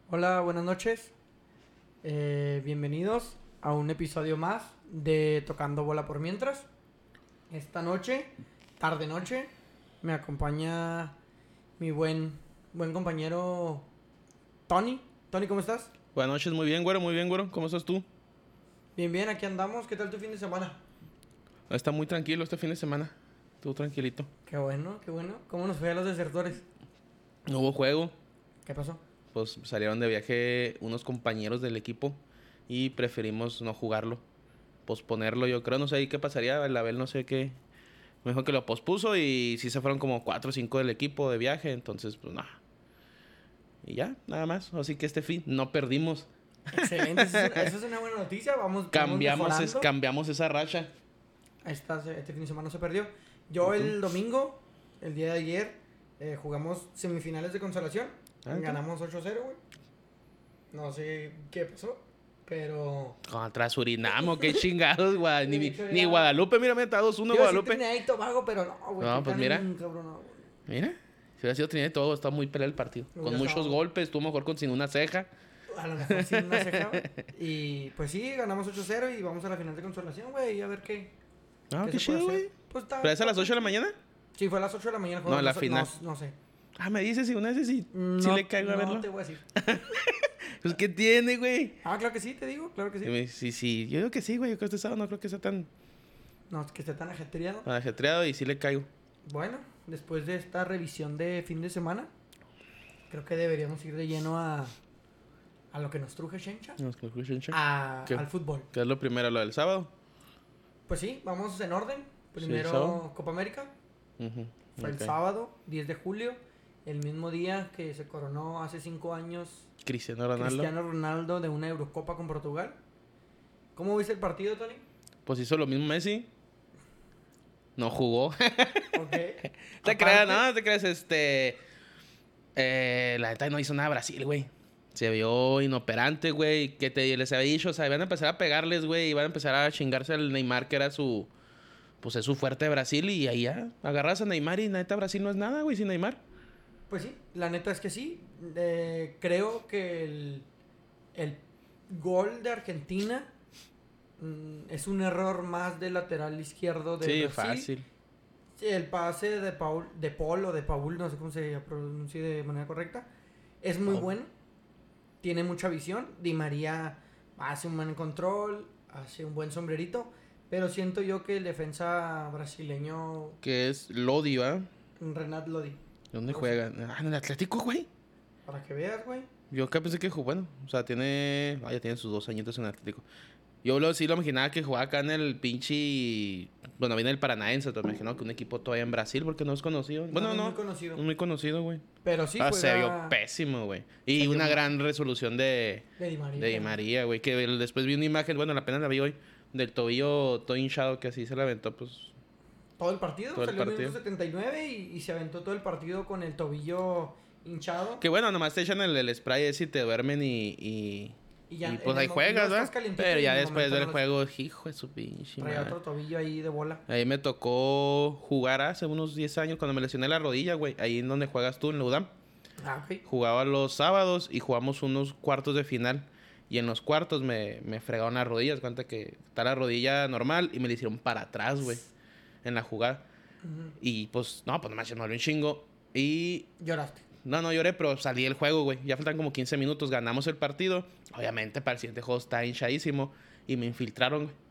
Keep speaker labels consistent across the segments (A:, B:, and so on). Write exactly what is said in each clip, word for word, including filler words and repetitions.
A: Hola, buenas noches. Eh, bienvenidos a un episodio más de Tocando Bola por Mientras. Esta noche, tarde noche, me acompaña mi buen, buen compañero Tony. Tony, ¿cómo estás?
B: Buenas noches, muy bien, güero, muy bien, güero. ¿Cómo estás tú?
A: Bien, bien, aquí andamos. ¿Qué tal tu fin de semana?
B: Está muy tranquilo este fin de semana. Estuvo tranquilito.
A: Qué bueno, qué bueno. ¿Cómo nos fue a los desertores?
B: No hubo juego.
A: ¿Qué pasó?
B: Pues salieron de viaje unos compañeros del equipo y preferimos no jugarlo. Posponerlo, yo creo. No sé ahí qué pasaría. El Abel no sé qué. Me dijo que lo pospuso y sí se fueron como cuatro o cinco del equipo de viaje. Entonces, pues nada. Y ya, nada más. Así que este fin no perdimos.
A: Excelente, eso es una, eso es una buena noticia. Vamos, vamos
B: Cambiamos, es,
A: mejorando.
B: cambiamos esa racha.
A: Esta, este fin de semana se perdió. Yo
B: ¿Y tú?
A: el domingo, el día de ayer, eh, jugamos semifinales de consolación.
B: Ah, ¿qué?
A: Ganamos ocho cero, güey. No sé qué pasó, pero...
B: Contra Surinam, qué chingados, güey. Ni,
A: De hecho,
B: ni
A: ya-
B: Guadalupe, mírame, está dos uno
A: Yo sí
B: Guadalupe.
A: tenía ahí Tobago, pero no, güey.
B: No,
A: qué
B: pues
A: tan
B: mira.
A: cabrón, güey.
B: Mira, si hubiera sido Trinidad y todo, está muy pelea el partido.
A: Hubiera
B: Con muchos
A: estado-
B: golpes, estuvo mejor con sin una ceja.
A: A lo mejor sin una ceja, güey. Y pues sí, ganamos ocho cero y vamos a la final de consolación, güey. Y a ver qué,
B: Ah,
A: qué
B: qué
A: se puede
B: chido,
A: hacer.
B: güey.
A: Pues está...
B: ¿Pero es a las
A: está-
B: ocho de la mañana?
A: Sí, fue a las ocho de la mañana el juego.
B: No, la
A: sé-
B: final.
A: No, no sé.
B: Ah, me dices si una vez sí, sí
A: No-
B: le caigo a
A: no
B: verlo.
A: te voy a decir.
B: Pues, ¿qué tiene, güey?
A: Ah, claro que sí, te digo, claro que sí.
B: Y me- Sí, sí, yo digo que sí, güey. Yo creo que este sábado no creo que sea tan
A: No, es que esté tan ajetreado.
B: ajetreado y sí le caigo.
A: Bueno, después de esta revisión de fin de semana, creo que deberíamos ir de lleno a, a lo que nos truje Shencha,
B: No, es que escuchen, che.
A: a,
B: ¿Qué?
A: al fútbol.
B: ¿Qué es lo primero, lo del sábado?
A: Pues sí, vamos en orden. Primero
B: sábado.
A: Copa América,
B: Ujú,
A: fue
B: ok.
A: el sábado, diez de julio, el mismo día que se coronó hace cinco años
B: Cristiano Ronaldo.
A: Cristiano Ronaldo de una Eurocopa con Portugal. ¿Cómo viste el partido, Tony?
B: Pues hizo lo mismo Messi. No jugó.
A: Ok.
B: Te creas,
A: Aparte-
B: no, te creas, este. Eh, la neta no hizo nada Brasil, güey. Se vio inoperante, güey. Que te les había dicho, o sea, iban a empezar a pegarles, güey. Iban a empezar a chingarse al Neymar, que era su. Pues es su fuerte de Brasil. Y ahí ya, agarras a Neymar y la neta Brasil no es nada, güey, sin Neymar.
A: Pues sí, la neta es que sí. Eh, creo que el, el gol de Argentina mm, es un error más del lateral izquierdo de
B: Sí,
A: Brasil.
B: fácil.
A: Sí, el pase de Paul, de Paul o de Paul, no sé cómo se pronuncia de manera correcta, es muy
B: Paul.
A: bueno. Tiene mucha visión. Di María hace un buen control, hace un buen sombrerito. Pero siento yo que el defensa brasileño,
B: Que es Lodi, ¿va?
A: Renat Lodi,
B: ¿Dónde
A: No
B: juega? Ah, en el Atlético, güey.
A: para que veas, güey.
B: Yo acá pensé que jugó, bueno, o sea, tiene. Ah, ya tiene sus dos añitos en el Atlético. Yo lo, sí lo imaginaba que jugaba acá en el pinche. Bueno, viene el Paranaense, pero me imagino que un equipo todavía en Brasil porque no es conocido. Bueno,
A: es
B: no,
A: muy conocido.
B: no es muy conocido, güey.
A: Pero sí
B: ah,
A: juega
B: se vio pésimo, güey. Y
A: se vio
B: una
A: mal.
B: gran resolución de,
A: de Di María.
B: de Di María, güey. Que el- después vi una imagen, bueno, la pena la vi hoy, del tobillo todo hinchado que así se la aventó, pues.
A: Todo el partido,
B: Todo el
A: salió en el
B: partido.
A: minuto setenta y nueve y, y se aventó todo el partido con el tobillo hinchado.
B: Que bueno, nomás te echan el, el spray ese y te duermen y. y...
A: Y, ya
B: y,
A: en
B: pues
A: el
B: ahí
A: mo-
B: juegas,
A: no estás
B: ¿verdad?
A: calientito
B: Pero
A: y
B: ya
A: en el
B: después
A: momento
B: del
A: no
B: juego, hijo de su pinche
A: Traía
B: madre.
A: otro tobillo ahí de bola.
B: Ahí me tocó jugar hace unos diez años cuando me lesioné la rodilla, güey. Ahí en donde juegas tú, en la U D A M.
A: Ah, ok.
B: Jugaba los sábados y jugamos unos cuartos de final. Y en los cuartos me, me fregaron las rodillas. Cuenta que está la rodilla normal y me la hicieron para atrás, güey. En la jugada.
A: Ujú.
B: Y pues, no, pues nomás se me dolió un chingo. Y
A: Lloraste.
B: no, no lloré, pero salí del juego, güey. Ya faltan como quince minutos, ganamos el partido. Obviamente, para el siguiente juego está hinchadísimo. Y me infiltraron, güey.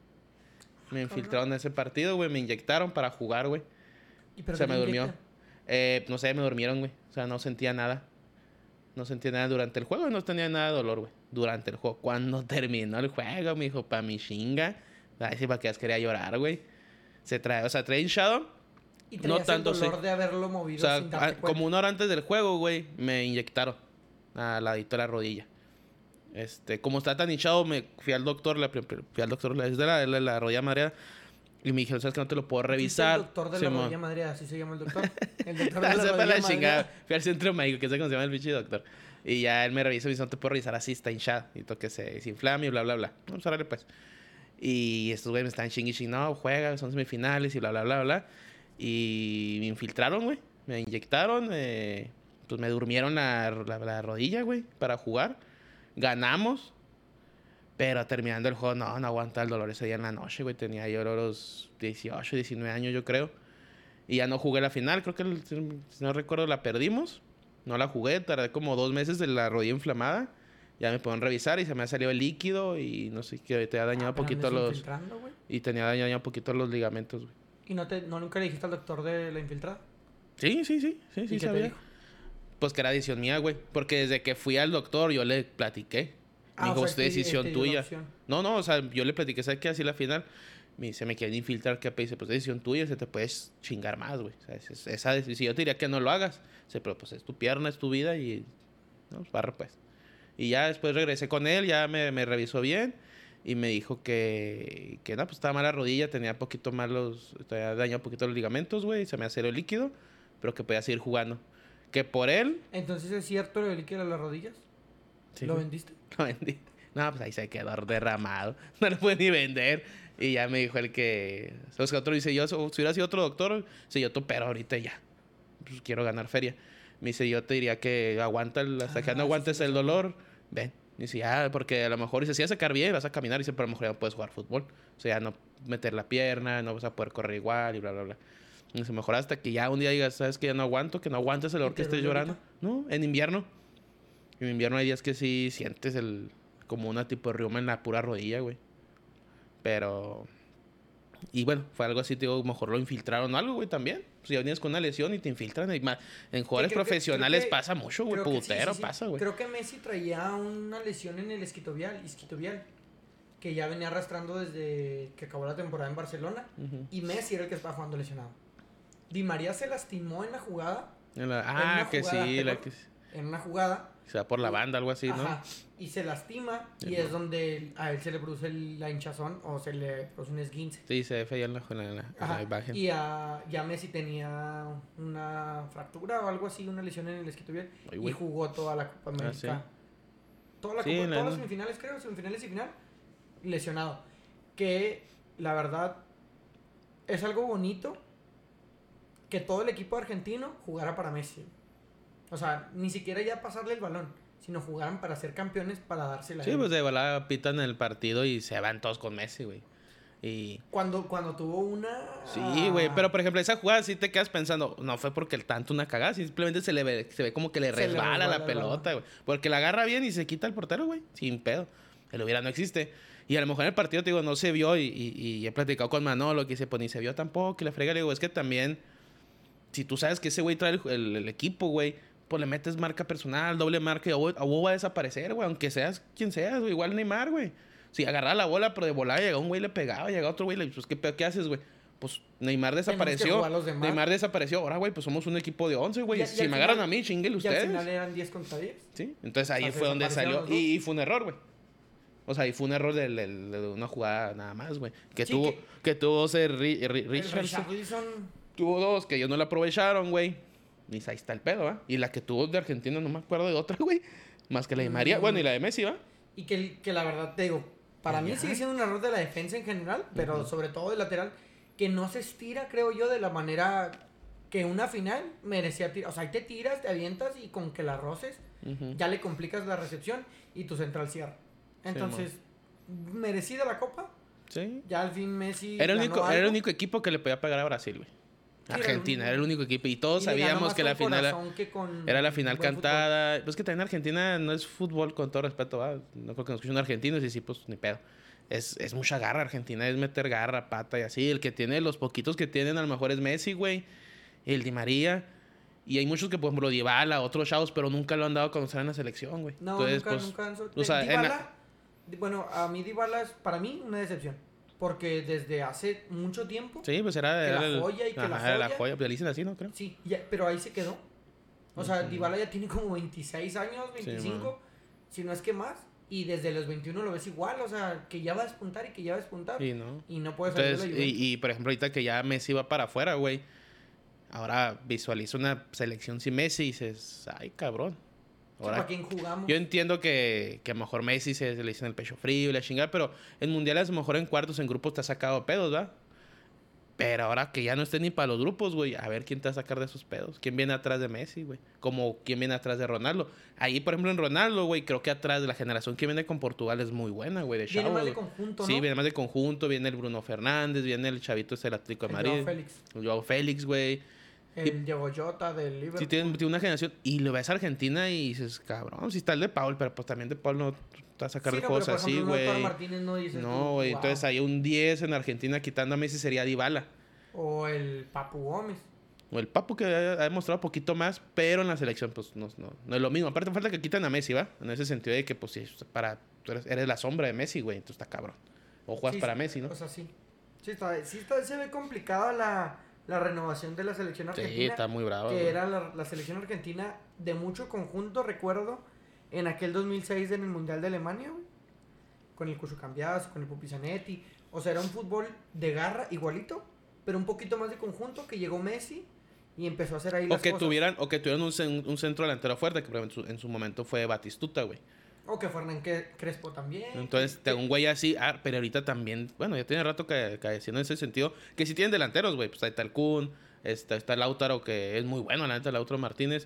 B: Me infiltraron en ese partido, güey. Me inyectaron para jugar, güey.
A: ¿Y pero
B: Se
A: qué
B: me
A: te
B: durmió.
A: inyectan?
B: Eh, no sé, me durmieron, güey. O sea, no sentía nada. No sentía nada durante el juego y no tenía nada de dolor, güey. Durante el juego. Cuando terminó el juego, me dijo, pa' mi chinga. Ay, sí, para que quería llorar, güey. Se trae, o sea, trae hinchado.
A: Y
B: No
A: traías
B: tanto,
A: el dolor
B: sí.
A: de haberlo
B: O
A: movido
B: sea,
A: sin darte
B: a-
A: cuenta.
B: como una hora antes del juego, güey, me inyectaron al ladito de la rodilla. Este, como está tan hinchado, me fui al doctor, la, pri- pri- fui al doctor, la- es de la, de la, la rodilla mareada, y me dijeron, ¿sabes que no te lo puedo
A: ¿Fuiste
B: revisar?
A: El doctor de la
B: Simón.
A: rodilla madreada, así se llama el doctor. El doctor
B: No,
A: de la
B: sepa
A: rodilla
B: la chingada.
A: madreada.
B: Fui al centro médico, que sé cómo se llama el pinche doctor. Y ya él me revisa y me dice, no te puedo revisar así, está hinchado. Y que se desinflame y bla, bla, bla. Vamos a darle pues. Y estos güeyes me están chingui ching, no, juega, son semifinales y bla, bla, bla, bla. Y me infiltraron, güey. Me inyectaron, eh, pues me durmieron la, la, la rodilla, güey, para jugar. Ganamos. Pero terminando el juego, no, no aguantaba el dolor ese día en la noche, güey. Tenía yo los dieciocho, diecinueve años, yo creo. Y ya no jugué la final. Creo que, si no recuerdo, la perdimos. No la jugué. Tardé como dos meses de la rodilla inflamada. Ya me pueden revisar y se me ha salido el líquido. Y no sé, que te ha dañado
A: Ah,
B: un poquito los...
A: Güey.
B: Y tenía dañado un poquito los ligamentos, güey.
A: ¿Y no, te, no nunca le dijiste al doctor de la infiltrada?
B: Sí, sí, sí. Sí,
A: ¿Y
B: sí,
A: qué
B: sabía.
A: te dijo?
B: Pues que era decisión mía, güey. Porque desde que fui al doctor yo le platiqué.
A: Ah,
B: Me dijo,
A: o sea,
B: usted
A: te-
B: decisión
A: te dio la
B: tuya.
A: opción.
B: No, no, o sea, yo le platiqué, ¿sabes qué? Así la final. Me dice, me quieren infiltrar, ¿qué? Dice, pues decisión tuya, se te puedes chingar más, güey. O sea, es- es- esa decisión, yo te diría que no lo hagas. Dice, pero pues es tu pierna, es tu vida y... No, pues, barra pues. Y ya después regresé con él, ya me, me revisó bien. Y me dijo que... Que no, pues estaba mal la rodilla, tenía poquito malos... Tenía dañado un poquito los ligamentos, güey. Se me aceleró el líquido. Pero que podía seguir jugando. Que por él...
A: Entonces, ¿es cierto lo del líquido de las rodillas?
B: Sí,
A: ¿Lo
B: güey.
A: vendiste?
B: Lo vendí. No, pues ahí se quedó derramado. No lo pude ni vender. Y ya me dijo el que... ¿Sabes qué? Otro dice, yo, si hubiera sido otro doctor, si yo, tú, pero ahorita ya. Pues quiero ganar feria. Me dice, yo te diría que aguanta, el, hasta
A: Ah,
B: que no
A: sí,
B: aguantes
A: sí,
B: el
A: sí.
B: dolor, ven. Dice, ya, porque a lo mejor, dice, si vas a sacar bien, vas a caminar. Dice, pero a lo mejor ya no puedes jugar fútbol. O sea, ya no meter la pierna, no vas a poder correr igual y bla, bla, bla. Dice, mejor hasta que ya un día digas, ¿sabes que ya no aguanto? Que no aguantes el dolor
A: ¿Y
B: que
A: te
B: estés
A: duele
B: llorando.
A: ahorita?
B: No, en invierno. En invierno hay días que sí sientes el... Como una tipo de reuma en la pura rodilla, güey. Pero... Y bueno, fue algo así, te digo, mejor lo infiltraron o algo, güey, también. Si ya vienes con una lesión y te infiltran. Y más, en jugadores
A: creo que-
B: profesionales
A: creo que-
B: pasa mucho, güey.
A: Creo que sí,
B: Putero
A: sí, sí.
B: pasa, güey.
A: Creo que Messi traía una lesión en el isquiotibial, isquiotibial, que ya venía arrastrando desde que acabó la temporada en Barcelona.
B: Ujú.
A: Y Messi era el que estaba jugando lesionado. Di María se lastimó en la jugada.
B: En la-
A: en
B: ah,
A: una
B: que
A: jugada,
B: sí,
A: ¿te
B: la
A: acuerdas?
B: que
A: En una jugada.
B: se va por la banda, algo así, ¿no?
A: Ajá. Y se lastima.
B: Sí,
A: y
B: no.
A: es donde a él se le produce el- la hinchazón o se le produce un esguince.
B: Sí, se ve fea en la, en la, en la
A: Ajá.
B: imagen.
A: Y a, ya Messi tenía una fractura o algo así, una lesión en el isquiotibial.
B: Ay,
A: Y
B: güey.
A: jugó toda la Copa
B: Ah,
A: América. Toda la
B: Sí,
A: Copa-
B: en la-
A: todas las semifinales, creo, semifinales y final, lesionado. Que la verdad es algo bonito que todo el equipo argentino jugara para Messi. O sea, ni siquiera ya pasarle el balón, sino jugaran para ser campeones, para dársela. a
B: Sí,
A: él.
B: pues de volada pitan el partido y se van todos con Messi, güey. Y...
A: Cuando, cuando tuvo una...
B: Sí, güey, pero por ejemplo, esa jugada sí te quedas pensando, no fue porque el tanto una cagada, simplemente se le ve, se ve como que le
A: Se le
B: resbala
A: resbala
B: la
A: el
B: pelota, güey. Porque la agarra bien y se quita el portero, güey, sin pedo. El hubiera no existe. Y a lo mejor en el partido, te digo, no se vio y, y, y he platicado con Manolo que dice, pues ni se vio tampoco, y la frega, le digo, es que también, si tú sabes que ese güey trae el, el, el equipo, güey, pues le metes marca personal, doble marca y a vos, a vos va a desaparecer, güey, aunque seas quien seas, güey, igual Neymar, güey. Si agarraba la bola, pero de volada llegaba un güey, le pegaba, llegaba otro güey, le pues, ¿qué, pedo, ¿qué haces, güey? Pues Neymar
A: que
B: desapareció.
A: jugar los demás.
B: Neymar desapareció. Ahora, güey, pues somos un equipo de once, güey.
A: Y- y
B: Si
A: al
B: me
A: final-
B: agarran a mí, chinguen
A: Y al
B: ustedes.
A: final eran diez contra diez.
B: Sí. Entonces ahí
A: O sea,
B: fue donde
A: desaparecieron
B: salió.
A: los dos.
B: Y, y fue un error, güey. O sea, ahí fue un error de, de- de una jugada nada más, güey. Que,
A: Sí,
B: tuvo,
A: que-
B: que tuvo ese Ri- Ri-
A: El
B: Richardson.
A: Richarlison...
B: Tuvo dos que ellos no la aprovecharon, güey. Y ahí está el pedo, ¿va? Y la que tuvo de Argentina, no me acuerdo de otra, güey. Más que la de María.
A: Mm.
B: Bueno, y la de Messi, ¿va?
A: Y que, que la verdad, te digo, para mí
B: Ya.
A: sigue siendo un error de la defensa en general, pero
B: Ujú.
A: sobre todo del lateral, que no se estira, creo yo, de la manera que una final merecía tirar. O sea, ahí te tiras, te avientas y con que la roces,
B: Ujú.
A: ya le complicas la recepción y tu central cierra. Entonces, merecida la copa,
B: Sí.
A: ya al fin Messi
B: Era el,
A: ganó
B: único, era el
A: algo.
B: único equipo que le podía pegar a Brasil, güey.
A: Sí, era el
B: Argentina,
A: único.
B: era el único equipo. Y todos
A: Y le ganó
B: sabíamos
A: más
B: que la
A: con
B: final era,
A: corazón que con
B: era la final
A: buen fútbol.
B: cantada. Pues que también Argentina no es fútbol, con todo respeto, ¿va? No creo que nos escuchen argentinos y sí, pues ni pedo. Es, es mucha garra. Argentina es meter garra, pata y así. El que tiene, los poquitos que tienen, a lo mejor es Messi, güey. El Di María. Y hay muchos que, por ejemplo, Dybala, otros chavos, pero nunca lo han dado a conocer en la selección, güey.
A: No,
B: Entonces,
A: nunca,
B: pues,
A: nunca han sol-
B: o sea, en la-
A: Dybala, di- bueno, a mí Dybala es para mí una decepción. Porque desde hace mucho tiempo,
B: Sí, pues era,
A: Que
B: era
A: la
B: el-
A: joya y que la
B: ajá, era la
A: joya.
B: joya. Pues le dicen así, ¿no? Creo.
A: sí, ya- pero ahí se quedó. O sea,
B: Ujú.
A: Dybala ya tiene como veintiséis años,
B: Sí,
A: veinticinco, si no es que más. Y desde los veintiuno lo ves igual, o sea, que ya va a despuntar y que ya va a despuntar.
B: Sí, ¿no?
A: Y no puede salir de la
B: Entonces,
A: Juventus.
B: y, y por ejemplo, ahorita que ya Messi va para afuera, güey. Ahora visualiza una selección sin Messi y dices, ay, cabrón.
A: Sí,
B: Ahora,
A: ¿para quién jugamos?
B: yo entiendo que, que a lo mejor Messi se, se le hizo en el pecho frío y la chingada, pero en mundiales, a lo mejor en cuartos, en grupos te ha sacado pedos, ¿va? Pero ahora que ya no esté ni para los grupos, güey, a ver quién te va a sacar de esos pedos. ¿Quién viene atrás de Messi, güey? Como quién viene atrás de Ronaldo. Ahí, por ejemplo, en Ronaldo, güey, creo que atrás de la generación que viene con Portugal es muy buena, güey, de
A: Viene
B: chavos.
A: más de
B: güey.
A: conjunto, ¿no?
B: Sí, viene más de conjunto. Viene el Bruno Fernández, viene el chavito ese del Atlético de
A: El
B: Madrid.
A: Joao Félix.
B: El Joao Félix, güey.
A: El Diego Jota del Liverpool.
B: Sí, tiene, tiene una generación. Y lo ves a Argentina y dices, cabrón, sí está el de Paul, pero pues también de Paul no te va a sacar
A: Sí,
B: de
A: no,
B: juegos
A: pero, por
B: así,
A: ejemplo, un Lautaro
B: güey.
A: Martínez no dices tú,
B: No, güey.
A: wow.
B: Entonces hay un diez en Argentina quitando a Messi sería Dybala.
A: O el Papu Gómez.
B: O el Papu que ha, ha demostrado poquito más, pero en la selección pues no, no, no es lo mismo. Aparte falta que quitan a Messi, ¿va? En ese sentido de que pues sí, para, tú eres, eres la sombra de Messi, güey. Entonces está cabrón. O juegas
A: Sí,
B: para Messi, ¿no?
A: O sea, sí. Sí, está, sí está, se ve complicada la, la renovación de la selección argentina.
B: Sí, está muy bravo.
A: Que
B: güey.
A: era la, la selección argentina de mucho conjunto, recuerdo, en aquel dos mil seis en el Mundial de Alemania, güey, con el Cucho Cambiaso, con el Pupi Zanetti. O sea, era un fútbol de garra igualito, pero un poquito más de conjunto, que llegó Messi y empezó a hacer ahí
B: O
A: las
B: que
A: cosas.
B: tuvieran, o que tuvieran un, cen- un centro delantero fuerte, que por ejemplo, en su, en su momento fue Batistuta, güey.
A: O que Fernán que- Crespo también.
B: Entonces,
A: que-
B: te un güey así, ah, pero ahorita también, bueno, ya tiene rato que, que haciendo ese sentido, que si tienen delanteros, güey, pues ahí está el Kun, está, está Lautaro, que es muy bueno, la neta, Lautaro Martínez,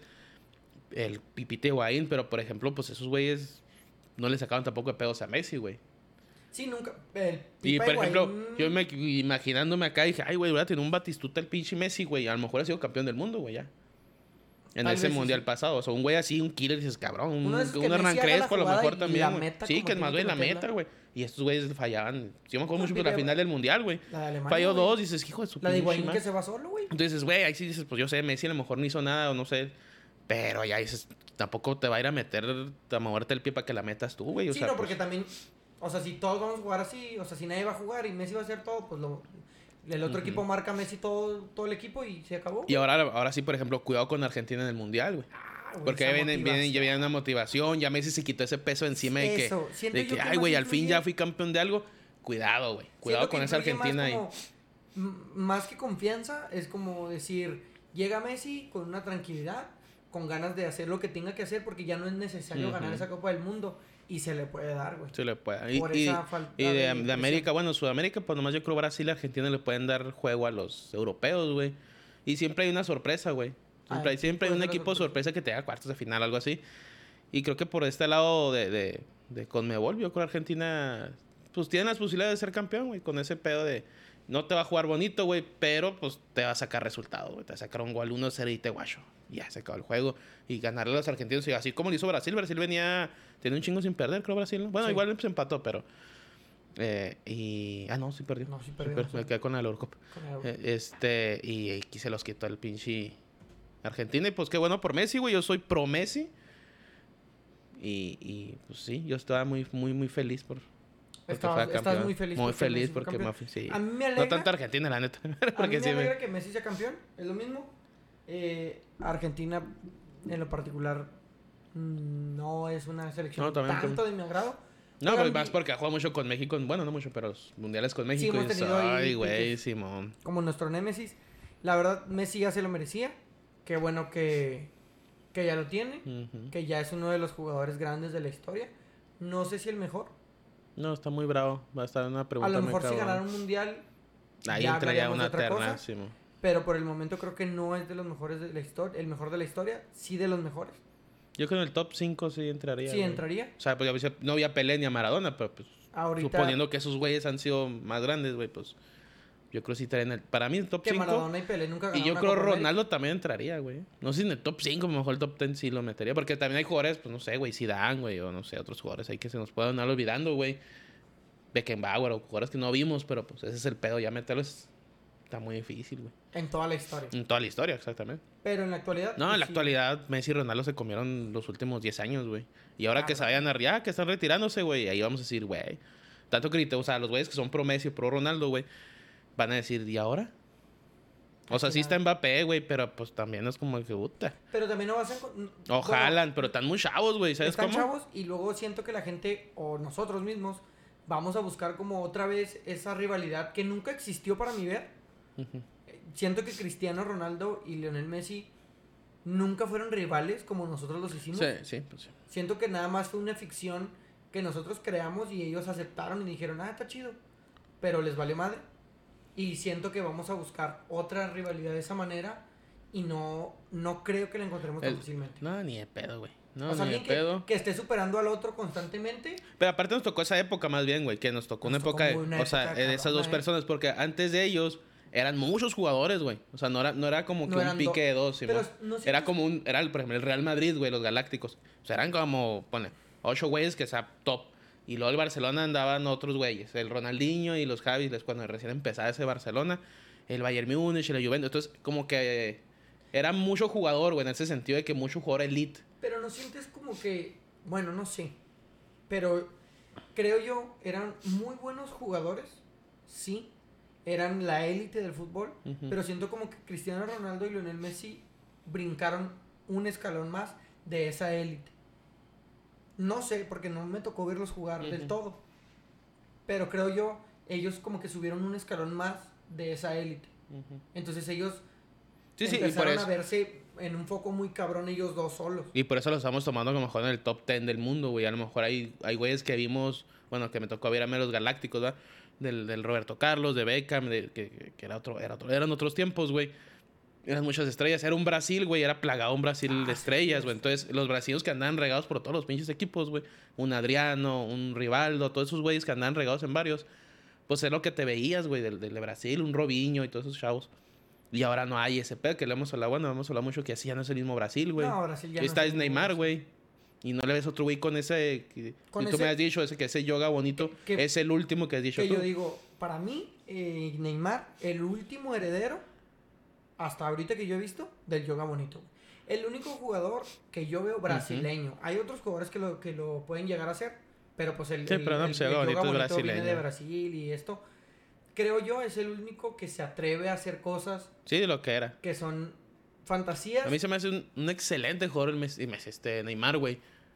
B: el Pipite Higuaín, pero por ejemplo, pues esos güeyes no le sacaban tampoco de pedos a Messi, güey.
A: Sí, nunca. El
B: Y
A: Pipa
B: por ejemplo,
A: Higuaín-
B: yo me, imaginándome acá, dije, ay, güey, hubiera tenido un Batistuta el pinche Messi, güey, a lo mejor ha sido campeón del mundo, güey, ya. En
A: Tal
B: ese
A: vez sí,
B: mundial
A: sí.
B: pasado. O sea, un güey así, un killer, dices, cabrón. Un,
A: Uno de esos que
B: un Hernán
A: Messi haga la
B: Crespo, a lo
A: jugada
B: mejor
A: y
B: también,
A: la
B: güey.
A: meta
B: Sí,
A: como
B: que es más
A: tiene
B: bien
A: que
B: la
A: meterla.
B: meta, güey. Y estos güeyes fallaban. Yo me acuerdo
A: No,
B: mucho por la
A: mira,
B: final del mundial, güey.
A: La de Alemania,
B: Falló
A: güey.
B: dos, dices, hijo de su
A: La de
B: pinche
A: Higuaín
B: madre.
A: que se va solo, güey.
B: Entonces, güey, ahí sí dices, pues yo sé, Messi a lo mejor no hizo nada o no sé. Pero ya dices, tampoco te va a ir a meter, a moverte el pie para que la metas tú, güey. O
A: Sí,
B: sea,
A: no,
B: pues,
A: porque también, o sea, si todos vamos a jugar así, o sea, si nadie va a jugar y Messi va a hacer todo, pues lo, el otro
B: Ujú.
A: equipo marca a Messi todo, todo el equipo y se acabó.
B: Y ahora, ahora sí, por ejemplo, cuidado con Argentina en el mundial, güey.
A: Ah, güey,
B: Porque
A: esa
B: ya viene, viene, ya
A: motivación.
B: viene una motivación, ya Messi se quitó ese peso encima de que,
A: Eso, siento
B: de
A: yo
B: que,
A: que
B: ay,
A: más
B: güey, al fin
A: influye-
B: ya fui campeón de algo. Cuidado, güey. Cuidado
A: Siento que
B: con esa
A: influye más
B: Argentina ahí.
A: como- m- Más que confianza, es como decir, llega Messi con una tranquilidad, con ganas de hacer lo que tenga que hacer, porque ya no es necesario
B: Ujú.
A: ganar esa Copa del Mundo y se le puede dar, güey.
B: Se le puede. Y,
A: Por
B: y-
A: esa falta
B: y de,
A: de
B: de
A: presión.
B: América, bueno, Sudamérica, pues nomás yo creo Brasil y Argentina le pueden dar juego a los europeos, güey. Y siempre hay una sorpresa, güey. Siempre,
A: Ay,
B: hay, siempre hay
A: puede
B: un
A: ser la
B: equipo
A: sorpresa.
B: sorpresa que te haga cuartos de final, algo así. Y creo que por este lado de, de, de Conmebol, yo creo que Argentina, pues tiene las posibilidades de ser campeón, güey, con ese pedo de... No te va a jugar bonito, güey, pero pues te va a sacar resultados, güey. Te va a sacar un gol uno cero y te guacho. Ya se acabó el juego. Y ganarle a los argentinos. Y así como lo hizo Brasil. Brasil venía... Tenía un chingo sin perder, creo, Brasil, ¿no? Bueno,
A: Sí.
B: igual se empató, pero... Eh, y... Ah, no, sí perdió.
A: No, sí
B: Sí
A: perdimos,
B: per- Me
A: sí.
B: quedé con la Eurocopa.
A: Con el-
B: Eh, este... Y aquí se los quitó el pinche... Argentina. Y pues qué bueno por Messi, güey. Yo soy pro Messi. Y, y pues sí, yo estaba muy, muy, muy feliz por... porque
A: Estabas-
B: fue
A: estás
B: campeón.
A: muy feliz
B: Muy
A: porque
B: feliz
A: Messi fue
B: porque me
A: campeón.
B: fui- sí.
A: A mí me
B: No
A: alegra,
B: tanto Argentina, la neta.
A: a mí
B: porque
A: me
B: sí me...
A: alegra que Messi sea campeón, es lo mismo. Eh, Argentina, en lo particular, mm, no es una selección
B: No, también
A: tanto de mi agrado.
B: No,
A: Pero
B: pues
A: a
B: más
A: mí-
B: porque ha jugado mucho con México. Bueno, no mucho, pero los mundiales con México.
A: hemos
B: y dices,
A: tenido ahí
B: ay, güey,
A: piques.
B: Simón.
A: Como nuestro némesis. La verdad, Messi ya se lo merecía. Qué bueno que, que ya lo tiene.
B: Ujú.
A: Que ya es uno de los jugadores grandes de la historia. No sé si el mejor.
B: No, está muy bravo. Va a estar una pregunta
A: A lo
B: muy
A: mejor si
B: cabrón.
A: ganara un mundial,
B: Ahí
A: ya
B: entra ya
A: hablaríamos de
B: una
A: otra
B: terna,
A: cosa.
B: Simón.
A: pero por el momento creo que no es de los mejores de la historia. El mejor de la historia, sí de los mejores.
B: Yo creo que en el top cinco sí entraría.
A: Sí
B: güey.
A: entraría.
B: O sea, pues ya no había Pelé ni a Maradona, pero pues
A: Ahorita
B: suponiendo que esos güeyes han sido más grandes, güey, pues yo creo que sí estaría en el... Para mí el top
A: que
B: cinco...
A: Maradona y Pelé nunca
B: Y
A: ganaron
B: yo
A: una
B: creo
A: Copa América.
B: Ronaldo también entraría, güey. No sé si en el top cinco, a lo mejor el top diez sí lo metería. Porque también hay jugadores, pues no sé, güey, Zidane, güey, o no sé, otros jugadores ahí que se nos pueden andar olvidando, güey. Beckenbauer o jugadores que no vimos, pero pues ese es el pedo. Ya meterlos está muy difícil, güey.
A: En toda la historia.
B: En toda la historia, exactamente.
A: Pero en la actualidad.
B: No,
A: pues
B: en la
A: sí.
B: actualidad Messi y Ronaldo se comieron los últimos diez años, güey. Y ahora
A: Ah,
B: que se
A: no.
B: vayan a ya, que están retirándose, güey, ahí vamos a decir, güey. Tanto que ahorita, o sea, los güeyes que son pro Messi o pro Ronaldo, güey, van a decir, ¿y ahora? O sea,
A: Al
B: sí está
A: final.
B: Mbappé, güey, pero pues también es como que puta.
A: Pero también no vas a. encon-
B: O
A: bueno,
B: Haaland, pero están muy chavos, güey, ¿sabes
A: están
B: cómo?
A: chavos y luego siento que la gente, o nosotros mismos, vamos a buscar como otra vez esa rivalidad que nunca existió para mi ver.
B: Ujú.
A: Siento que Cristiano Ronaldo y Lionel Messi nunca fueron rivales como nosotros los hicimos.
B: Sí, sí, pues sí.
A: Siento que nada más fue una ficción que nosotros creamos y ellos aceptaron y dijeron, ah, está chido. Pero les valió madre. Y siento que vamos a buscar otra rivalidad de esa manera y no, no creo que la encontremos tan
B: El-
A: fácilmente.
B: No, ni de pedo, güey. No,
A: O sea,
B: ni de
A: alguien que,
B: pedo.
A: que esté superando al otro constantemente.
B: Pero aparte nos tocó esa época más bien, güey, que nos tocó una
A: Nos tocó
B: época, de-
A: muy una
B: o sea,
A: época
B: de esas
A: cabrona,
B: dos
A: ¿eh?
B: personas, porque antes de ellos eran muchos jugadores, güey. O sea, no era, no era como que
A: No
B: un
A: eran
B: pique
A: do-
B: de dos,
A: Pero
B: Simón.
A: no sientes-
B: Era como un, era, el- por ejemplo, el Real Madrid, güey, los Galácticos. O sea, eran como, pone, ocho güeyes que sea top. Y luego el Barcelona andaban otros güeyes, el Ronaldinho y los Javis, les- cuando recién empezaba ese Barcelona, el Bayern Múnich y la Juventus. Entonces, como que era mucho jugador, güey, en ese sentido de que mucho jugador elite.
A: Pero no sientes como que, bueno, no sé, pero creo yo, eran muy buenos jugadores, sí, eran la élite del fútbol,
B: Ujú.
A: pero siento como que Cristiano Ronaldo y Lionel Messi brincaron un escalón más de esa élite. No sé, porque no me tocó verlos jugar del
B: Ujú.
A: todo, pero creo yo, ellos como que subieron un escalón más de esa élite.
B: Ujú.
A: Entonces ellos
B: Sí, sí, y por
A: empezaron
B: eso.
A: a verse en un foco muy cabrón ellos dos solos.
B: Y por eso lo estamos tomando a lo mejor en el top ten del mundo, güey. A lo mejor hay, hay güeyes que vimos, bueno, que me tocó ver a mí los Galácticos, ¿verdad? Del, del Roberto Carlos, de Beckham, de, que, que era otro, era otro, eran otros tiempos, güey. Eran muchas estrellas. Era un Brasil, güey, era plagado un Brasil
A: Ah,
B: de
A: sí,
B: estrellas,
A: sí,
B: güey.
A: sí.
B: Entonces, los brasileños que andaban regados por todos los pinches equipos, güey. Un Adriano, un Rivaldo, todos esos güeyes que andaban regados en varios. Pues es lo que te veías, güey, del, del de Brasil, un Robinho y todos esos chavos. Y ahora no hay ese pedo que le hemos hablado, bueno, hemos hablado mucho que así ya no es el mismo Brasil, güey.
A: No, Brasil ya
B: Ahí
A: no
B: está
A: es el mismo
B: Neymar,
A: Brasil.
B: güey. Y no le ves otro güey con ese... Que,
A: Con
B: y tú
A: ese-
B: me has dicho ese, que ese yoga bonito
A: Que- que-
B: es el último que has dicho
A: Que
B: tú.
A: yo digo, para mí, eh, Neymar, el último heredero, hasta ahorita que yo he visto, del yoga bonito. El único jugador que yo veo brasileño. Hay otros jugadores que lo, que lo pueden llegar a hacer, pero pues el,
B: Sí,
A: el-
B: pero no,
A: el-
B: pues,
A: el
B: yoga bonito es
A: viene
B: brasileño.
A: de Brasil y esto. Creo yo es el único que se atreve a hacer cosas
B: Sí, de lo que era.
A: que son fantasías.
B: A mí se me hace un, un excelente jugador el Messi- Messi, este, Neymar, güey.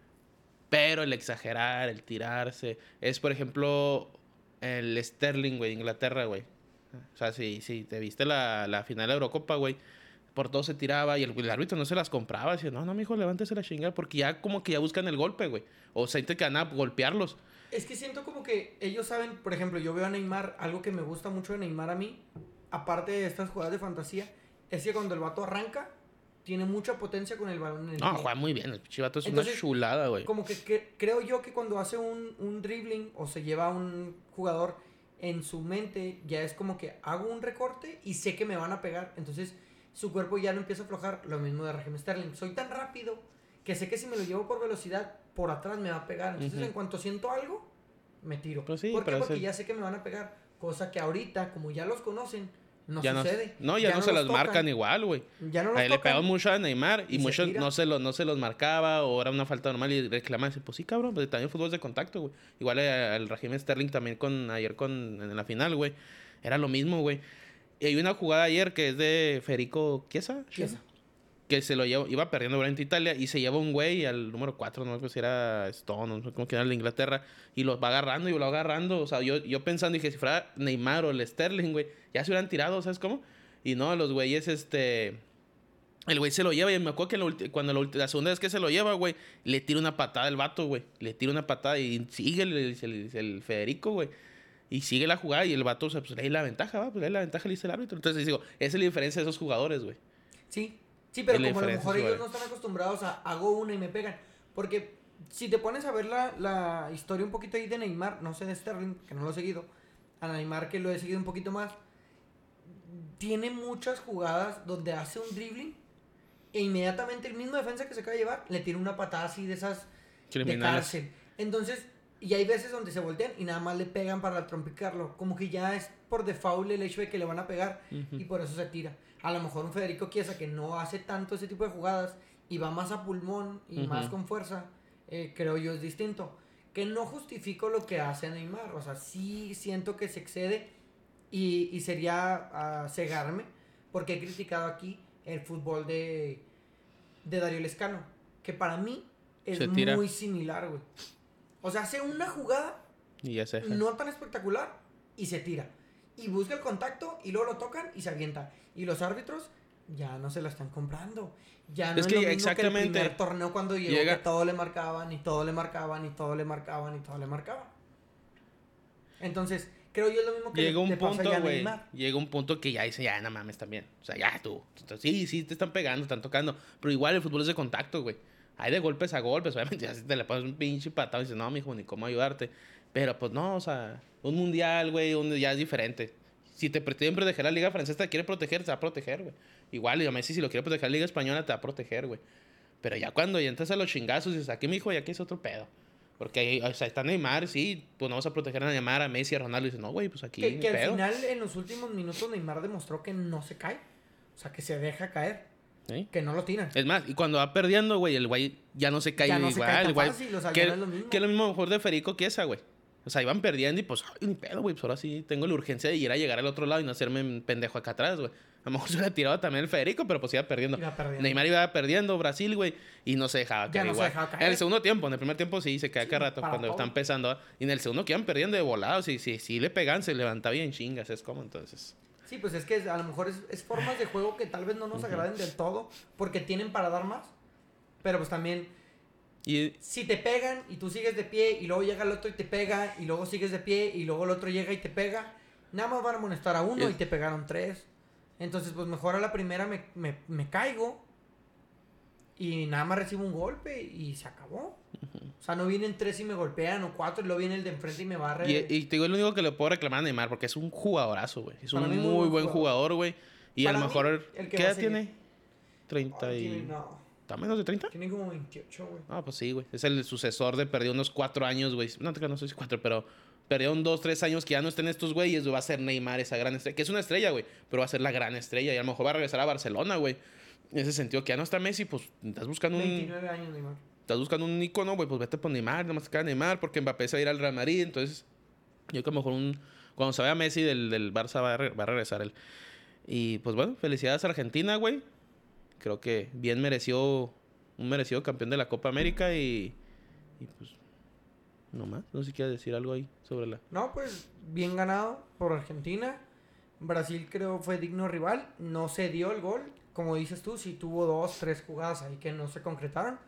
B: Pero el exagerar, el tirarse. Es, por ejemplo, el Sterling, güey, de Inglaterra, güey. O sea, si, si te viste la, la final de la Eurocopa, güey. Por todo se tiraba y el, el árbitro no se las compraba. Decía, no, no, mijo, levántese la chingada. Porque ya como que ya buscan el golpe, güey. O se que van a golpearlos.
A: Es que siento como que ellos saben, por ejemplo, yo veo a Neymar, algo que me gusta mucho de Neymar a mí, aparte de estas jugadas de fantasía, es que cuando el vato arranca, tiene mucha potencia con el balón en el
B: No,
A: pie.
B: juega muy bien. El chivato es
A: Entonces,
B: una chulada, güey.
A: Como que, que- creo yo que cuando hace un, un dribbling o se lleva a un jugador en su mente, ya es como que hago un recorte y sé que me van a pegar. Entonces su cuerpo ya no empieza a aflojar. Lo mismo de Raheem Sterling. Soy tan rápido que sé que si me lo llevo por velocidad, por atrás me va a pegar. Entonces
B: Ujú.
A: en cuanto siento algo, me tiro.
B: Pues sí,
A: ¿Por qué?
B: pero
A: Porque
B: ese-
A: ya sé que me van a pegar. Cosa que ahorita, como ya los conocen, no
B: ya
A: sucede.
B: No, no, ya, no, se
A: los
B: las marcan
A: tocan,
B: igual, güey.
A: Ya no los
B: Ahí le
A: tocan.
B: pegó mucho a Neymar y,
A: y se
B: muchos
A: tira.
B: no se, lo, no se los marcaba o era una falta normal y reclamaban. Dice, pues sí, cabrón, pues también fútbol es de contacto, güey. Igual eh, al Raheem Sterling también con ayer con en la final, güey. Era lo mismo, güey. Y hay una jugada ayer que es de Federico Chiesa,
A: Chiesa.
B: que se lo lleva, iba perdiendo frente a Italia y se lleva un güey al número cuatro, no sé si era Stone, no sé cómo que era el de Inglaterra, y los va agarrando y lo va agarrando. O sea, yo, yo pensando, dije, si fuera Neymar o el Sterling, güey, ya se hubieran tirado, ¿sabes cómo? Y no, los güeyes, este... El güey se lo lleva y me acuerdo que la ulti- cuando la, ulti- la segunda vez que se lo lleva, güey, le tira una patada el vato, güey. Le tira una patada y sigue el, el, el- el Federico, güey. Y sigue la jugada y el vato, o sea, pues le da la ventaja, va, pues le da la ventaja, le dice el árbitro. Entonces digo, esa es la diferencia de esos jugadores, güey.
A: Sí, sí, pero
B: Es la
A: como a lo
B: diferencia,
A: mejor ellos
B: güey.
A: no están acostumbrados a hago una y me pegan. Porque si te pones a ver la, la historia un poquito ahí de Neymar, no sé de Sterling, que no lo he seguido, a Neymar que lo he seguido un poquito más, tiene muchas jugadas donde hace un dribbling e inmediatamente el mismo defensa que se acaba de llevar le tira una patada así de esas de
B: Criminales.
A: cárcel. Entonces, y hay veces donde se voltean y nada más le pegan para trompicarlo. Como que ya es por default el hecho de que le van a pegar
B: Ujú.
A: y por eso se tira. A lo mejor un Federico Chiesa que no hace tanto ese tipo de jugadas y va más a pulmón y
B: Ujú.
A: más con fuerza, eh, creo yo es distinto. Que no justifico lo que hace Neymar. O sea, sí siento que se excede y, y sería ah, cegarme porque he criticado aquí el fútbol de, de Darío Lescano. Que para mí es
B: Se tira.
A: muy similar, güey. O sea, hace una jugada
B: Y ya se deja.
A: no tan espectacular y se tira. Y busca el contacto y luego lo tocan y se avienta. Y los árbitros ya no se la están comprando. Ya no
B: Es
A: es,
B: que
A: lo mismo
B: exactamente
A: que el primer torneo cuando llegó
B: llega-
A: que todo le marcaban y todo le marcaban y todo le marcaban y todo le marcaban. Entonces, creo yo es lo mismo que
B: llega
A: le,
B: un
A: le pasa
B: punto,
A: ya a
B: güey.
A: Neymar.
B: Llega un punto que ya dice, ya, no mames también. O sea, ya tú. Sí, sí, te están pegando, están tocando. Pero igual el fútbol es de contacto, güey. Hay de golpes a golpes. Obviamente, ya si te le pones un pinche patado y dices, no, mijo, ni cómo ayudarte. Pero pues no, o sea, un mundial, güey, un, ya es diferente. Si te pretenden proteger la Liga Francesa, te quiere proteger, te va a proteger, güey. Igual, y a Messi, si lo quiere proteger la Liga Española, te va a proteger, güey. Pero ya cuando ya entras a los chingazos y dices, aquí, mijo, ya que es otro pedo. Porque ahí, o sea, está Neymar, sí, pues no vas a proteger a Neymar, a Messi, a Ronaldo. Y dices, no, güey, pues aquí
A: Que,
B: ni
A: que al
B: pedo.
A: final, en los últimos minutos, Neymar demostró que no se cae. O sea, que se deja caer.
B: ¿Sí?
A: Que no lo tiran.
B: Es más, y cuando va perdiendo, güey, el güey ya no se cae
A: Ya
B: igual.
A: no se cae tan
B: igual
A: fácil, o sea,
B: que,
A: ya no es lo mismo.
B: que lo mismo mejor de Federico Chiesa, güey. O sea, iban perdiendo y pues, ay, ni pedo, güey. Pues ahora sí tengo la urgencia de ir a llegar al otro lado y no hacerme un pendejo acá atrás, güey. A lo mejor se hubiera tirado también el Federico, pero pues iba perdiendo.
A: Iba perdiendo.
B: Neymar iba perdiendo, Brasil, güey, y no se dejaba
A: Ya
B: caer
A: no se
B: igual.
A: dejaba caer.
B: En el segundo tiempo, en el primer tiempo sí se cae
A: Sí,
B: cada rato
A: para
B: cuando
A: todo.
B: están pesando. Y en el segundo que iban perdiendo de volado, sí, sí, sí le pegan, se levanta bien chingas, es como entonces.
A: Sí, pues es que a lo mejor es, es formas de juego que tal vez no nos
B: Ujú.
A: agraden del todo, porque tienen para dar más. Pero pues también,
B: Y
A: si te pegan y tú sigues de pie y luego llega el otro y te pega y luego sigues de pie y luego el otro llega y te pega, nada más van a amonestar a uno
B: Es-
A: y te pegaron tres. Entonces pues mejor a la primera me, me, me caigo y nada más recibo un golpe y se acabó. O sea, no vienen tres y me golpean o cuatro y luego viene el de enfrente y me barre.
B: Y, y te digo, es lo único que le puedo reclamar a Neymar, porque es un jugadorazo, güey. Es
A: Para
B: un
A: mí
B: muy,
A: muy buen
B: buen jugador, güey. Y
A: Para
B: a lo
A: mí,
B: mejor,
A: el que
B: ¿qué
A: va a
B: edad
A: seguir.
B: tiene? treinta
A: Ay,
B: y...
A: tiene- no,
B: ¿Está menos de treinta?
A: tiene como veintiocho, güey.
B: Ah, pues sí, güey. Es el sucesor de perdió unos cuatro años, güey. No, no sé si cuatro, pero perdió un dos, tres años que ya no estén estos güeyes. Va a ser Neymar esa gran estrella. Que es una estrella, güey. Pero va a ser la gran estrella. Y a lo mejor va a regresar a Barcelona, güey. En ese sentido, que ya no está Messi, pues estás buscando un...
A: veintinueve años, Neymar.
B: Estás buscando un icono, güey, pues vete por Neymar, nada más que queda Neymar, porque Mbappé se va a ir al Real Madrid, entonces yo creo que a lo mejor un, cuando se vaya Messi del, del Barça va a, re- va a regresar él. Y pues bueno, felicidades a Argentina, güey. Creo que bien mereció, un merecido campeón de la Copa América y, y pues no más, no sé si quieres decir algo ahí sobre la...
A: No, pues bien ganado por Argentina. Brasil creo fue digno rival. No se dio el gol. Como dices tú, sí tuvo dos, tres jugadas ahí que no se concretaron.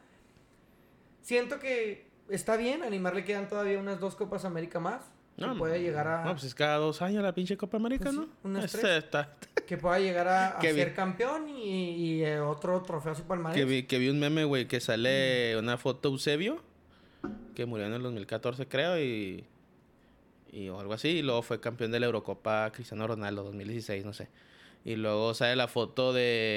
A: Siento que está bien. A Neymar le quedan todavía unas dos Copas América más. Que
B: No,
A: puede llegar a...
B: No, pues es cada dos años la pinche Copa América,
A: Pues sí,
B: ¿no?
A: unas
B: Este
A: tres.
B: está...
A: Que pueda llegar a, a
B: Que vi-
A: ser campeón y, y, eh, otro trofeo a su palmarés.
B: Que vi, que vi un meme, güey, que sale una foto Eusebio, que murió en el dos mil catorce, creo, y, y o algo así, y luego fue campeón de la Eurocopa Cristiano Ronaldo, dos mil dieciséis, no sé. Y luego sale la foto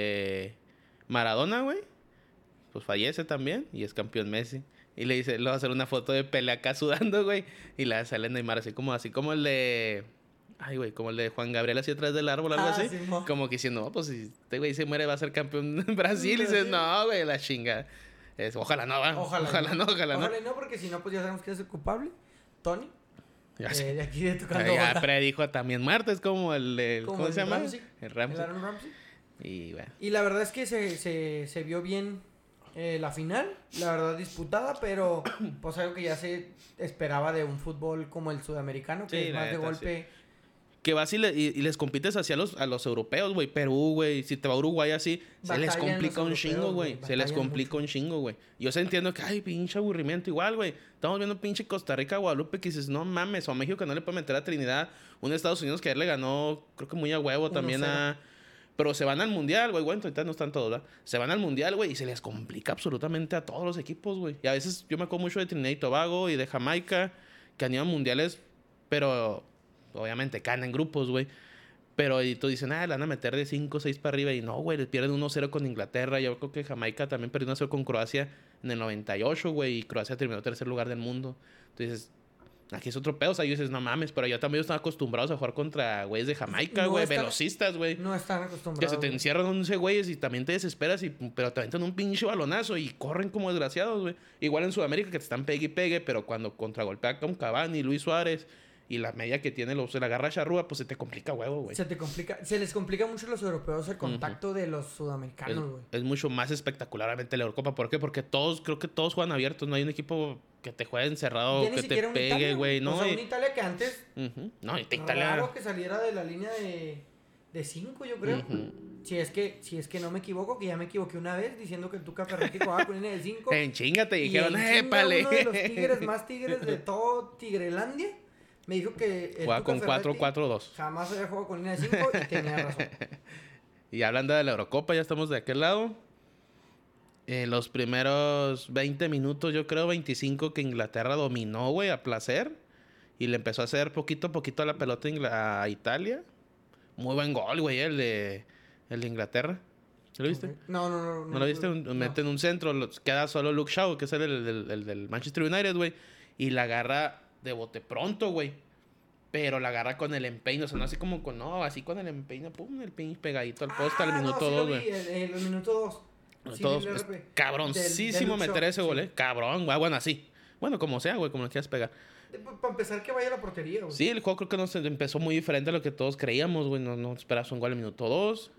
B: de Maradona, güey, pues fallece también, y es campeón Messi. Y le dice, le va a hacer una foto de Pelé acá sudando, güey, y la sale Neymar así como, así como el de... Ay, güey, como el de Juan Gabriel así atrás del árbol, algo
A: Ah,
B: así.
A: Simón.
B: Como que diciendo, no, pues si este güey se muere va a ser campeón en Brasil. Y dices,
A: Brasil.
B: no, güey, la chinga. Es, ojalá no, va.
A: Ojalá,
B: Ojalá, no, ojalá,
A: Ojalá
B: no.
A: y no, porque si no, pues ya sabemos que es el culpable. Tony.
B: Ya
A: eh,
B: sé.
A: de aquí de Tocando
B: Ya
A: Bola.
B: predijo también Marta, es como el de...
A: Como
B: ¿Cómo
A: el
B: se llama?
A: Ramsey.
B: El
A: El
B: Ramsey.
A: Aaron Ramsey.
B: Y bueno.
A: Y la verdad es que se, se, se vio bien eh, la final, la verdad disputada, pero pues algo que ya se esperaba de un fútbol como el sudamericano, que
B: Sí,
A: es
B: la
A: más de
B: neta,
A: golpe.
B: Que vas y, le- y- y les compites hacia los, a los europeos, güey. Perú, güey. Si te va a Uruguay así, se les
A: Batallan
B: complica
A: los
B: un
A: europeos,
B: chingo,
A: güey,
B: güey. Se les
A: batallan
B: complica
A: mucho.
B: un chingo, güey. Yo sé, entiendo que, ay, pinche aburrimiento igual, güey. Estamos viendo pinche Costa Rica, Guadalupe, que dices, no mames. O a México que no le puede meter a Trinidad. Un Estados Unidos que ayer le ganó, creo que muy a huevo también a... Pero se van al mundial, güey. Bueno, ahorita no están todos, ¿verdad? Se van al mundial, güey, y se les complica absolutamente a todos los equipos, güey. Y a veces yo me acuerdo mucho de Trinidad y Tobago y de Jamaica, que han ido a mundiales, pero obviamente caen en grupos, güey. Pero y tú dices, ah, le van a meter de cinco o seis para arriba. Y no, güey, les pierden uno cero con Inglaterra. Yo creo que Jamaica también perdió uno cero con Croacia en el noventa y ocho, güey. Y Croacia terminó tercer lugar del mundo. Entonces, aquí es otro pedo. O sea, yo dices, no mames, pero yo también están acostumbrados a jugar contra güeyes de Jamaica,
A: No
B: güey.
A: están-
B: Velocistas, güey.
A: No están
B: Que
A: acostumbrados.
B: se te
A: güey.
B: encierran once güeyes y también te desesperas, y, pero te aventan un pinche balonazo y corren como desgraciados, güey. Igual en Sudamérica que te están pegue y pegue, pero cuando contragolpea con Cavani, Luis Suárez y la media que tiene, lo, se la agarra Charrúa, pues se te complica huevo, güey.
A: Se te complica, se les complica mucho a los europeos el contacto de los
B: Es,
A: sudamericanos, güey.
B: es mucho más espectacularmente la Eurocopa. ¿Por qué? Porque todos, creo que todos juegan abiertos. No hay un equipo que te juegue encerrado,
A: Ya ni
B: que te
A: siquiera un
B: pegue,
A: Italia,
B: güey. No,
A: O sea,
B: y-
A: una Italia que antes
B: Ujú. No, y te Italia...
A: raro que saliera de la línea de de cinco, yo creo.
B: Ujú.
A: Si es que si es que no me equivoco, que ya me equivoqué una vez diciendo que el Tuca Ferretti jugaba con línea de cinco.
B: En chinga te
A: Y
B: dijeron,
A: en chinga,
B: épale.
A: uno de los tigres más tigres de todo Tigrelandia Me dijo que el
B: Juega
A: Tuca
B: con cuatro
A: Ferretti
B: cuatro dos.
A: jamás había jugado con línea de cinco y tenía razón.
B: Y hablando de la Eurocopa, ya estamos de aquel lado. Eh, los primeros veinte minutos, yo creo veinticinco, que Inglaterra dominó, güey, a placer. Y le empezó a hacer poquito a poquito la pelota a, Ingl- a Italia. Muy buen gol, güey, el de, el de Inglaterra. ¿Sí lo viste?
A: Okay. No, no, no.
B: ¿No lo viste? Un-
A: no.
B: Mete en un centro, lo- queda solo Luke Shaw, que es el, el- el- el del Manchester United, güey. Y la agarra de bote pronto, güey. Pero la agarra con el empeño, o sea, no así como con, no, así con el empeño, pum, el pinche pegadito al poste
A: Ah,
B: al minuto
A: no, sí
B: dos,
A: lo
B: güey.
A: vi, el, el, el minuto dos. Sí,
B: Todos,
A: vi el
B: es
A: R P.
B: cabroncísimo
A: Del- del
B: meter
A: Luke
B: ese
A: Shaw,
B: gol,
A: sí.
B: eh. Cabrón, güey. Bueno, así. Bueno, como sea, güey, como lo quieras pegar.
A: Para empezar, que vaya a la portería, güey.
B: Sí, el juego creo que nos empezó muy diferente a lo que todos creíamos, güey. No, no esperabas un gol al minuto dos.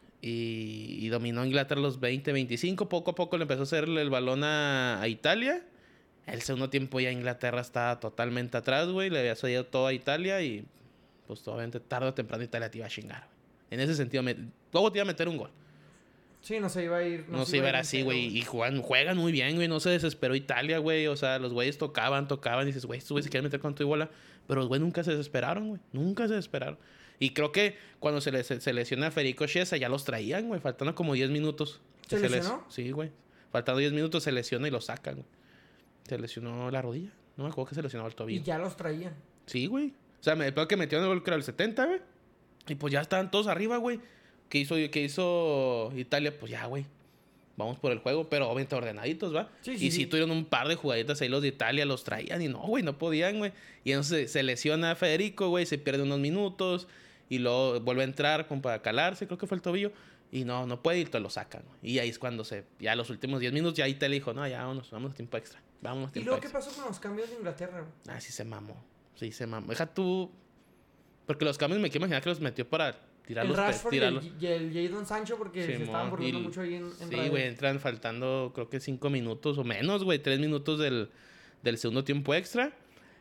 B: Y, y dominó Inglaterra los veinte veinticinco. Poco a poco le empezó a hacerle el balón a, a Italia. El segundo tiempo ya Inglaterra estaba totalmente atrás, güey. Le había salido todo a Italia y pues obviamente tarde o temprano Italia te iba a chingar, güey. En ese sentido, me, luego te iba a meter un gol.
A: Sí, no se iba a ir.
B: No se iba a ir así, güey. Y juegan, juegan muy bien, güey. No se desesperó Italia, güey. O sea, los güeyes tocaban, tocaban. Y dices, güey, estos güeyes se quieren meter con tu bola. Pero los güeyes nunca se desesperaron, güey. Nunca se desesperaron. Y creo que cuando se, les, se lesiona a Federico Chiesa ya los traían, güey. Faltando como diez minutos.
A: ¿Se
B: les-
A: lesionó?
B: Sí, güey. Faltando diez minutos se lesiona y lo sacan, güey. Se lesionó la rodilla. No me acuerdo que se lesionó el tobillo.
A: Y ya los traían.
B: Sí, güey. O sea, me peor que metieron el gol que era el setenta, güey. Y pues ya estaban todos arriba, güey. ¿Qué hizo, qué hizo Italia? Pues ya, güey. Vamos por el juego, pero obviamente ordenaditos, ¿va?
A: Sí, sí,
B: y sí,
A: sí.
B: tuvieron un par de jugaditas ahí los de Italia, los traían y no, güey, no podían, güey. Y entonces se lesiona a Federico, güey, se pierde unos minutos y luego vuelve a entrar como para calarse, creo que fue el tobillo. Y no, no puede y te lo sacan, güey. Y ahí es cuando se, ya los últimos diez minutos, ya Italia dijo, no, ya vámonos, vamos a tiempo extra. Vamos a
A: ¿Y
B: tiempo
A: luego qué
B: extra.
A: pasó con los cambios de Inglaterra, güey?
B: Ah, sí se mamó. Sí se mamó. Deja tú. Porque los cambios me quiero imaginar que los metió para tirar
A: El
B: los pe-
A: Rashford y
B: tirarlos.
A: el, y el Jadon Sancho porque se
B: Simón,
A: estaban burlando
B: y-
A: mucho ahí en, en
B: Sí,
A: radio.
B: güey, entran faltando creo que cinco minutos o menos, güey, tres minutos del, del segundo tiempo extra.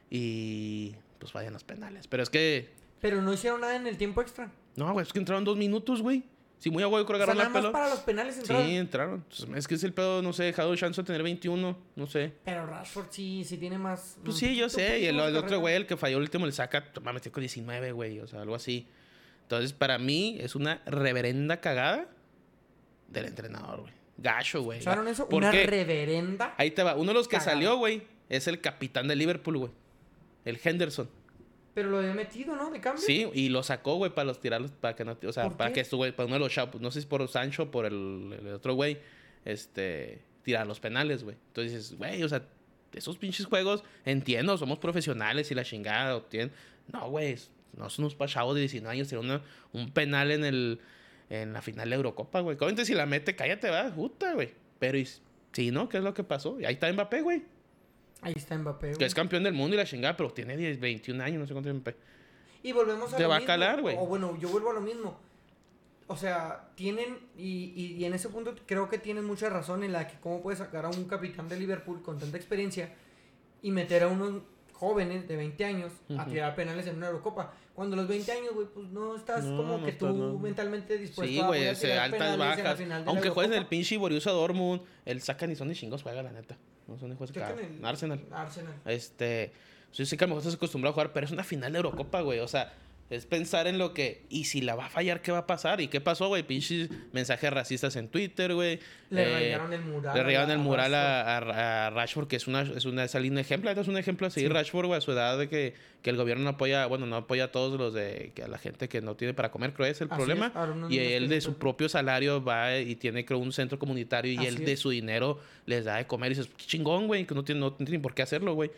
B: Y pues vayan los penales. Pero es que.
A: Pero no hicieron nada en el tiempo extra.
B: No, güey, es que entraron dos minutos, güey. Si muy a huevo creo que
A: O sea,
B: agarraron
A: nada
B: la
A: más
B: pelota.
A: para los penales entraron.
B: Sí, entraron. Es que es el pedo, no sé, dejado chance de tener veintiuno, no sé.
A: Pero Rashford sí, sí tiene más...
B: Pues
A: un
B: sí, yo
A: poquito,
B: sé. Y el,
A: poquito más
B: el otro
A: carrera.
B: güey, el que falló el último, el saca, me metió con diecinueve, güey. O sea, algo así. Entonces, para mí, es una reverenda cagada del entrenador, güey. Gacho, güey.
A: ¿Escucharon eso?
B: ¿Por
A: Una
B: qué?
A: reverenda.
B: Ahí te va. Uno de los que
A: Cagada.
B: salió, güey, es el capitán de Liverpool, güey. El Henderson.
A: Pero lo había metido, ¿no? De cambio.
B: Sí, y lo sacó, güey, para los tirarlos, para que no, o sea,
A: ¿Por
B: para
A: qué?
B: que estuvo, para uno de los chavos, no sé si por Sancho o por el, el otro güey, este, tirar los penales, güey. Entonces dices, güey, o sea, esos pinches juegos, entiendo, somos profesionales y la chingada, o tienen, no, güey, no son unos chavos de diecinueve años, tirar una, un penal en el, en la final de Eurocopa, güey. Obviamente si la mete, cállate, va, puta, güey. Pero, y, sí, ¿no? ¿Qué es lo que pasó? Y ahí está Mbappé, güey.
A: Ahí está Mbappé,
B: Que
A: güey.
B: es campeón del mundo y la chingada, pero tiene diez, veintiún años, no sé cuánto tiene Mbappé.
A: Y volvemos a
B: Te
A: lo
B: va a
A: mismo.
B: calar, güey.
A: O bueno, yo vuelvo a lo mismo. O sea, tienen, y, y, y en ese punto creo que tienen mucha razón en la que cómo puedes sacar a un capitán de Liverpool con tanta experiencia y meter a unos jóvenes de veinte años a
B: Ujú.
A: tirar penales en una Eurocopa. Cuando a los veinte años, güey, pues no estás
B: No,
A: como
B: no
A: que
B: estás,
A: tú
B: no.
A: mentalmente dispuesto
B: Sí,
A: a
B: güey,
A: poder
B: ese,
A: tirar
B: altas,
A: penales en la
B: bajas.
A: final de la
B: Aunque juegues en el
A: Eurocopa.
B: pinche Borussia Dortmund, el sacan y son de chingos juega, la neta. No son de juegos
A: Chequen
B: que
A: el-
B: Arsenal.
A: Arsenal.
B: Este, yo sé que a lo mejor estás acostumbrado a jugar, pero es una final de Eurocopa, güey. O sea, es pensar en lo que, y si la va a fallar, ¿qué va a pasar? ¿Y qué pasó, güey? Pinches mensajes racistas en Twitter, güey.
A: Le
B: Eh,
A: rayaron el mural.
B: Le
A: a
B: regalan
A: la-
B: el
A: a
B: mural
A: Rashford.
B: a, a, a Rashford, que es una, es una, es un ejemplo, es un ejemplo a seguir
A: Sí.
B: Rashford, güey, a su edad de que, que el gobierno no apoya, bueno, no apoya a todos los de, que a la gente que no tiene para comer, creo que es el
A: Así
B: problema.
A: es, ahora unos
B: Y
A: niños
B: él
A: que
B: de
A: no
B: su
A: pueden-
B: propio salario va y tiene, creo, un centro comunitario y
A: Así
B: él de
A: es.
B: su dinero les da de comer y dices, qué chingón, güey, que no tiene, no tiene por qué hacerlo, güey.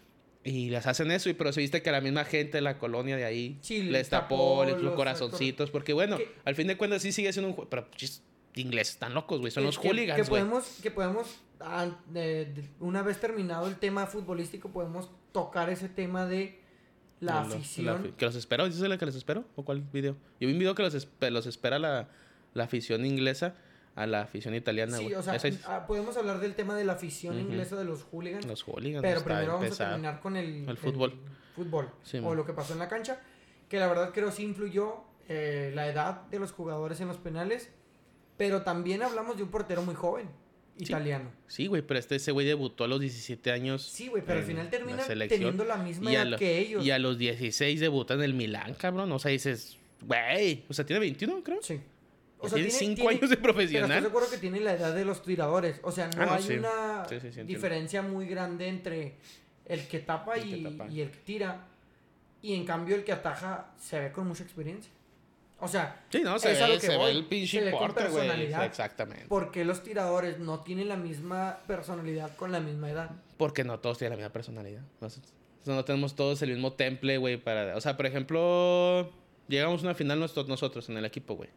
B: Y les hacen eso, y pero se viste que la misma gente de la colonia de ahí
A: Sí,
B: les
A: les
B: tapó,
A: tapó
B: les puso
A: los
B: corazoncitos, porque bueno,
A: Que-
B: al fin de cuentas sí sigue siendo un juego, pero chis, ingleses están locos, güey, son
A: Que-
B: los
A: que-
B: hooligans,
A: que
B: güey.
A: podemos que podemos ah, de- de- una vez terminado el tema futbolístico podemos tocar ese tema de la
B: De los-
A: afición.
B: la afi- que los espero, ¿dices la que les espero? ¿O cuál video? Yo vi un video que los, espe- los espera la, la afición inglesa a la afición italiana,
A: Sí,
B: güey.
A: o sea,
B: Esa es-
A: ah, podemos hablar del tema de la afición
B: Ujú.
A: inglesa de los hooligans,
B: los hooligans.
A: pero
B: está
A: primero vamos
B: pesado.
A: a terminar con el,
B: El fútbol.
A: fútbol
B: Sí,
A: o
B: man.
A: lo que pasó en la cancha, que la verdad creo sí influyó eh, la edad de los jugadores en los penales, pero también hablamos de un portero muy joven. italiano.
B: Sí, güey, pero este ese güey debutó a los diecisiete años.
A: Sí, güey, pero al final termina
B: la
A: teniendo la misma
B: y
A: edad
B: lo,
A: que ellos.
B: Y a los dieciséis debuta en el Milán, cabrón. O sea, dices, güey, o sea, tiene veintiuno, creo.
A: Sí.
B: O sea, tiene cinco años de profesional.
A: Pero estoy seguro que tiene la edad de los tiradores. O sea, no, ah, no hay sí. una
B: sí, sí, sí,
A: diferencia muy grande entre el que tapa, el y, que tapa y el que tira. Y en cambio el que ataja se ve con mucha experiencia. O sea,
B: sí, no, se
A: es
B: ve,
A: a lo que
B: se
A: voy.
B: ve el pinche
A: se ve
B: porte,
A: con personalidad.
B: Güey. Exactamente.
A: Porque los tiradores no tienen la misma personalidad con la misma edad.
B: Porque no todos tienen la misma personalidad. No, no tenemos todos el mismo temple, güey, para... O sea, por ejemplo, llegamos a una final nosotros, nosotros en el equipo, güey.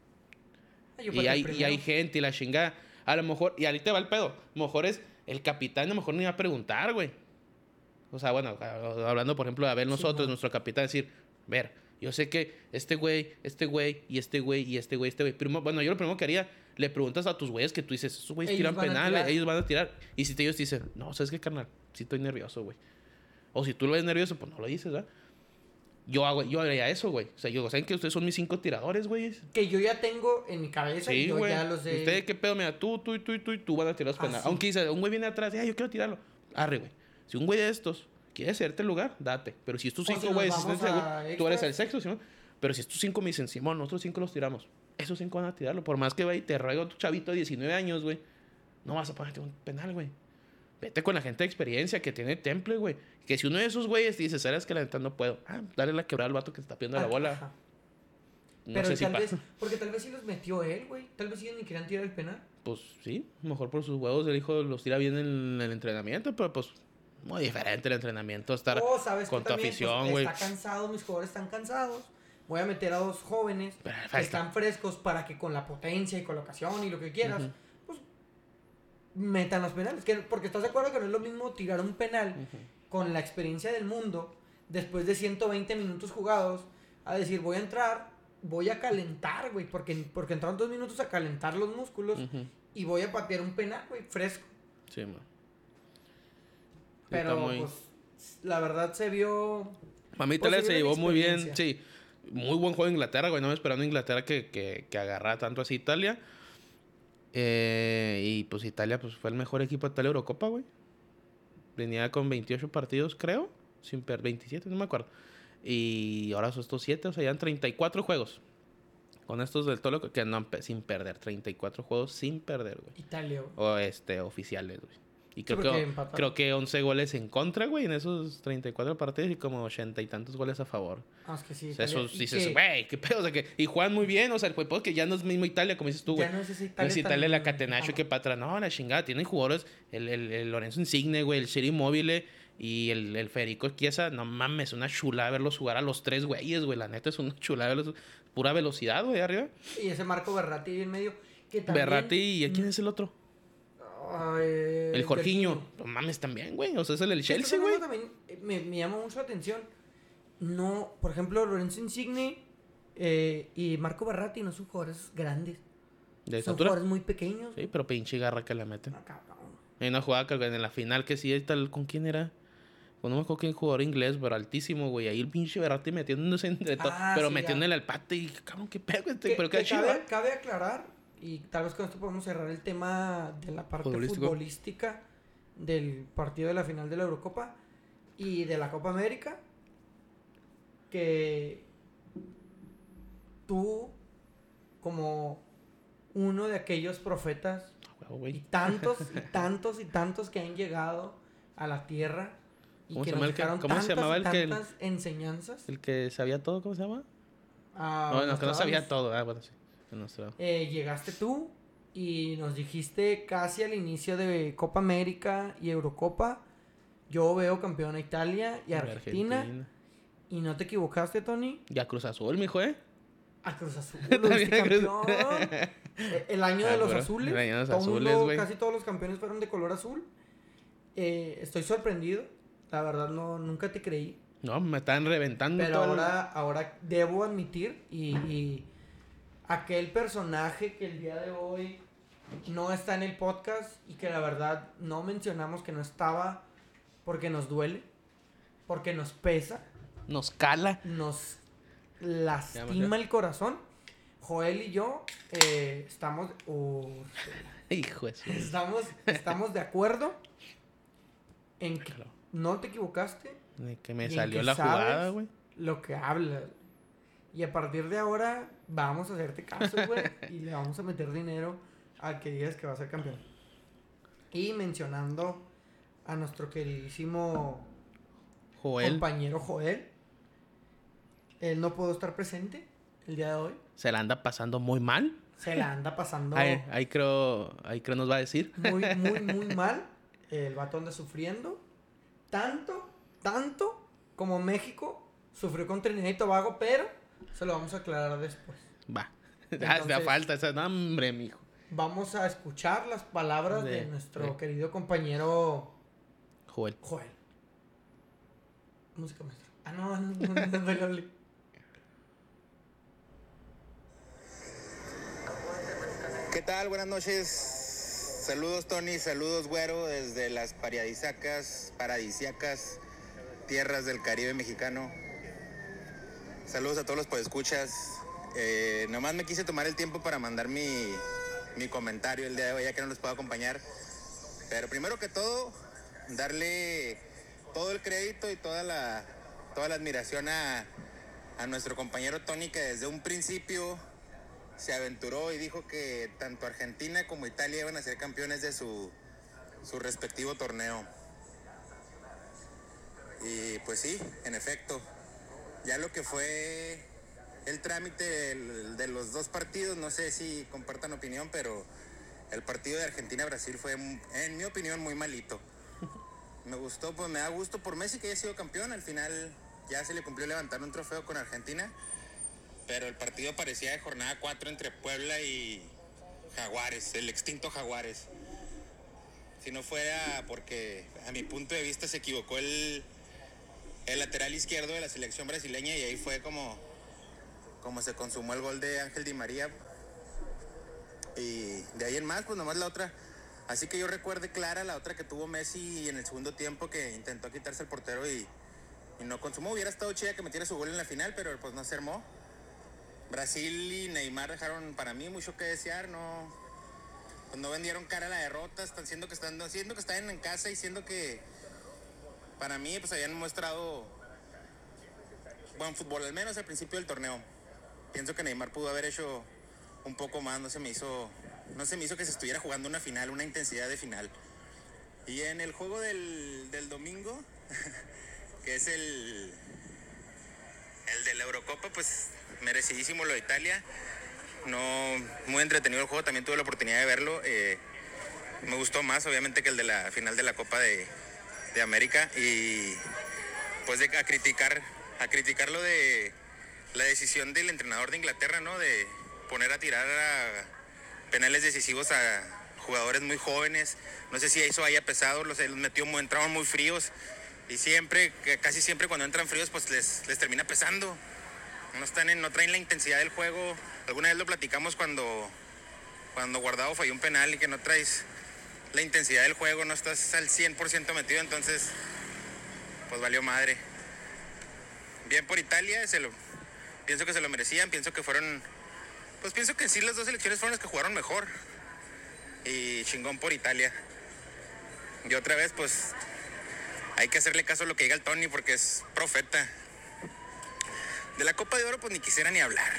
B: Y hay, y hay gente y la chingada. A lo mejor, y ahorita va el pedo. A lo mejor es el capitán, a lo mejor ni va a preguntar, güey. O sea, bueno, hablando, por ejemplo, de ver nosotros, sí, no. nuestro capitán, decir, ver, yo sé que este güey, este güey, y este güey, y este güey, este güey. Pero, bueno, yo lo primero que haría, le preguntas a tus güeyes que tú dices, esos güeyes tiran penales, ellos van a tirar. Y si te, ellos te dicen, no, ¿sabes qué, carnal? Sí estoy nervioso, güey. O si tú lo ves nervioso, pues no lo dices, ¿verdad? Yo hago, yo haría eso, güey. O sea, yo, ¿saben que ustedes son mis cinco tiradores, güey?
A: Que yo ya tengo en mi cabeza,
B: sí,
A: y yo
B: güey.
A: ya los de...
B: Ustedes, ¿qué pedo? Mira, tú, tú, tú, tú y tú van a tirar los penales. Ah, sí. Aunque dice, un güey viene atrás, ah, yo quiero tirarlo. Arre, güey. Si un güey de estos quiere hacerte el lugar, date. Pero si estos cinco güeyes, si tú eres el sexto, ¿sí? Pero si estos cinco me dicen, Simón, nosotros cinco los tiramos. Esos cinco van a tirarlo. Por más que, güey, te ruego a tu chavito de diecinueve años, güey. No vas a ponerte un penal, güey. Vete con la gente de experiencia que tiene temple, güey. Que si uno de esos güeyes te dice, ¿sabes que la neta no puedo? Ah, dale la quebrada al vato que te está pidiendo ah, la bola. Ajá.
A: No Pero sé tal si vez, porque tal vez sí los metió él, güey. Tal vez ellos ni querían tirar el penal.
B: Pues sí, mejor por sus huevos el hijo los tira bien en el entrenamiento, pero pues muy diferente el entrenamiento, estar oh, ¿sabes con tu también, afición, güey.
A: Pues, está cansado, mis jugadores están cansados. Voy a meter a dos jóvenes Perfecto. que están frescos para que con la potencia y colocación y lo que quieras, uh-huh. pues metan los penales. Que, porque estás de acuerdo que no es lo mismo tirar un penal uh-huh. con la experiencia del mundo después de ciento veinte minutos jugados a decir voy a entrar, voy a calentar, güey, porque, porque entraron dos minutos a calentar los músculos uh-huh. y voy a patear un penal, güey, fresco.
B: Sí, man.
A: Pero, muy... pues, la verdad se vio...
B: A mí Italia se llevó muy bien, sí. Muy buen juego de Inglaterra, güey. No me esperando Inglaterra que, que, que agarrara tanto así Italia. Eh, y pues Italia pues fue el mejor equipo de tal Eurocopa, güey. Venía con veintiocho partidos, creo. Sin per veintisiete, no me acuerdo. Y ahora son estos siete, o sea, ya han treinta y cuatro juegos. Con estos del todo que no sin perder. treinta y cuatro juegos sin perder, güey.
A: Italia, güey.
B: O este, oficiales, güey. Y creo, sí, que, creo que once goles en contra, güey, en esos treinta y cuatro partidos y como ochenta y tantos goles a favor.
A: Ah, es que sí.
B: O sea, eso dices, güey, qué pedo. O sea, que, y juegan muy bien, o sea, el juego que ya no es mismo Italia, como dices tú, güey.
A: Ya no es esa
B: Italia. No es Italia
A: tan...
B: la Catenaccio que para atrás. No, la chingada. Tienen jugadores, el, el, el Lorenzo Insigne, güey, el Ciro Immobile y el, el Federico Chiesa. No mames, una chulada verlos jugar a los tres güeyes, güey. La neta es una chulada verlos. Pura velocidad, güey, arriba.
A: Y ese Marco Verratti ahí en medio. Que también...
B: Verratti, ¿y quién es el otro?
A: Eh,
B: el Jorginho, no mames también, güey. O sea, es el del Chelsea, güey.
A: También me, me llama mucho la atención. No, por ejemplo, Lorenzo Insigne eh, y Marco Verratti no son jugadores grandes.
B: ¿De
A: son
B: estatura?
A: Jugadores muy pequeños.
B: Sí, pero pinche garra que le meten.
A: Ah, cabrón.
B: Hay una jugada que en la final que sí, tal, ¿con quién era? Pues no me acuerdo quién jugador inglés, pero altísimo, güey. Ahí el pinche Verratti metiéndose entre todo. Ah, pero sí, metiéndole al pate y, cabrón, qué pedo, este, pero qué chido.
A: Cabe, cabe aclarar. Y tal vez con esto podemos cerrar el tema de la parte futbolística del partido de la final de la Eurocopa y de la Copa América. Que tú, como uno de aquellos profetas,
B: oh,
A: y tantos y tantos y tantos que han llegado a la tierra y que nos dejaron
B: ¿Cómo
A: tantas
B: se llamaba
A: y
B: el que
A: tantas
B: el,
A: enseñanzas.
B: El que sabía todo, ¿cómo se llama?
A: Ah,
B: no, no, que no sabía todo. Ah, bueno, sí.
A: Eh, llegaste tú y nos dijiste casi al inicio de Copa América y Eurocopa, yo veo campeón a Italia y a Argentina, Argentina. Y no te equivocaste, Tony.
B: Y a Cruz Azul, mijo, ¿eh?
A: A Cruz Azul, lo viste campeón. El año de los azules.
B: El año de los
A: Todo
B: azules, güey.
A: Casi todos los campeones fueron de color azul. Eh, estoy sorprendido. La verdad, no, nunca te creí.
B: No, me están reventando.
A: Pero todo ahora, el... ahora debo admitir y... y aquel personaje que el día de hoy no está en el podcast y que la verdad no mencionamos que no estaba porque nos duele, porque nos pesa,
B: nos cala,
A: nos lastima el corazón, Joel y yo eh, estamos... Uh,
B: Hijo de su...
A: estamos, estamos de acuerdo en que
B: Claro.
A: no te equivocaste.
B: De que me
A: y en
B: salió
A: que
B: la jugada,
A: sabes
B: güey.
A: Lo que hablas. Y a partir de ahora vamos a hacerte caso, güey. Y le vamos a meter dinero al que digas que va a ser campeón. Y mencionando a nuestro queridísimo
B: Joel
A: compañero Joel. Él no pudo estar presente el día de hoy.
B: se la anda pasando muy mal.
A: Se la anda pasando
B: Ahí, ahí creo, ahí creo nos va a decir.
A: muy, muy, muy mal. El vato anda sufriendo. Tanto, tanto como México sufrió con Trinidad y Tobago, pero se lo vamos a aclarar después.
B: Va.
A: Entonces-
B: Da falta esa. No, hombre, mijo.
A: Vamos a escuchar las palabras de,
B: De-
A: nuestro
B: de-
A: querido compañero
B: Joel.
A: Joel. Música maestra. Ah, no, no, no, no, no, no, no.
C: ¿Qué tal? Buenas noches. Saludos, Tony. Saludos, Güero, desde las paradisacas, paradisiacas tierras del Caribe mexicano. Saludos a todos los podescuchas. Eh, nomás me quise tomar el tiempo para mandar mi, mi comentario el día de hoy, ya que no los puedo acompañar. Pero primero que todo, darle todo el crédito y toda la, toda la admiración a, a nuestro compañero Tony, que desde un principio se aventuró y dijo que tanto Argentina como Italia iban a ser campeones de su, su respectivo torneo. Y pues sí, en efecto, ya lo que fue el trámite del- de los dos partidos, no sé si compartan opinión, pero el partido de Argentina-Brasil fue, en mi opinión, muy malito. Me gustó, pues me da gusto por Messi que haya sido campeón. Al final ya se le cumplió levantar un trofeo con Argentina, pero el partido parecía de jornada cuatro entre Puebla y Jaguares, el extinto Jaguares. Si no fuera porque, a mi punto de vista, se equivocó el, el lateral izquierdo de la selección brasileña, y ahí fue como, como se consumó el gol de Ángel Di María. Y de ahí en más, pues nomás la otra. Así que yo recuerde clara la otra que tuvo Messi en el segundo tiempo, que intentó quitarse el portero y, y no consumó. Hubiera estado chida que metiera su gol en la final, pero pues no se armó. Brasil y Neymar dejaron para mí mucho que desear, no, pues no vendieron cara a la derrota, están siendo que están siendo que están en casa y siendo que para mí pues habían mostrado buen fútbol, al menos al principio del torneo. Pienso que Neymar pudo haber hecho un poco más, no se me hizo, no se me hizo que se estuviera jugando una final, una intensidad de final. Y en el juego del, del domingo, que es el, el de la Eurocopa, pues merecidísimo lo de Italia. No, muy entretenido el juego, también tuve la oportunidad de verlo. Eh, me gustó más, obviamente, que el de la final de la Copa de, de América. Y pues de, a criticar, a criticar lo de la decisión del entrenador de Inglaterra, ¿no? De poner a tirar a penales decisivos a jugadores muy jóvenes. No sé si eso haya pesado, los, los metió, entraron muy fríos. Y siempre, casi siempre cuando entran fríos, pues les, les termina pesando. No, están en, no traen la intensidad del juego. Alguna vez lo platicamos cuando, cuando Guardado falló un penal y que no traes la intensidad del juego, no estás al cien por ciento metido, entonces pues valió madre. Bien por Italia, se lo, pienso que se lo merecían, pienso que fueron, pues pienso que sí, las dos selecciones fueron las que jugaron mejor. Y chingón por Italia. Y otra vez, pues hay que hacerle caso a lo que diga el Tony, porque es profeta. De la Copa de Oro, pues ni quisiera ni hablar.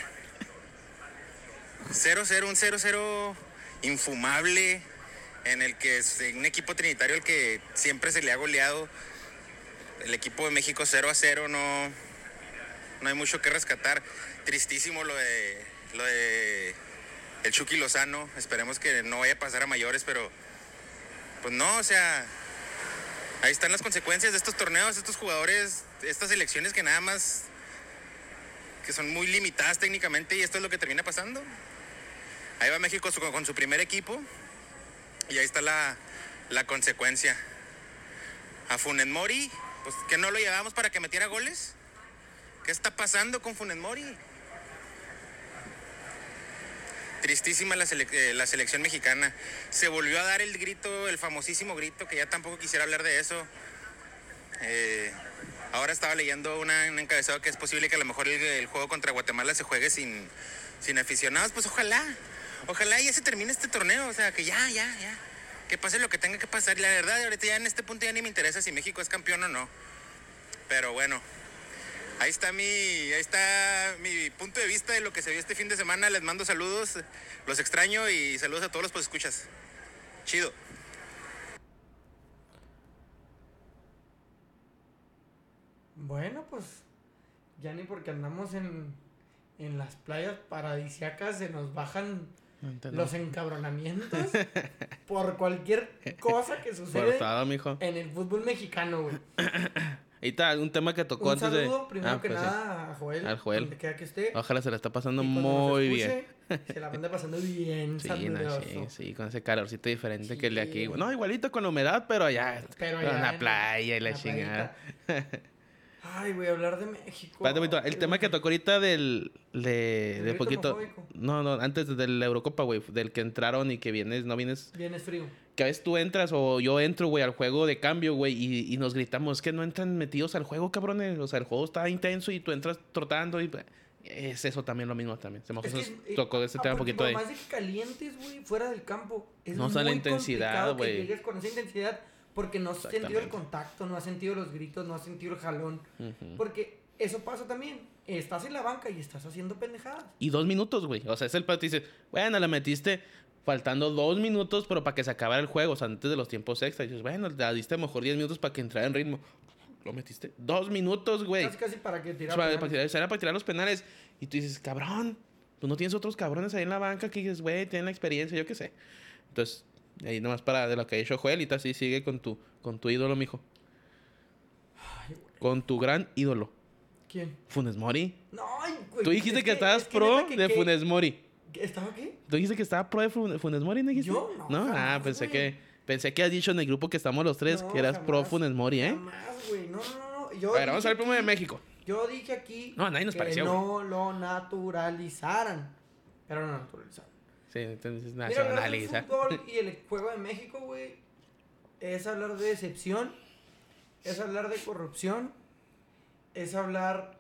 C: cero cero, un cero cero infumable, en el que es un equipo trinitario al que siempre se le ha goleado. El equipo de México cero a cero, no, no hay mucho que rescatar. Tristísimo lo de, lo de el Chucky Lozano. Esperemos que no vaya a pasar a mayores, pero pues no, o sea, ahí están las consecuencias de estos torneos, estos jugadores, estas selecciones que nada más, que son muy limitadas técnicamente, y esto es lo que termina pasando. Ahí va México su, con su primer equipo, y ahí está la, la consecuencia. A Funes Mori, pues que no lo llevamos para que metiera goles. ¿Qué está pasando con Funes Mori? Tristísima la, sele, eh, la selección mexicana. Se volvió a dar el grito, el famosísimo grito, que ya tampoco quisiera hablar de eso. Eh, ahora estaba leyendo una, un encabezado que es posible que a lo mejor el, el juego contra Guatemala se juegue sin, sin aficionados, pues ojalá, ojalá ya se termine este torneo, o sea, que ya, ya, ya, que pase lo que tenga que pasar. Y la verdad, ahorita ya en este punto ya ni me interesa si México es campeón o no. Pero bueno, ahí está mi, ahí está mi punto de vista de lo que se vio este fin de semana. Les mando saludos, los extraño y saludos a todos los podescuchas. Chido.
A: Bueno, pues ya ni porque andamos en, en las playas paradisíacas se nos bajan los encabronamientos por cualquier cosa que sucede
B: Por todo, mijo.
A: en el fútbol mexicano, güey.
B: Ahí está, un tema que tocó
A: Un
B: antes de...
A: saludo, primero
B: Ah,
A: que
B: pues sí.
A: nada, a Joel.
B: Al Joel.
A: Donde quiera que esté.
B: Ojalá se la está pasando
A: Y cuando nos
B: muy
A: escuche,
B: bien.
A: Se la anda pasando bien,
B: Sí, no,
A: saludoso.
B: sí, sí, con ese calorcito diferente
A: Sí.
B: que el de aquí. güey. No, igualito con la humedad, pero allá.
A: Pero
B: en
A: allá
B: la
A: en-
B: playa y
A: en
B: la
A: la
B: chingada.
A: Ay, güey, hablar de México.
B: Espérate, Benito, el
A: Qué
B: tema que
A: bueno.
B: tocó ahorita del... De,
A: ¿El
B: de
A: grito
B: poquito...
A: homofóbico?
B: No, no, antes de la Eurocopa, güey. Del que entraron y que vienes, no vienes...
A: Vienes frío.
B: Que a veces tú entras o yo entro, güey, al juego de cambio, güey, y, y nos gritamos, es que no entran metidos al juego, cabrones. O sea, el juego está intenso y tú entras trotando y... Es eso también lo mismo también. Se me
A: Es
B: nos
A: que, eh,
B: tocó ese
A: ah,
B: tema un
A: porque
B: poquito
A: por
B: ahí.
A: más de que calientes, güey, fuera del campo, es
B: No
A: muy
B: está la intensidad,
A: complicado que
B: güey.
A: llegues con esa intensidad porque no has sentido el
B: Exactamente.
A: contacto, no has sentido los gritos, no has sentido el jalón.
B: Ujú.
A: Porque eso pasa también. Estás en la banca y estás haciendo pendejadas.
B: Y dos minutos, güey. O sea, es el partido y dice, bueno, la metiste faltando dos minutos, pero para que se acabara el juego, o sea, antes de los tiempos extra. Y dices, bueno, la diste a lo mejor diez minutos para que entrara en ritmo. Lo metiste dos minutos, güey.
A: Casi, casi para que
B: O
A: tirar.
B: sea,
A: penales.
B: para tirar, era para tirar los penales. Y tú dices, cabrón, tú no tienes otros cabrones ahí en la banca que dices, güey, tienen la experiencia, yo qué sé. Entonces, ahí nomás para de lo que ha hecho Joelita, sí, sigue con tu, con tu ídolo, mijo.
A: Ay, güey.
B: Con tu gran ídolo,
A: ¿Quién?
B: Funes Mori.
A: No, ay, güey.
B: Tú dijiste
A: es
B: que, estabas
A: es que
B: pro
A: neta que-
B: de
A: que-
B: Funes Mori.
A: que- ¿Estaba qué?
B: ¿Tú dijiste que estaba pro de Fun- Funes Mori, no dijiste?
A: Yo no,
B: Ah,
A: jamás,
B: pensé
A: güey.
B: que pensé que has dicho en el grupo que estamos los tres
A: No,
B: que eras pro
A: jamás,
B: Funes Mori, ¿eh?
A: Jamás, güey. No, no, no. Yo
B: A ver, vamos
A: dije
B: al primo de
A: aquí-
B: México.
A: Yo dije aquí
B: No, a nadie nos
A: que
B: pareció,
A: no lo naturalizaran. Pero no naturalizaron.
B: Sí, entonces
A: Mira, hablar del
B: nacionaliza.
A: fútbol y el juego de México, güey, es hablar de decepción, es hablar de corrupción, es hablar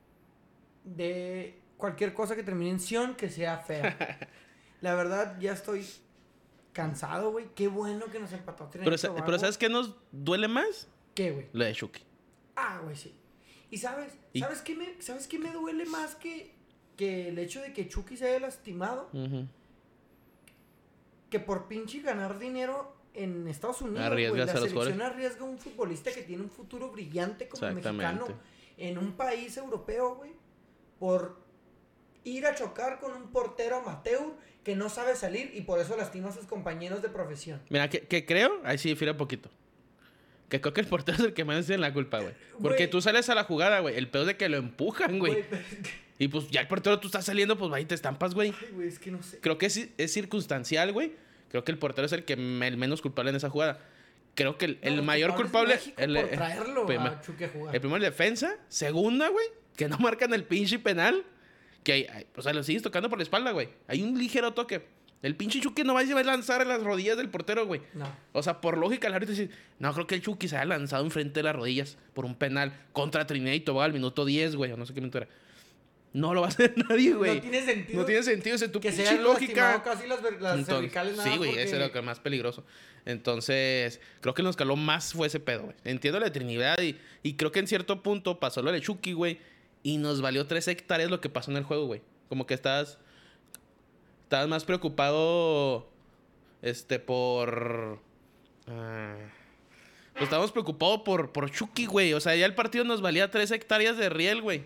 A: de cualquier cosa que termine en ción que sea fea. La verdad, ya estoy cansado, güey. Qué bueno que nos empató Trinidad
B: Pero,
A: y
B: sa-
A: Tobago.
B: pero ¿sabes qué nos duele más?
A: ¿Qué, güey?
B: Lo de Chucky.
A: Ah, güey, sí. Y sabes,
B: Y-
A: ¿sabes qué me, ¿sabes qué me duele más que, que el hecho de que Chucky se haya lastimado?
B: Ujú.
A: Que por pinche ganar dinero en Estados Unidos, güey,
B: Arriesgas
A: la
B: a los
A: selección arriesga a un futbolista que tiene un futuro brillante como
B: Exactamente.
A: mexicano en un país europeo, güey, por ir a chocar con un portero amateur que no sabe salir y por eso lastima a sus compañeros de profesión.
B: Mira, que, que creo, ahí sí difiere un poquito. Que creo que el portero es el que menos tiene la culpa, güey. Porque
A: Güey.
B: tú sales a la jugada, güey. El peor es de que lo empujan, güey.
A: pero-
B: Y pues ya el portero tú estás saliendo, pues va y te estampas, güey.
A: Ay, güey, es que no sé.
B: Creo que es, es circunstancial, güey. Creo que el portero es el que me- el menos culpable en esa jugada. Creo que el, el
A: No,
B: mayor
A: culpable
B: culpable.
A: es México
B: el,
A: por
B: eh,
A: traerlo
B: prima-
A: a Chucky a jugar.
B: el primero, el defensa. Segunda, güey. Que no marcan el pinche penal. Que hay, hay- o sea, lo sigues tocando por la espalda, güey. Hay un ligero toque. El pinche Chucky no va a llevar a lanzar a las rodillas del portero, güey.
A: No.
B: O sea, por lógica, el árbitro dice, no, creo que el Chucky se haya lanzado enfrente de las rodillas por un penal contra Trinidad y Tobago al minuto diez, güey, o no sé qué minuto era. No lo va a hacer nadie, güey.
A: No tiene sentido.
B: No tiene sentido, ese tu
A: que se
B: pinche
A: hayan
B: lógica.
A: lastimado casi las, ver- las
B: Entonces,
A: cervicales nada
B: sí, güey,
A: porque-
B: ese era lo que más peligroso. Entonces, creo que nos caló más fue ese pedo, güey. Entiendo la de Trinidad y, y creo que en cierto punto pasó lo de Chucky, güey, y nos valió tres hectáreas lo que pasó en el juego, güey. Como que estás... Estás más preocupado, este, por... ah, pues estábamos preocupados por, por Chucky, güey. O sea, ya el partido nos valía tres hectáreas de riel, güey.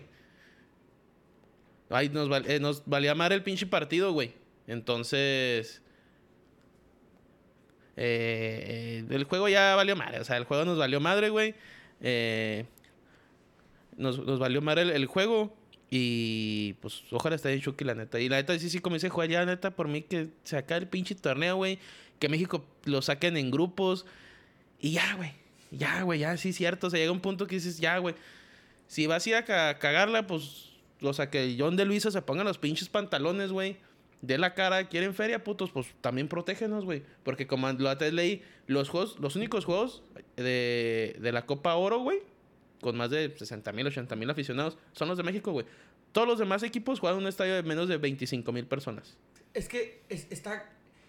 B: Ay, nos, val- eh, nos valía mal el pinche partido, güey. Entonces... eh, eh, el juego ya valió madre. O sea, el juego nos valió madre, güey. Eh, nos, nos valió madre el, el juego. Y pues ojalá esté en Chucky, la neta. Y la neta, sí, sí, como dice Juan, ya, neta, por mí que se acabe el pinche torneo, güey. Que México lo saquen en grupos. Y ya, güey. Ya, güey, ya, sí, cierto. O sea, llega un punto que dices, ya, güey. Si vas a ir a ca- cagarla, pues... O sea, que John de Luisa se ponga los pinches pantalones, güey. De la cara. ¿Quieren feria, putos? Pues también protégenos, güey. Porque como lo antes leí, los juegos... Los únicos juegos de, de la Copa Oro, güey, con más de sesenta mil, ochenta mil aficionados, son los de México, güey. Todos los demás equipos juegan en un estadio de menos de veinticinco mil personas.
A: Es que es, está...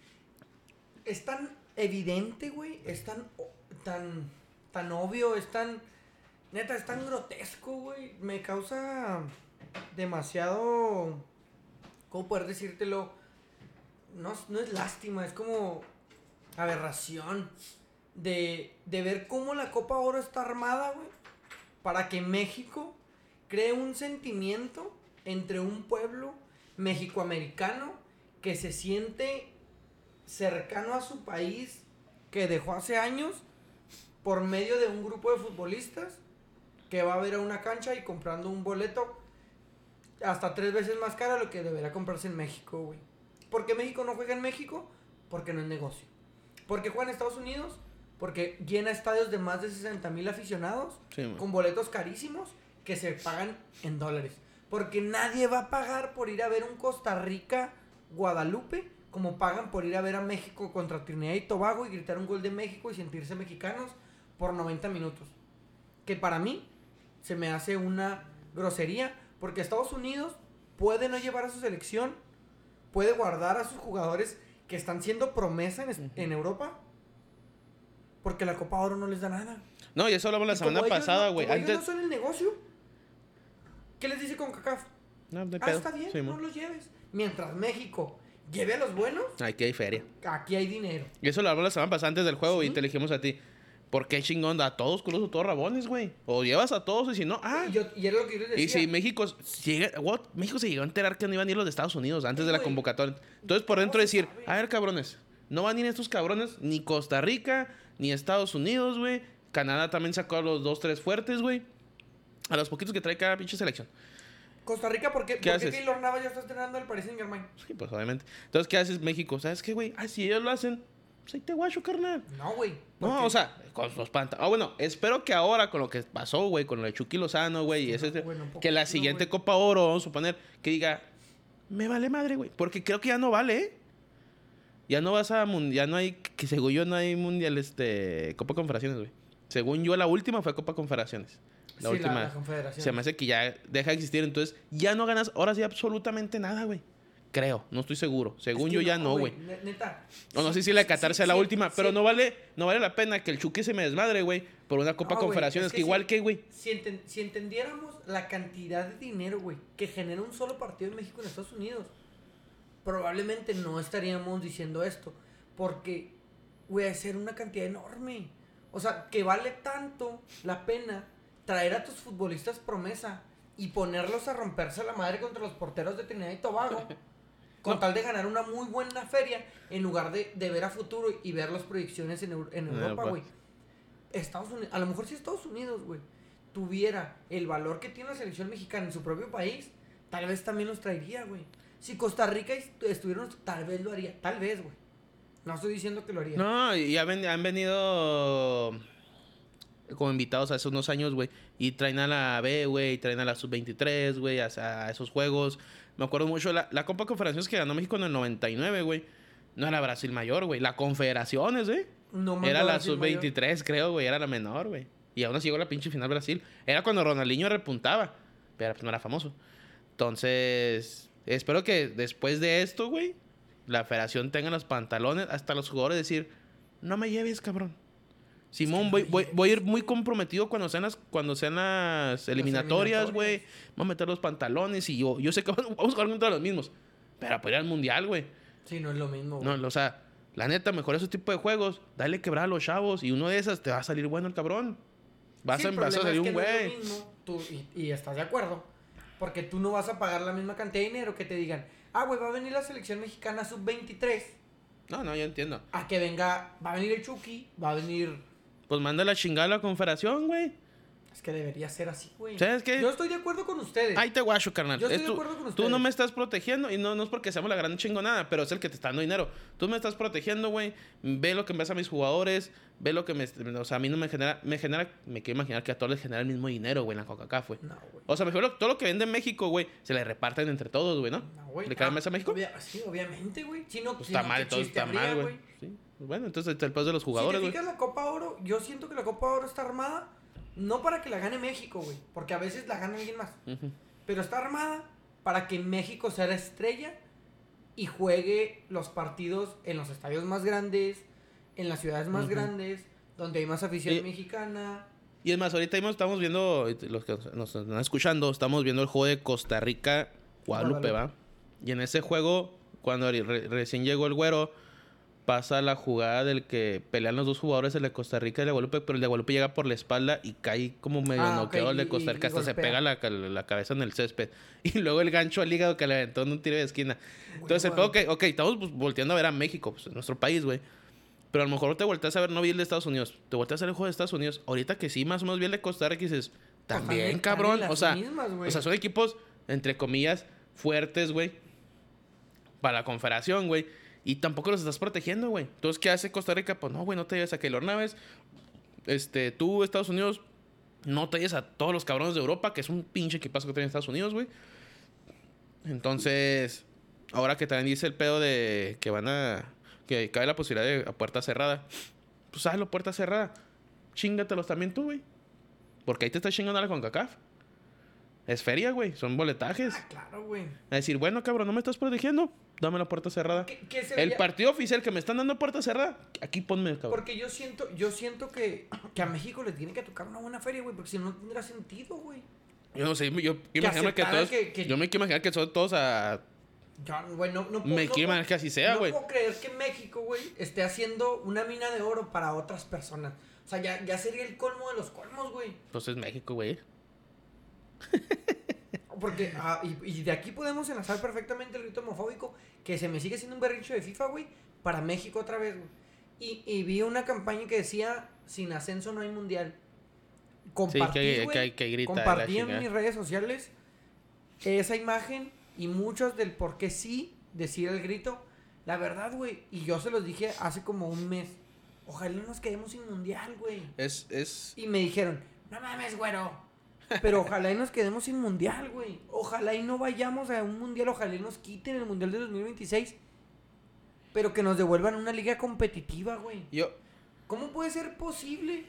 A: Es tan evidente, güey. Es tan... Tan... Tan obvio. Es tan... Neta, es tan grotesco, güey. Me causa... Demasiado... ¿Cómo poder decírtelo? No, no es lástima. Es como... Aberración. De... De ver cómo la Copa Oro está armada, güey. Para que México... Cree un sentimiento entre un pueblo mexicoamericano que se siente cercano a su país que dejó hace años por medio de un grupo de futbolistas que va a ver a una cancha y comprando un boleto hasta tres veces más caro de lo que debería comprarse en México, güey. ¿Por qué México no juega en México? Porque no es negocio. ¿Por qué juega en Estados Unidos? Porque llena estadios de más de sesenta mil aficionados
B: Sí,
A: con boletos carísimos que se pagan en dólares. Porque nadie va a pagar por ir a ver un Costa Rica Guadalupe como pagan por ir a ver a México contra Trinidad y Tobago y gritar un gol de México y sentirse mexicanos por noventa minutos. Que para mí se me hace una grosería porque Estados Unidos puede no llevar a su selección, puede guardar a sus jugadores que están siendo promesa en, uh-huh. en Europa porque la Copa Oro no les da nada.
B: No, y eso hablamos la semana pasada, güey.
A: No,
B: Antes...
A: ellos no son el negocio. ¿Qué les dice CONCACAF?
B: No, de
A: ah,
B: pedo.
A: está bien,
B: sí,
A: no los lleves. Mientras México lleve a los buenos,
B: aquí hay feria.
A: Aquí hay dinero.
B: Y eso lo hablamos la semana pasada antes del juego, ¿sí? Y te elegimos a ti. ¿Por qué chingón? A todos culos o todos rabones, güey. O llevas a todos y si no, ah.
A: Y, yo, y era lo que yo les decía.
B: Y si México llega, what? México se llegó a enterar que no iban a ir los de Estados Unidos antes sí, de la wey. convocatoria. Entonces por dentro decir, sabe? a ver, cabrones, no van a ir estos cabrones ni Costa Rica, ni Estados Unidos, güey. Canadá también sacó a los dos, tres fuertes, güey. A los poquitos que trae cada pinche selección.
A: Costa Rica, ¿por qué,
B: ¿Qué
A: ¿por qué Keylor Navas ya está estrenando el Paris Saint-Germain?
B: Sí, pues obviamente. Entonces, ¿qué haces México? ¿Sabes qué, güey? Ah, si ellos lo hacen, pues ahí te guacho, carnal.
A: No, güey.
B: No, o sea, con los pantalones. Ah, bueno, espero que ahora con lo que pasó, güey, con lo de Chucky Lozano, güey, sí, y ese, no, bueno, que la siguiente no, Copa Oro, vamos a suponer, que diga, me vale madre, güey. Porque creo que ya no vale, ¿eh? Ya no vas a mundial, ya no hay, que según yo no hay mundial, este, Copa Confederaciones, güey. Según yo, la última fue Copa Confederaciones. La
A: sí,
B: última.
A: La, la
B: se me hace que ya deja de existir. Entonces, ya no ganas ahora sí absolutamente nada, güey. Creo, no estoy seguro. Según yo, no, ya no, güey.
A: Neta.
B: O no sé si la de Qatar sea sí, la sí, última, sí, pero sí. no vale no vale la pena que el Chucky se me desmadre, güey, por una Copa no, Confederaciones. Es que, que igual si, que, güey.
A: Si, enten, si entendiéramos la cantidad de dinero, güey, que genera un solo partido en México y en Estados Unidos, probablemente no estaríamos diciendo esto. Porque, güey, es ser una cantidad enorme. O sea, que vale tanto la pena traer a tus futbolistas promesa y ponerlos a romperse la madre contra los porteros de Trinidad y Tobago con no. tal de ganar una muy buena feria en lugar de, de ver a futuro y ver las proyecciones en, en Europa, güey. Estados Unidos, a lo mejor si Estados Unidos, güey, tuviera el valor que tiene la selección mexicana en su propio país, tal vez también los traería, güey. Si Costa Rica estuviera, tal vez lo haría, tal vez, güey. No estoy diciendo que lo haría.
B: No, y han, han venido como invitados hace unos años, güey. Y traen a la B, güey. Traen a la sub veintitrés, güey. A, a esos juegos. Me acuerdo mucho. La, la Copa Confederaciones que ganó México en el noventa y nueve, güey. No era Brasil Mayor, güey. La Confederaciones, güey. No era la sub veintitrés, creo, güey. Era la menor, güey. Y aún así llegó la pinche final Brasil. Era cuando Ronaldinho repuntaba. Pero pues no era famoso. Entonces, espero que después de esto, güey, la federación tenga los pantalones, hasta los jugadores decir, no me lleves, cabrón. Simón, voy, voy, voy a ir muy comprometido cuando sean las, cuando sean las eliminatorias, güey. Vamos a meter los pantalones y yo, yo sé que vamos a jugar contra los mismos. Pero para ir al mundial, güey.
A: Sí, no es lo mismo,
B: güey. No, o sea, la neta, mejor esos tipos de juegos, dale quebrar a los chavos y uno de esas te va a salir bueno el cabrón. Vas,
A: sí,
B: a, vas a salir un güey.
A: No y, y estás de acuerdo. Porque tú no vas a pagar la misma cantidad de dinero que te digan, ah, güey, va a venir la selección mexicana sub veintitrés.
B: No, no, yo entiendo.
A: A que venga, va a venir el Chucky, va a venir...
B: Pues manda la chingada a la confederación, güey.
A: Es que debería ser así, güey.
B: ¿Sabes qué?
A: Yo estoy de acuerdo con ustedes.
B: Ahí te guacho, carnal.
A: Yo estoy
B: es
A: de
B: tú,
A: acuerdo con ustedes.
B: Tú no me estás protegiendo y no, no es porque seamos la gran chingonada, pero es el que te está dando dinero. Tú me estás protegiendo, güey. Ve lo que me hace a mis jugadores. Ve lo que me... O sea, a mí no me genera... Me genera... Me quiero imaginar que a todos les genera el mismo dinero, güey, en la CONCACAF, güey.
A: No, güey.
B: O sea, mejor todo lo que vende en México, güey, se le reparten entre todos, güey, ¿no?
A: No, güey.
B: ¿Le cae más a México?
A: Obvia, sí, obviamente, güey. Si no,
B: pues
A: si
B: está
A: no,
B: mal, todo está mal, güey. Sí. Bueno, entonces el peso de los jugadores, güey.
A: Si te fijas, la Copa Oro, yo siento que la Copa Oro está armada no para que la gane México, güey. Porque a veces la gana alguien más. Uh-huh. Pero está armada para que México sea la estrella y juegue los partidos en los estadios más grandes, en las ciudades más uh-huh. grandes, donde hay más afición y, mexicana.
B: Y es más, ahorita mismo estamos viendo, los que nos están escuchando, estamos viendo el juego de Costa Rica, Guadalupe, ¿va? Y en ese juego, cuando re- recién llegó el güero, pasa la jugada del que pelean los dos jugadores, el de Costa Rica y el de Guadalupe, pero el de Guadalupe llega por la espalda y cae como medio ah, noqueado okay. el de Costa Rica, hasta se pega la, la cabeza en el césped. Y luego el gancho al hígado que le aventó en un tiro de esquina. Entonces, bueno, el pedo que, ok, estamos pues, volteando a ver a México, pues, nuestro país, güey. Pero a lo mejor te volteas a ver, no vi el de Estados Unidos, te volteas a ver el juego de Estados Unidos. Ahorita que sí, más o menos vi el de Costa Rica y dices, también, pues, cabrón. O sea, mismas, o sea, son equipos, entre comillas, fuertes, güey, para la confederación, güey. Y tampoco los estás protegiendo, güey. Entonces, ¿qué hace Costa Rica? Pues no, güey, no te lleves a Keylor Navas. Este, tú, Estados Unidos, no te lleves a todos los cabrones de Europa, que es un pinche equipazo que tiene Estados Unidos, güey. Entonces, ahora que también dice el pedo de que van a... que cabe la posibilidad de a puerta cerrada. Pues hazlo puerta cerrada. Chíngatelos también tú, güey. Porque ahí te estás chingando a la CONCACAF. Es feria, güey. Son boletajes.
A: Ah, claro, güey.
B: A decir, bueno, cabrón, no me estás protegiendo. Dame la puerta cerrada. ¿Qué, qué el veía? Partido oficial que me están dando puerta cerrada, aquí ponme, cabrón.
A: Porque yo siento, yo siento que, que a México le tiene que tocar una buena feria, güey. Porque si no, no tendrá sentido, güey.
B: Yo no sé, yo imagino que todos... Que, que... Yo me quiero imaginar que son todos a...
A: Yo, güey, no, no,
B: me
A: no,
B: quiero imaginar que así sea, güey.
A: No puedo creer que México, güey, esté haciendo una mina de oro para otras personas. O sea, ya, ya sería el colmo de los colmos, güey.
B: Pues es México, güey.
A: Porque, ah, y, y de aquí podemos enlazar perfectamente el grito homofóbico, que se me sigue siendo un berrinche de FIFA, güey, para México otra vez, güey. Y, y vi una campaña que decía, sin ascenso no hay mundial. Compartí, sí, que, wey, que, que grita compartí en mis redes sociales esa imagen y muchos del por qué sí decir el grito. La verdad, güey, y yo se los dije hace como un mes. Ojalá nos quedemos sin mundial, güey.
B: Es, es...
A: Y me dijeron, no mames, güero. Pero ojalá y nos quedemos sin mundial, güey. Ojalá y no vayamos a un mundial. Ojalá y nos quiten el mundial de dos mil veintiséis. Pero que nos devuelvan una liga competitiva, güey.
B: Yo...
A: ¿Cómo puede ser posible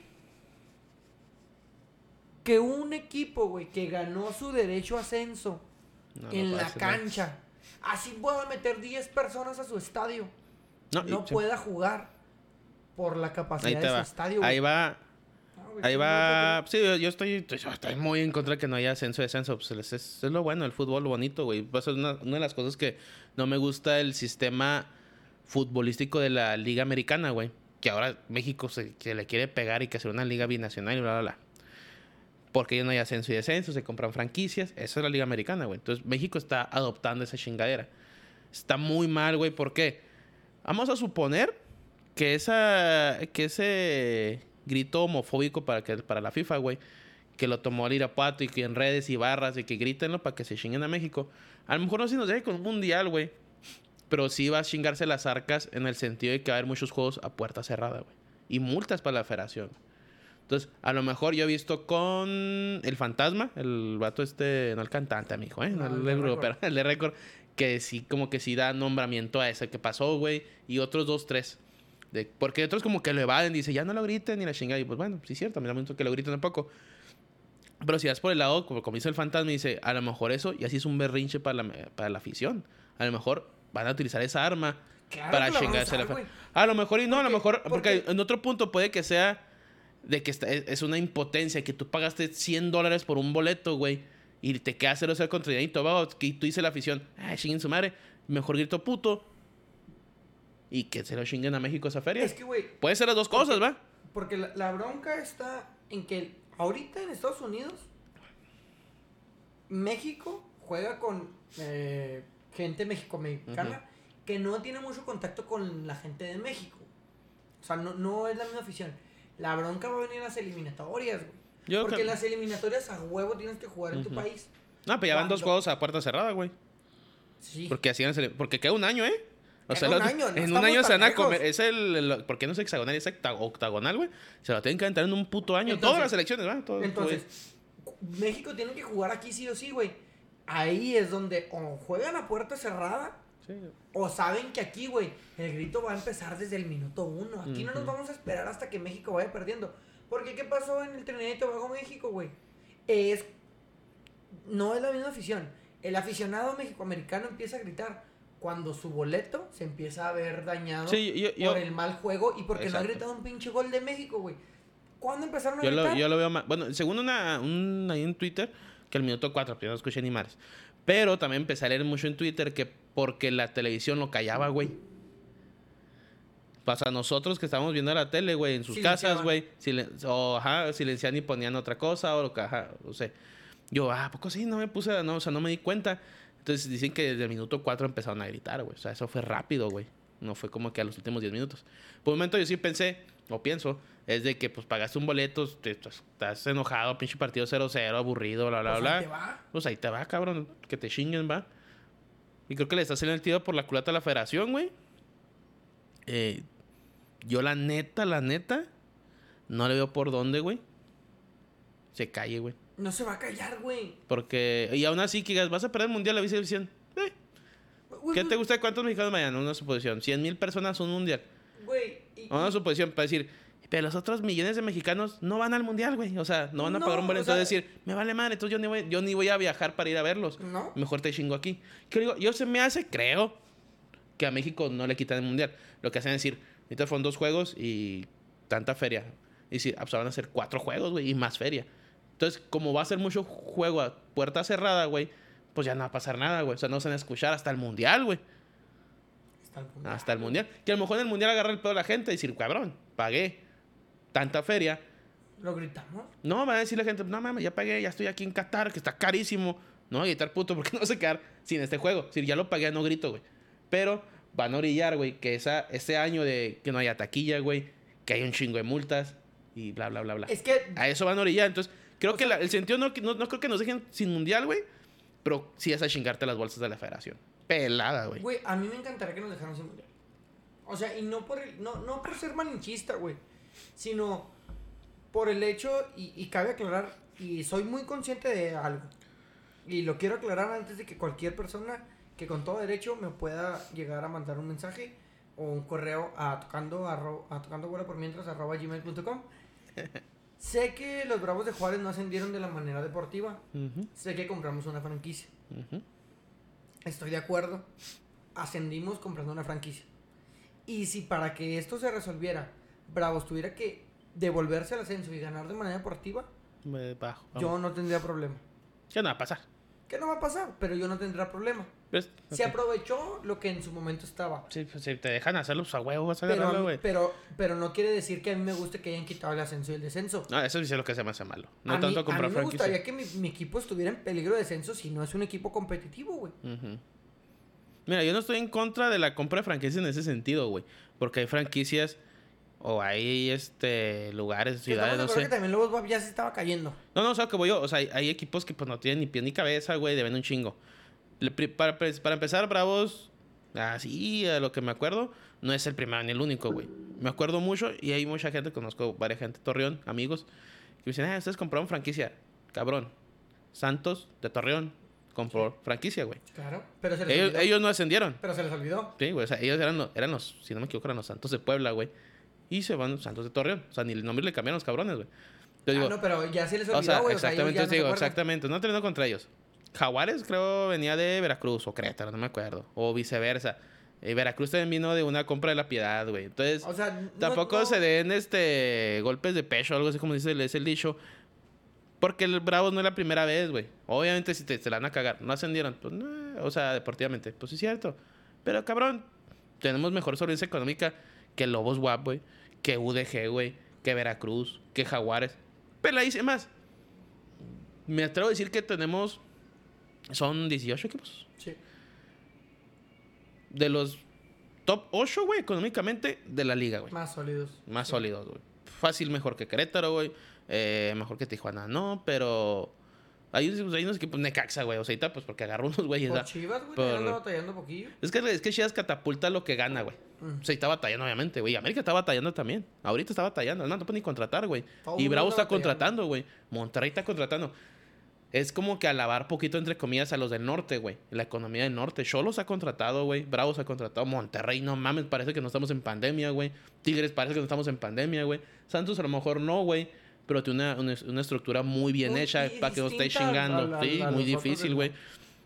A: que un equipo, güey, que ganó su derecho a ascenso no, en no la cancha, nada. Así pueda meter diez personas a su estadio, no, no y, pueda sí. jugar por la capacidad de su
B: va.
A: estadio?
B: Ahí güey. va... Ahí va... Sí, yo, yo estoy, estoy muy en contra de que no haya ascenso y descenso. Pues es, es, es lo bueno, el fútbol, lo bonito, güey. Va a ser una, una de las cosas que no me gusta el sistema futbolístico de la Liga Americana, güey. Que ahora México se, se le quiere pegar y que sea una liga binacional y bla, bla, bla. Porque ya no hay ascenso y descenso, se compran franquicias. Esa es la Liga Americana, güey. Entonces México está adoptando esa chingadera. Está muy mal, güey. ¿Por qué? Vamos a suponer que esa... que ese... grito homofóbico para que para la FIFA, güey, que lo tomó el Irapuato y que en redes y barras y que grítenlo para que se chinguen a México. A lo mejor no se nos deje con un mundial, güey, pero sí va a chingarse las arcas en el sentido de que va a haber muchos juegos a puerta cerrada, güey, y multas para la federación. Entonces, a lo mejor yo he visto con el Fantasma, el vato este, no el cantante, amigo, ¿eh? No, no, el, el, de pero el de récord, que sí, como que sí da nombramiento a ese que pasó, güey, y otros dos, tres. De, porque otros como que lo evaden, dice, ya no lo griten ni la chingada. Y pues bueno, sí es cierto, me da mucho que lo griten un poco. Pero si vas por el lado, como, como dice el Fantasma, dice, a lo mejor eso, y así es un berrinche para la, para la afición. A lo mejor van a utilizar esa arma claro para chingarse a la fe. A lo mejor y no, porque, a lo mejor, porque, porque en otro punto puede que sea de que está, es una impotencia, que tú pagaste cien dólares por un boleto, güey, y te quedas cero cero contra Trinidad y Tobago, que tú dices la afición, ay, chinguen su madre, mejor grito puto. Y que se lo chinguen a México esa feria.
A: Es que, güey...
B: Puede ser las dos
A: porque,
B: cosas, ¿va?
A: Porque la, la bronca está en que ahorita en Estados Unidos México juega con eh, gente mexico-mexicana uh-huh. que no tiene mucho contacto con la gente de México. O sea, no, no es la misma afición. La bronca va a venir en las eliminatorias, güey. Yo porque en las eliminatorias a huevo tienes que jugar uh-huh. en tu país.
B: No, pero ya van dos juegos a puerta cerrada, güey.
A: Sí.
B: Porque así porque queda un año, ¿eh? O sea,
A: en un
B: los,
A: año, no
B: en un año se van a comer. Es el, el. ¿Por qué no es hexagonal? Es octagonal, güey. Se lo tienen que aventar en un puto año. Entonces, todas las elecciones, ¿verdad? Todo,
A: entonces, wey. México tiene que jugar aquí sí o sí, güey. Ahí es donde o juegan a puerta cerrada. Sí. O saben que aquí, güey, el grito va a empezar desde el minuto uno. Aquí uh-huh. no nos vamos a esperar hasta que México vaya perdiendo. Porque, ¿qué pasó en el Trinidad y Tobago, México, güey? Es. No es la misma afición. El aficionado mexicoamericano empieza a gritar cuando su boleto se empieza a ver dañado
B: sí, yo, yo,
A: por el mal juego y porque
B: exacto.
A: no ha gritado un pinche gol de México, güey. ¿Cuándo empezaron a
B: yo
A: gritar?
B: Lo, yo lo veo más... Bueno, según una, un, ahí en Twitter, que al minuto cuatro, pero no escuché ni madres. Pero también empecé a leer mucho en Twitter que porque la televisión lo callaba, güey. O sea, nosotros que estábamos viendo la tele, güey, en sus casas, güey, silen o ajá, silenciaban y ponían otra cosa, o lo que, ajá, o sea. Yo, ah, ¿a poco sí? No me puse, no, o sea, no me di cuenta. Entonces dicen que desde el minuto cuatro empezaron a gritar, güey. O sea, eso fue rápido, güey. No fue como que a los últimos diez minutos. Por un momento yo sí pensé, o pienso, es de que pues pagaste un boleto, te, estás enojado, pinche partido cero cero, aburrido, bla, bla,
A: pues
B: bla.
A: Ahí te va.
B: Pues ahí te va, cabrón, que te chinguen, va. Y creo que le está haciendo el tiro por la culata a la federación, güey. Eh, yo la neta, la neta, no le veo por dónde, güey. Se calle, güey.
A: No se va a callar, güey.
B: Porque, y aún así, que digas, vas a perder el mundial, la vice-división. Eh. ¿Qué te gusta? ¿Cuántos mexicanos vayan? Una suposición. cien mil personas un mundial.
A: Güey. Y...
B: Una suposición para decir, pero los otros millones de mexicanos no van al mundial, güey. O sea, no van a
A: No,
B: pagar un boleto.
A: o sea,
B: Entonces decir, me vale madre, entonces yo ni, voy, yo ni voy a viajar para ir a verlos.
A: No.
B: Mejor te chingo aquí. ¿Qué digo? Yo se me hace, creo, que a México no le quitan el mundial. Lo que hacen es decir, ahorita fueron dos juegos y tanta feria. Y si pues, van a ser cuatro juegos, güey, y más feria. Entonces, como va a ser mucho juego a puerta cerrada, güey, pues ya no va a pasar nada, güey. O sea, no se van a escuchar hasta el mundial, güey.
A: Hasta el mundial.
B: Hasta el mundial. Que a lo mejor en el mundial agarra el pedo a la gente y decir, cabrón, pagué tanta feria.
A: ¿Lo gritamos?
B: No, va a decir la gente, no mames, ya pagué, ya estoy aquí en Qatar, que está carísimo. No, voy a gritar puto, porque no vas a quedar sin este juego. Es decir, ya lo pagué, no grito, güey. Pero van a orillar, güey, que esa, ese año de que no haya taquilla, güey, que hay un chingo de multas y bla, bla, bla, bla.
A: Es que...
B: A eso van a orillar. Entonces, creo o que sea, la, el sentido no, no, no creo que nos dejen sin mundial, güey. Pero sí es a chingarte las bolsas de la federación. Pelada, güey.
A: Güey, a mí me encantaría que nos dejaran sin mundial. O sea, y no por, el, no, no por ser malinchista, güey. Sino por el hecho, y, y cabe aclarar, y soy muy consciente de algo. Y lo quiero aclarar antes de que cualquier persona que con todo derecho me pueda llegar a mandar un mensaje o un correo a tocando, arro, a tocando bola por mientras arroba gmail punto com. Sé que los Bravos de Juárez no ascendieron de la manera deportiva. Uh-huh. Sé que compramos una franquicia. Uh-huh. Estoy de acuerdo. Ascendimos comprando una franquicia. Y si para que esto se resolviera, Bravos tuviera que devolverse al ascenso y ganar de manera deportiva,
B: Me bajo,
A: yo no tendría problema.
B: ¿Qué no va a pasar?
A: ¿Qué no va a pasar? Pero yo no tendría problema.
B: ¿Ves?
A: Se okay. aprovechó lo que en su momento estaba.
B: Sí, pues si te dejan hacerlo pues, a huevo, vas a
A: pero,
B: agarrarlo, güey.
A: Pero, pero no quiere decir que a mí me guste que hayan quitado el ascenso y el descenso.
B: No, eso sí es lo que se me hace malo. No
A: a
B: tanto
A: mí,
B: comprar
A: franquicia. A mí me
B: franquicia.
A: gustaría que mi, mi equipo estuviera en peligro de descenso si no es un equipo competitivo, güey.
B: Uh-huh. Mira, yo no estoy en contra de la compra de franquicias en ese sentido, güey. Porque hay franquicias o hay este lugares, ciudades, no sé.
A: que también luego ya se estaba cayendo.
B: No, no, o sea, que voy yo. O sea, hay, hay equipos que pues no tienen ni pie ni cabeza, güey, deben un chingo. Le, para, para empezar, Bravos, así a lo que me acuerdo, no es el primero ni el único, güey. Me acuerdo mucho y hay mucha gente, conozco varias gente de Torreón, amigos, que me dicen, ah, ustedes compraron franquicia. Cabrón, Santos de Torreón compró sí. franquicia, güey.
A: Claro, pero se les
B: ellos,
A: olvidó.
B: ellos no ascendieron.
A: Pero se les olvidó.
B: Sí, güey, o sea, ellos eran los, eran los, si no me equivoco, eran los Santos de Puebla, güey. Y se van Santos de Torreón. O sea, ni el nombre le cambiaron los cabrones, güey.
A: Ah, digo, no, pero ya se les olvidó,
B: o sea,
A: güey.
B: exactamente,
A: O sea,
B: digo,
A: no
B: exactamente. No teniendo contra ellos. Jaguares, creo, venía de Veracruz o Querétaro, no me acuerdo. O viceversa. Eh, Veracruz también vino de una compra de la Piedad, güey. Entonces,
A: o sea, no,
B: tampoco
A: no...
B: se den este golpes de pecho o algo así como dice es el dicho. Porque el Bravos no es la primera vez, güey. Obviamente, si te, te la van a cagar, no ascendieron. Pues, no, o sea, deportivamente, pues sí es cierto. Pero, cabrón, tenemos mejor solvencia económica que Lobos W A P, güey. Que U D G, güey. Que Veracruz. Que Jaguares. Pero la hice más. Me atrevo a decir que tenemos... Son dieciocho equipos.
A: Sí.
B: De los top ocho, güey, económicamente, de la liga, güey.
A: Más sólidos.
B: Más
A: sí.
B: sólidos, güey. Fácil mejor que Querétaro, güey. Eh, mejor que Tijuana, no, pero... Hay, hay unos equipos Necaxa, güey. O sea, ahorita, pues porque agarró unos güeyes.
A: Por Chivas, güey, por... anda batallando un poquillo.
B: Es que, es que Chivas catapulta lo que gana, güey. Mm. O sea, está batallando, obviamente, güey. América está batallando también. Ahorita está batallando. No, no puede ni contratar, güey. Y Bravo está contratando, güey. Monterrey está contratando. Es como que alabar poquito, entre comillas, a los del norte, güey. La economía del norte. Cholos ha contratado, güey. Bravos ha contratado. Monterrey, no mames, parece que no estamos en pandemia, güey. Tigres, parece que no estamos en pandemia, güey. Santos, a lo mejor no, güey. Pero tiene una, una, una estructura muy bien muy hecha para que no esté chingando. La, la, sí, la, muy difícil, güey.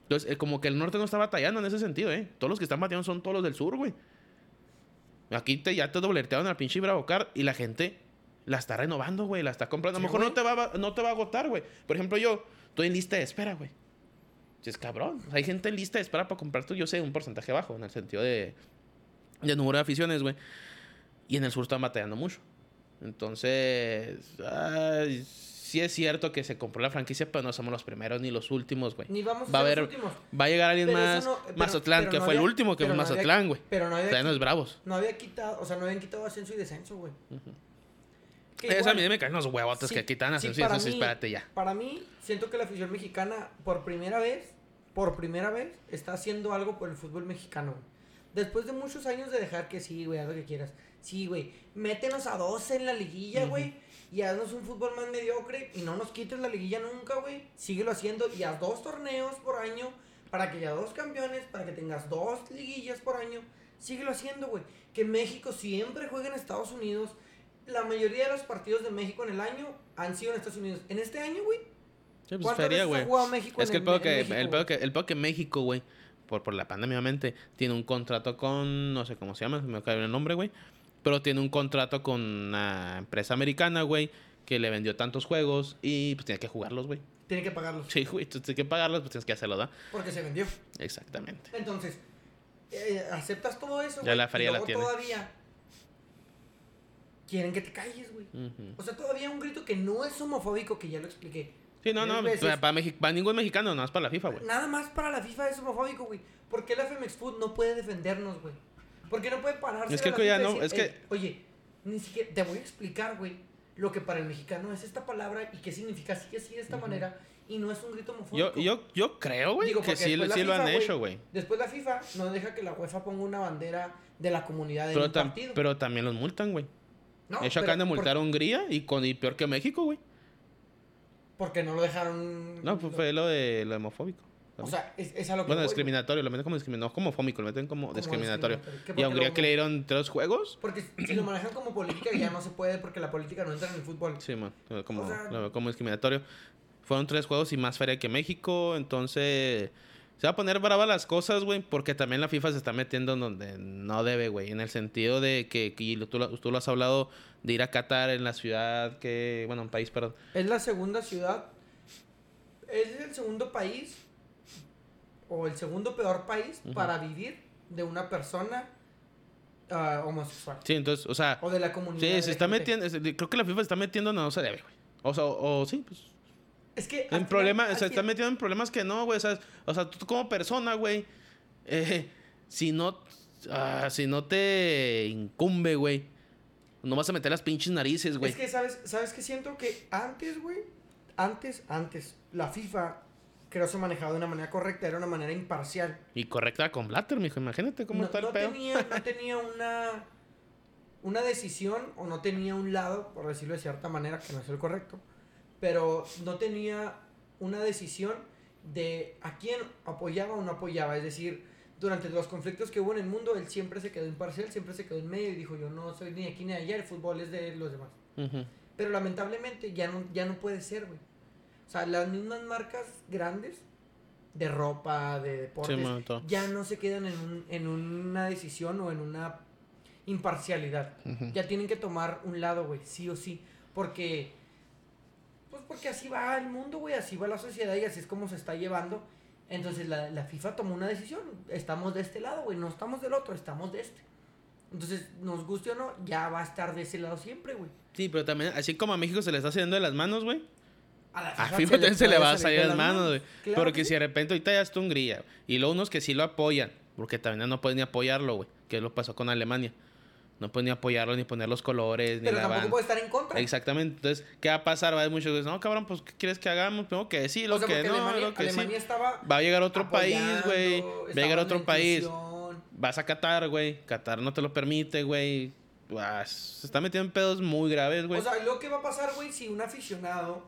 B: Entonces, eh, como que el norte no está batallando en ese sentido, ¿eh? Todos los que están batallando son todos los del sur, güey. Aquí te, ya te dobletearon al pinche Bravocar y la gente la está renovando, güey. La está comprando. A lo
A: Sí,
B: mejor no
A: güey.
B: te, va, no te va a agotar, güey. Por ejemplo, yo estoy en lista de espera, güey. Es cabrón. Hay gente en lista de espera para comprar tú, yo sé, un porcentaje bajo en el sentido de, de número de aficiones, güey. Y en el sur están batallando mucho. Entonces, ay, sí es cierto que se compró la franquicia, pero no somos los primeros ni los últimos, güey.
A: Ni vamos a
B: Va a
A: ser
B: haber,
A: los últimos.
B: va a llegar alguien
A: Pero eso
B: más,
A: no- pero-
B: Mazatlán,
A: pero
B: que
A: no
B: fue el
A: había-
B: último, que
A: pero
B: fue
A: no había-
B: Mazatlán, güey.
A: Pero no había,
B: Todavía no es Bravos.
A: no había quitado, o sea, no habían quitado ascenso y descenso, güey. Que
B: Esa a
A: igual,
B: mí me caen los huevotes
A: sí,
B: que quitan
A: sí,
B: ascenso y
A: para
B: eso sí,
A: mí-
B: espérate ya.
A: Para mí, siento que la afición mexicana, por primera vez, por primera vez, está haciendo algo por el fútbol mexicano, güey. Después de muchos años de dejar que sí, güey, haz lo que quieras. Sí, güey, métenos a doce en la liguilla, güey.
B: Ujú.
A: Y haznos un fútbol más mediocre y no nos quites la liguilla nunca, güey. Síguelo haciendo y haz dos torneos por año para que haya dos campeones, para que tengas dos liguillas por año. Síguelo haciendo, güey. Que México siempre juegue en Estados Unidos. La mayoría de los partidos de México en el año han sido en Estados Unidos. En este año, güey.
B: Sí, pues
A: ¿Cuántas
B: feria,
A: veces
B: güey.
A: ha jugado México
B: Es
A: en
B: que el
A: el-
B: pedo
A: en
B: que,
A: México,
B: el
A: güey?
B: pedo que, el pedo que México, güey, por, por la pandemia, obviamente, tiene un contrato con, no sé cómo se llama, se me acaba el nombre, güey. Pero tiene un contrato con una empresa americana, güey, que le vendió tantos juegos y pues tiene que jugarlos, güey.
A: Tiene que pagarlos.
B: Sí, güey, tú tienes que pagarlos, pues tienes que hacerlo, ¿da?
A: Porque se vendió.
B: Exactamente.
A: Entonces, eh, aceptas todo eso,
B: Ya
A: güey,
B: la
A: y
B: feria la
A: luego
B: tiene.
A: todavía quieren que te calles, güey.
B: Ujú.
A: O sea, todavía un grito que no es homofóbico, que ya lo expliqué.
B: Sí, no,
A: Tres
B: no,
A: veces.
B: para, para, Mexi- para ningún mexicano, nada más para la FIFA, güey.
A: Nada más para la FIFA es homofóbico, güey. ¿Por qué la Femex Food no puede defendernos, güey? ¿Por qué no puede pararse
B: Es
A: a
B: que
A: la
B: ya
A: FIFA y
B: no,
A: decir,
B: es que-
A: "Ey, oye, ni siquiera te voy a explicar, güey, lo que para el mexicano es esta palabra y qué significa así, así, de esta manera, y no es un grito homofóbico"?
B: Yo, yo, yo creo, güey,
A: Digo,
B: que
A: porque
B: sí,
A: después la
B: sí lo han
A: FIFA,
B: hecho, güey.
A: Después la FIFA no deja que la UEFA ponga una bandera de la comunidad en
B: Pero,
A: un
B: tam-
A: partido.
B: pero también los multan, güey.
A: No,
B: De hecho,
A: pero
B: acaban de
A: por-
B: multar a Hungría y, con, y peor que México, güey.
A: Porque no lo dejaron...
B: No, pues fue lo de lo homofóbico.
A: O sea, es, es a lo que
B: Bueno,
A: voy,
B: discriminatorio, lo meten como discriminatorio, no como homofóbico, lo meten como,
A: Como
B: discriminatorio.
A: discriminatorio. ¿Qué
B: Y
A: por
B: a
A: qué
B: Hungría
A: lo-
B: que le dieron tres juegos.
A: Porque si lo manejan como política ya no se puede porque la política no entra en el fútbol.
B: Sí, man, como,
A: O sea-
B: lo veo como discriminatorio. Fueron tres juegos y más feria que México, entonces se va a poner brava las cosas, güey, porque también la FIFA se está metiendo en donde no debe, güey, en el sentido de que, que tú, lo- tú lo has hablado, de ir a Qatar en la ciudad que, bueno, un país, perdón.
A: Es la segunda ciudad, es el segundo país o el segundo peor país
B: Ujú.
A: para vivir de una persona ah, homosexual
B: Sí, entonces, o sea,
A: o de la comunidad.
B: sí, se está
A: L G B T.
B: metiendo, es- creo que la FIFA se está metiendo donde no se debe, güey. O sea, o, o sí, pues.
A: Es que al
B: En
A: final-
B: problemas,
A: al
B: se está
A: fin-
B: metiendo en problemas que no, güey. O sea, o sea, tú como persona, güey, eh, si no, ah, si no te incumbe, güey, no vas a meter las pinches narices, güey.
A: Es que, ¿sabes, ¿sabes qué siento? Que antes, güey, antes, antes, la FIFA creo se manejaba de una manera correcta, era una manera imparcial.
B: Y correcta con Blatter, mijo. Imagínate cómo
A: no,
B: está el
A: no
B: pedo.
A: Tenía, no tenía una, una decisión o no tenía un lado, por decirlo de cierta manera, que no es el correcto, pero no tenía una decisión de a quién apoyaba o no apoyaba. Es decir, durante los conflictos que hubo en el mundo, él siempre se quedó imparcial, siempre se quedó en medio y dijo, yo no soy ni aquí ni allá, el fútbol es de los demás.
B: Ujú.
A: Pero lamentablemente ya no, ya no puede ser, güey. O sea, las mismas marcas grandes de ropa, de deportes,
B: Sí, man, todo.
A: ya no se quedan en, un, en una decisión o en una imparcialidad.
B: Ujú.
A: Ya tienen que tomar un lado, güey, sí o sí. Porque, pues porque así va el mundo, güey, así va la sociedad y así es como se está llevando. Entonces la, la FIFA tomó una decisión. Estamos de este lado, güey, no estamos del otro, estamos de este. Entonces, nos guste o no, ya va a estar de ese lado siempre, güey.
B: Sí, pero también, así como a México se le está haciendo de las manos, güey.
A: A la
B: A FIFA también se le va a salir de las manos, güey.
A: Claro
B: Porque
A: que
B: si
A: sí.
B: de repente ahorita ya está Hungría, y luego unos que sí lo apoyan, porque también no pueden ni apoyarlo, güey. Que lo pasó con Alemania. No pueden ni apoyarlo, ni poner los colores, ni
A: Pero
B: la
A: tampoco
B: banda.
A: puede estar en contra.
B: Exactamente. Entonces, ¿qué va a pasar? Va a haber muchos que dicen, no, cabrón, pues, ¿qué quieres que hagamos? Tengo que decir lo
A: O sea,
B: que
A: porque
B: no,
A: Alemania,
B: lo que
A: Alemania
B: sí.
A: estaba
B: Va a llegar otro país, güey.
A: apoyando,
B: Va a llegar
A: estaba
B: otro
A: en la
B: país.
A: inclusión.
B: Vas a Qatar, güey. Qatar no te lo permite, güey. Ah, se está metiendo en pedos muy graves, güey.
A: O sea, lo que va a pasar, güey, si un aficionado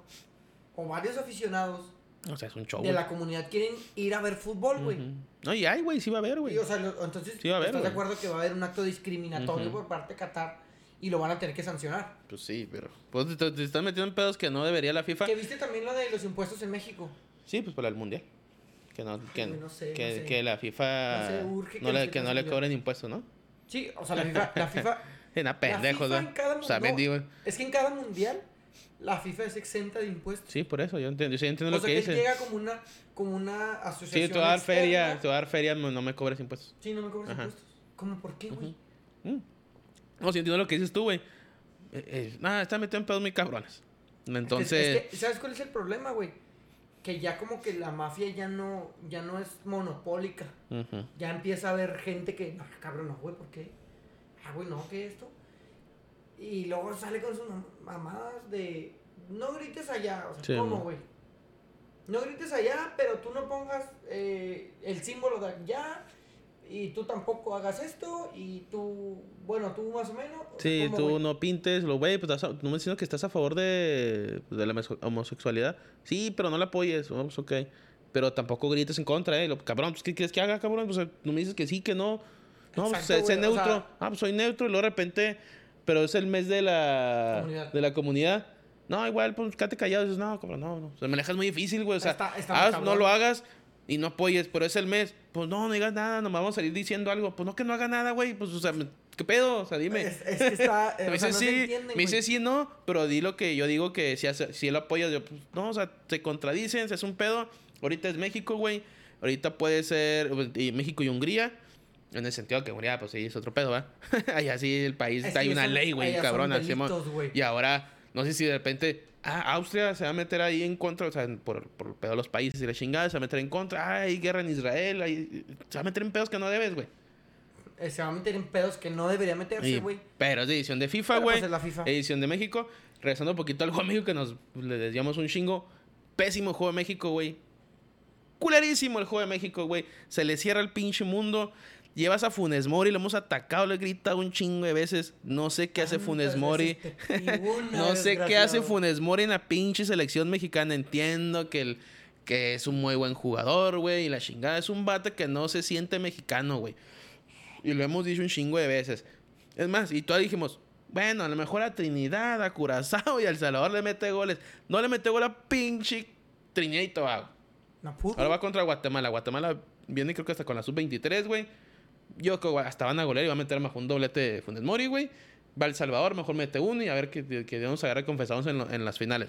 A: o varios aficionados
B: O sea, es un show,
A: de
B: güey.
A: la comunidad quieren ir a ver fútbol, güey.
B: Ujú. No, y hay, güey, sí va a haber, güey.
A: Y, o sea, lo- entonces,
B: Sí va a haber,
A: ¿estás de
B: güey.
A: acuerdo que va a haber un acto discriminatorio
B: Ujú.
A: por parte de Qatar y lo van a tener que sancionar?
B: Pues sí, pero... Pues te, te están metiendo en pedos que no debería la FIFA.
A: Que viste también lo de los impuestos en México.
B: Sí, pues para el Mundial. Que no, que,
A: Ay, no sé,
B: que,
A: no sé.
B: que la FIFA
A: No sé, urge que
B: no
A: la
B: le,
A: FIFA
B: que no
A: se
B: le
A: olvide.
B: cobren impuestos, ¿no?
A: Sí, o sea, la FIFA... La FIFA,
B: Era pendejos,
A: la FIFA
B: ¿no?
A: en cada
B: O sea,
A: mundial...
B: mendigo.
A: Es que en cada mundial la FIFA es exenta de impuestos.
B: Sí, por eso, yo entiendo, yo sí entiendo
A: O
B: lo
A: sea,
B: que
A: que
B: dice.
A: llega como una, como una asociación
B: Sí, te voy a dar
A: externa.
B: feria, te voy a dar feria, no, no me cobres impuestos.
A: Sí, no me cobras
B: Ajá.
A: impuestos. ¿Cómo por qué, güey?
B: Mm. No, sí entiendo lo que dices tú, güey. Eh, eh, nada, está metido en pedos muy cabrones. Entonces...
A: Es que, es que, ¿sabes cuál es el problema, güey? Que ya como que la mafia ya no, ya no es monopólica.
B: Ujú.
A: Ya empieza a haber gente que, no, cabrón, no, güey, ¿por qué? Ah, güey, no, ¿qué es esto? Y luego sale con sus mam- mamadas de, no grites allá, o sea,
B: Sí,
A: ¿cómo,
B: mo.
A: güey? No grites allá, pero tú no pongas eh, el símbolo de allá, y tú tampoco hagas esto, y tú, bueno, tú más o menos. O sea,
B: Sí,
A: ¿cómo,
B: tú
A: güey?
B: no pintes, lo güey, pues estás a- no me diciendo que estás a favor de, de la meso- homosexualidad. Sí, pero no la apoyes, vamos, ok. Pero tampoco grites en contra, eh. Lo, cabrón, pues, ¿qué quieres que haga, cabrón? Pues no me dices que sí, que no. No, pues,
A: Exacto,
B: sé, sé
A: güey, o
B: neutro.
A: sea-
B: Ah, pues soy neutro y luego de repente, pero es el mes de la
A: Comunidad.
B: de la comunidad. No, igual, pues quédate callado. Dices, no, cabrón, no, no. O sea, me dejas muy difícil, güey. O sea,
A: Está- está muy
B: haz,
A: cabrón.
B: no lo hagas y no apoyes, pero es el mes. Pues no, no digas nada, nos vamos a salir diciendo algo. Pues no, que no haga nada, güey. Pues, o sea, ¿qué pedo? O sea, dime.
A: Es, es que está, eh,
B: me
A: o sea,
B: dice
A: no
B: sí,
A: se entienden,
B: me dice
A: güey.
B: sí, no, pero di lo que yo digo que si, hace, si él apoya, yo, pues, no, o sea, se contradicen, se hace un pedo. Ahorita es México, güey. Ahorita puede ser y México y Hungría. En el sentido que Hungría, pues sí, es otro pedo, ¿va? Allá sí el país,
A: Es
B: hay
A: que
B: una
A: son-
B: ley, güey,
A: allá son
B: cabrona. así, mo-
A: delitos, güey.
B: y ahora, no sé si de repente, ah, Austria se va a meter ahí en contra, o sea, por, por el pedo de los países y la chingada, se va a meter en contra. Ah, hay guerra en Israel, hay- se va a meter en pedos que no debes, güey.
A: Eh, Se va a meter en pedos que no debería meterse,
B: Y-
A: güey.
B: Pero es de edición de FIFA,
A: Pero,
B: güey.
A: pues, es la FIFA.
B: Edición de México. Regresando un poquito al juego de México, que nos pues, le desviamos un chingo. Pésimo juego de México, güey. Culerísimo el juego de México, güey. Se le cierra el pinche mundo. Llevas a Funes Mori, lo hemos atacado, le he gritado un chingo de veces. No sé qué hace
A: Tantas
B: Funes Mori.
A: veces te digo una,
B: No sé qué hace
A: desgraciado.
B: Funes Mori en la pinche selección mexicana. Entiendo que, el, que es un muy buen jugador, güey. Y la chingada es un vato que no se siente mexicano, güey. Y lo hemos dicho un chingo de veces. Es más, y todavía dijimos, bueno, a lo mejor a Trinidad, a Curazao y a El Salvador le mete goles. No le mete gol a pinche Trinidad y Tobago.
A: No pudo.
B: Ahora va contra Guatemala. Guatemala viene creo que hasta con la sub veintitrés, güey. Yo creo que hasta van a golear y va a meter más un doblete de Funes Mori, güey. Va El Salvador, mejor mete uno y a ver qué, qué vamos a agarrar confesados en, lo- en las finales.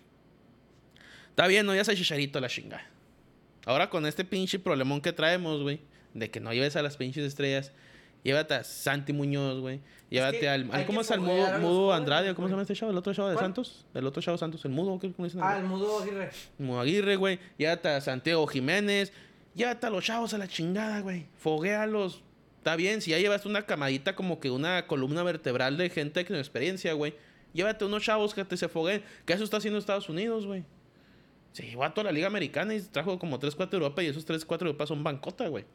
B: Está bien, no ya se chicharito la chingada. Ahora con este pinche problemón que traemos, güey, de que no lleves a las pinches estrellas, llévate a Santi Muñoz, güey. Llévate
A: que
B: al,
A: hay
B: al-
A: que
B: ¿cómo es el
A: foguear
B: mudo,
A: a los
B: mudo
A: jóvenes,
B: Andrade? ¿Cómo se llama
A: güey.
B: este chavo? ¿El otro chavo de
A: ¿Cuál?
B: Santos? ¿El otro chavo Santos? ¿El mudo? ¿Qué cómo dicen?
A: Ah, el mudo Aguirre.
B: Mudo Aguirre, güey. Llévate a Santiago Jiménez. Llévate a los chavos a la chingada, güey. Foguéalos. Está bien, si ya llevaste una camadita como que una columna vertebral de gente con experiencia, güey. Llévate unos chavos que te se fogueen. Que eso está haciendo Estados Unidos, güey. Se llevó a toda la Liga Americana y trajo como tres cuatro Europa y esos tres cuatro Europa son bancota, güey.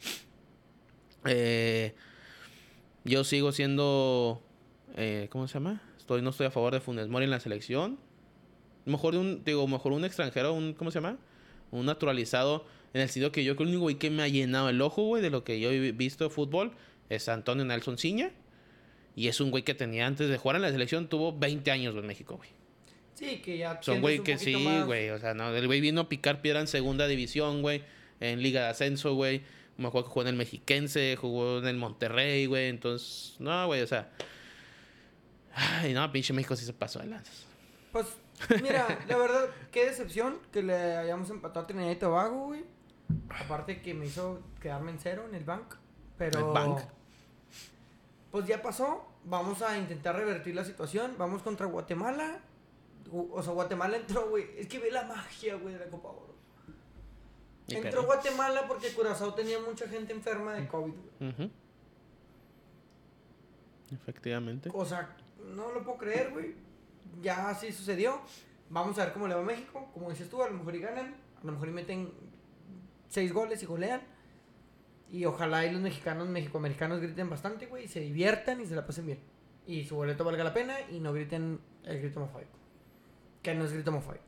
B: Eh, yo sigo siendo... Eh, ¿Cómo se llama? Estoy, no estoy a favor de Funes Mori en la selección. Mejor de un, digo, mejor un extranjero, un, ¿cómo se llama? Un naturalizado, en el sentido que yo creo que el único güey que me ha llenado el ojo, güey, de lo que yo he visto de fútbol es Antonio Nelson Ciña. Y es un güey que tenía antes de jugar en la selección, tuvo veinte años en México, güey.
A: Sí, que ya
B: Son
A: sientes
B: güey
A: un
B: que
A: poquito
B: sí,
A: más-
B: güey. O sea, no, el güey vino a picar piedra en segunda división, güey. En Liga de Ascenso, güey. Me acuerdo que jugó en el Mexiquense, jugó en el Monterrey, güey. Entonces, no, güey, o sea. Ay, no, pinche México sí se pasó de lanzas.
A: Pues, mira, la verdad, qué decepción que le hayamos empatado a Trinidad y Tobago, güey. Aparte que me hizo quedarme en cero en el bank. Pero...
B: ¿El bank?
A: Pues ya pasó. Vamos a intentar revertir la situación. Vamos contra Guatemala. Gu- O sea, Guatemala entró, güey. Es que ve la magia, güey, de la Copa Oro.
B: Ni
A: Entró
B: pedo.
A: Guatemala porque Curazao tenía mucha gente enferma de COVID, güey.
B: Ujú. Efectivamente.
A: O sea, no lo puedo creer, güey. Ya así sucedió. Vamos a ver cómo le va a México. Como dices tú, a lo mejor y ganan. A lo mejor y meten seis goles y golean. Y ojalá y los mexicanos, mexicoamericanos griten bastante, güey. Y se diviertan y se la pasen bien. Y su boleto valga la pena y no griten el grito homofóbico. Que no es grito homofóbico.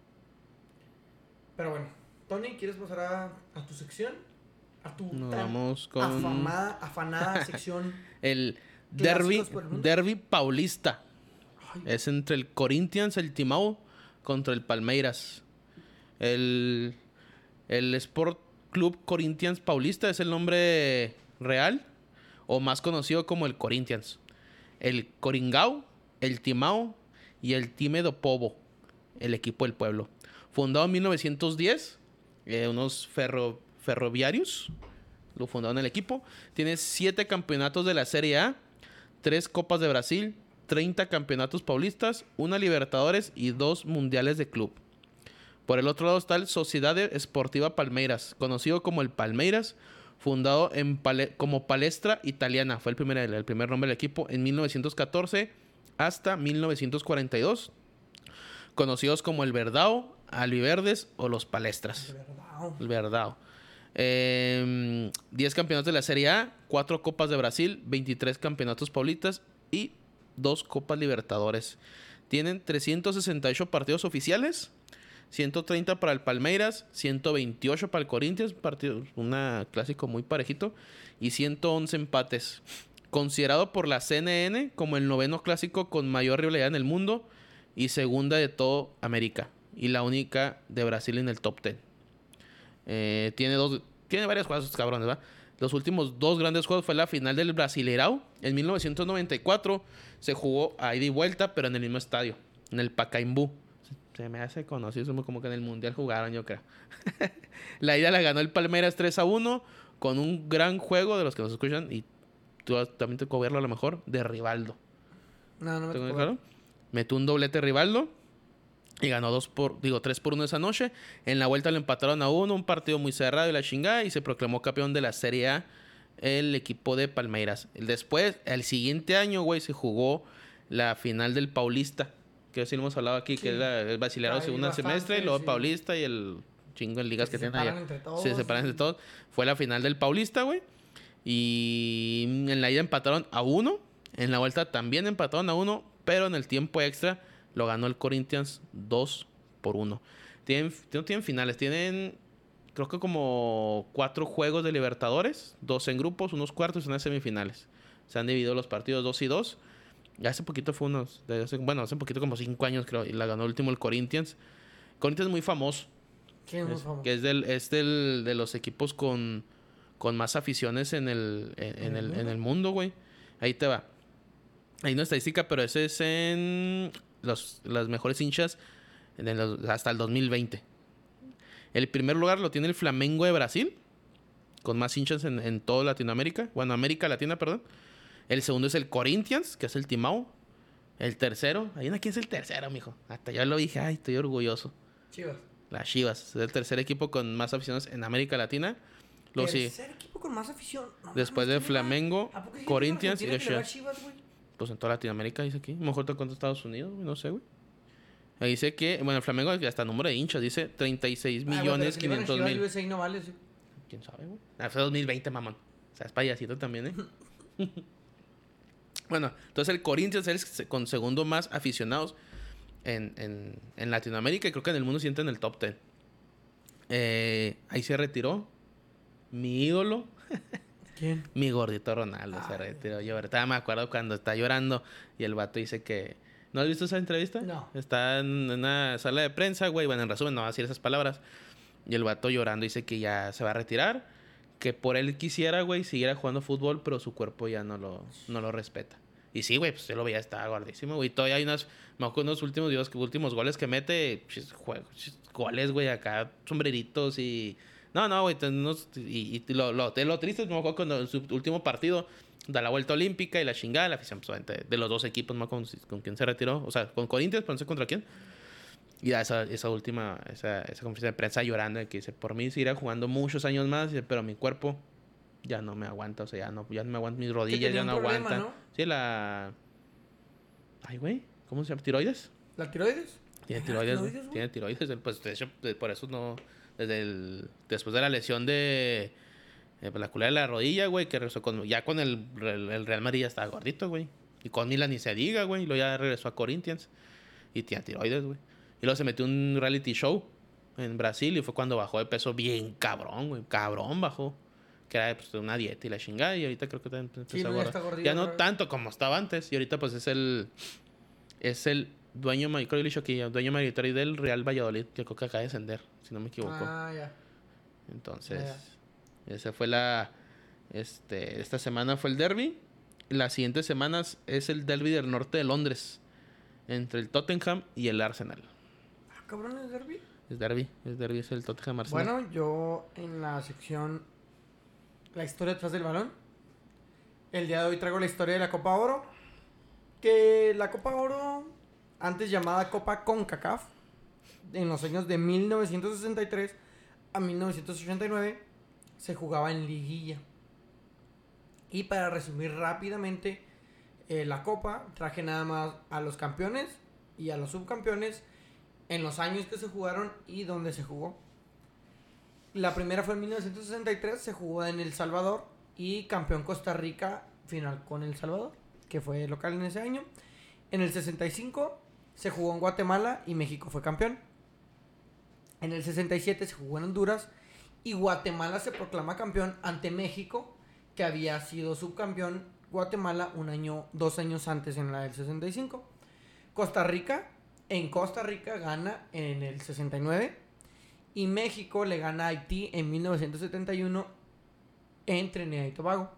A: Pero bueno, Tony, ¿quieres pasar a, a tu sección? A tu
B: Nos
A: tan
B: vamos con
A: afamada, afanada sección.
B: el
A: Clásicos
B: derby,
A: por el mundo.
B: derby paulista.
A: Ay,
B: Es entre el Corinthians, el Timao, contra el Palmeiras. El, el Sport Club Corinthians Paulista, es el nombre real, o más conocido como el Corinthians. El Coringao, el Timao y el Time do Povo, el equipo del pueblo. Fundado en mil novecientos diez, eh, unos ferro, ferroviarios lo fundaron el equipo. Tiene siete campeonatos de la Serie A, tres Copas de Brasil, treinta campeonatos paulistas, una Libertadores y dos Mundiales de Club. Por el otro lado está el Sociedade Esportiva Palmeiras, conocido como el Palmeiras, fundado en Pale- como Palestra Italiana. Fue el primer, el primer nombre del equipo en mil novecientos catorce hasta mil novecientos cuarenta y dos. Conocidos como el Verdao, Albiverdes o los Palestras.
A: El Verdao.
B: El Verdao. Eh, diez campeonatos de la Serie A, cuatro Copas de Brasil, veintitrés campeonatos paulistas y dos Copas Libertadores. Tienen trescientos sesenta y ocho partidos oficiales, ciento treinta para el Palmeiras, ciento veintiocho para el Corinthians, partido, una clásico muy parejito, y ciento once empates. Considerado por la C N N como el noveno clásico con mayor rivalidad en el mundo y segunda de todo América, y la única de Brasil en el top diez. Eh, tiene dos, tiene varios juegos estos cabrones, ¿verdad? Los últimos dos grandes juegos fue la final del Brasileirão. En mil novecientos noventa y cuatro se jugó a ida y vuelta, pero en el mismo estadio, en el Pacaembu. Se me hace conocido, como que en el Mundial jugaron, yo creo. La ida la ganó el Palmeiras tres a uno, con un gran juego de los que nos escuchan, y tú también te tocó verlo a lo mejor, de Rivaldo.
A: No, no me
B: ¿Te
A: tocó.
B: claro? Metió un doblete Rivaldo y ganó dos por, digo, tres por uno esa noche. En la vuelta lo empataron a uno, un partido muy cerrado y la chingada, y se proclamó campeón de la Serie A el equipo de Palmeiras. Después, el siguiente año, güey, se jugó la final del Paulista, que sí lo hemos hablado aquí,
A: Sí.
B: que es la, el Brasileirão
A: Hay
B: segundo
A: bastante,
B: semestre, y luego
A: sí.
B: Paulista y el chingo de ligas
A: Que
B: que,
A: se
B: tienen
A: separan
B: allá.
A: entre todos,
B: Se separan
A: sí.
B: entre todos. Fue la final del Paulista, güey. Y en la ida empataron a uno. En la vuelta también empataron a uno. Pero en el tiempo extra lo ganó el Corinthians dos por uno. Tienen, no tienen finales. Tienen, creo que como cuatro juegos de Libertadores. Dos en grupos, unos cuartos y unas semifinales. Se han dividido los partidos dos y dos. Ya hace poquito fue unos... de hace- bueno, hace poquito como cinco años creo. Y la ganó el último el Corinthians. Corinthians es muy famoso.
A: ¿Quién es muy
B: Es,
A: famoso?
B: que es del, es del, de los equipos con, con más aficiones en el, en, en el, en el mundo, güey. Ahí te va. Hay una estadística, pero ese es en los, las mejores hinchas en el- hasta el dos mil veinte. El primer lugar lo tiene el Flamengo de Brasil, con más hinchas en, en toda Latinoamérica. Bueno, América Latina, perdón. El segundo es el Corinthians, que es el Timao. El tercero, ¿ahí quién es el tercero, mijo? Hasta yo lo dije, ay, estoy orgulloso.
A: Chivas.
B: Las Chivas, es el tercer equipo con más aficiones en América Latina. Luego sí,
A: Tercer equipo con más afición. No
B: después
A: mames,
B: de
A: ¿quién le va?
B: Flamengo,
A: ¿A poco hay gente
B: Corinthians y
A: en
B: los
A: Argentina que le va a
B: Chivas.
A: Chivas, güey?
B: Pues en toda Latinoamérica dice aquí. A lo mejor te cuenta Estados Unidos, güey, no sé, güey. Ahí dice que, bueno, el Flamengo hasta número de hinchas dice treinta y seis
A: Ah, güey, pero
B: millones
A: si le van a
B: quinientos
A: Chivas,
B: mil.
A: U S A no vale, sí.
B: ¿Quién sabe, güey? Ah, fue dos mil veinte, mamón. O sea, es payasito también, ¿eh? Bueno, entonces el Corinthians es el con segundo más aficionados en, en, en Latinoamérica, y creo que en el mundo sienta en el top diez. Eh, ahí se retiró mi ídolo,
A: ¿Quién?
B: mi gordito Ronaldo. Se
A: Ay.
B: retiró. Yo ahorita me acuerdo cuando está llorando y el vato dice que... ¿No has visto esa entrevista?
A: No.
B: Está en una sala de prensa, güey. Bueno, en resumen, no va a decir esas palabras. Y el vato llorando dice que ya se va a retirar. Que por él quisiera, güey, siguiera jugando fútbol, pero su cuerpo ya no lo, no lo respeta. Y sí, güey, pues yo lo veía, estaba gordísimo, güey. Todavía hay unas... Me acuerdo unos últimos videos, últimos goles que mete. Chis, juegos, chis, goles, güey, acá, sombreritos y... No, no, güey. unos- Y, y lo, lo, lo triste es, me acuerdo cuando en su último partido da la vuelta olímpica y la chingada, la afición, pues, obviamente, de los dos equipos, no me acuerdo con, con quién se retiró. O sea, con Corinthians, pero no sé contra quién. Y da esa, esa última, esa, esa conferencia de prensa llorando, de que dice, por mí seguirá jugando muchos años más, dice, pero mi cuerpo ya no me aguanta, o sea, ya no, ya no me aguanta, mis rodillas
A: tenía
B: ya no
A: un problema,
B: aguantan.
A: ¿no?
B: Sí, la... Ay, güey, ¿cómo se llama? ¿Tiroides?
A: ¿La tiroides?
B: Tiene
A: ¿Ah,
B: tiroides,
A: tiroides,
B: güey.
A: güey?
B: Tiene tiroides, pues de hecho, de- por eso no... Desde el... Después de la lesión de... eh, pues, la culera de la rodilla, güey, que regresó con... Ya con el, el, el Real Madrid ya estaba gordito, güey. Y con Milan ni se diga, güey. Y luego ya regresó a Corinthians. Y tiene tiroides, güey. Y luego se metió un reality show en Brasil y fue cuando bajó de peso bien cabrón, güey. Cabrón bajó. Que era pues una dieta y la chingada. Y ahorita creo que también empezó
A: Sí, no,
B: a
A: ya
B: gorda.
A: está gordito
B: Ya no
A: otra vez.
B: tanto como estaba antes. Y ahorita pues es el... Es el dueño, creo que le he dicho aquí, dueño mayoritario del Real Valladolid, que creo que acaba de descender, si no me equivoco.
A: Ah, ya.
B: Entonces,
A: Yeah.
B: esa fue la... Este, esta semana fue el derby. Las siguientes semanas es el derby del norte de Londres. Entre el Tottenham y el Arsenal.
A: Ah, cabrón, ¿es derby?
B: Es derby, es derby, es el Tottenham Arsenal.
A: Bueno, yo en la sección La historia detrás del balón, el día de hoy traigo la historia de la Copa Oro. Que la Copa Oro, antes llamada Copa CONCACAF, en los años de mil novecientos sesenta y tres a mil novecientos ochenta y nueve, se jugaba en liguilla. Y para resumir rápidamente eh, la Copa, traje nada más a los campeones y a los subcampeones en los años que se jugaron y dónde se jugó. La primera fue en mil novecientos sesenta y tres, se jugó en El Salvador y campeón Costa Rica, final con El Salvador, que fue local en ese año. En el sesenta y cinco se jugó en Guatemala y México fue campeón. En el sesenta y siete se jugó en Honduras y Guatemala se proclama campeón ante México, que había sido subcampeón Guatemala un año, dos años antes en la del sesenta y cinco. Costa Rica, en Costa Rica gana en el sesenta y nueve y México le gana a Haití en mil novecientos setenta y uno en Trinidad y Tobago.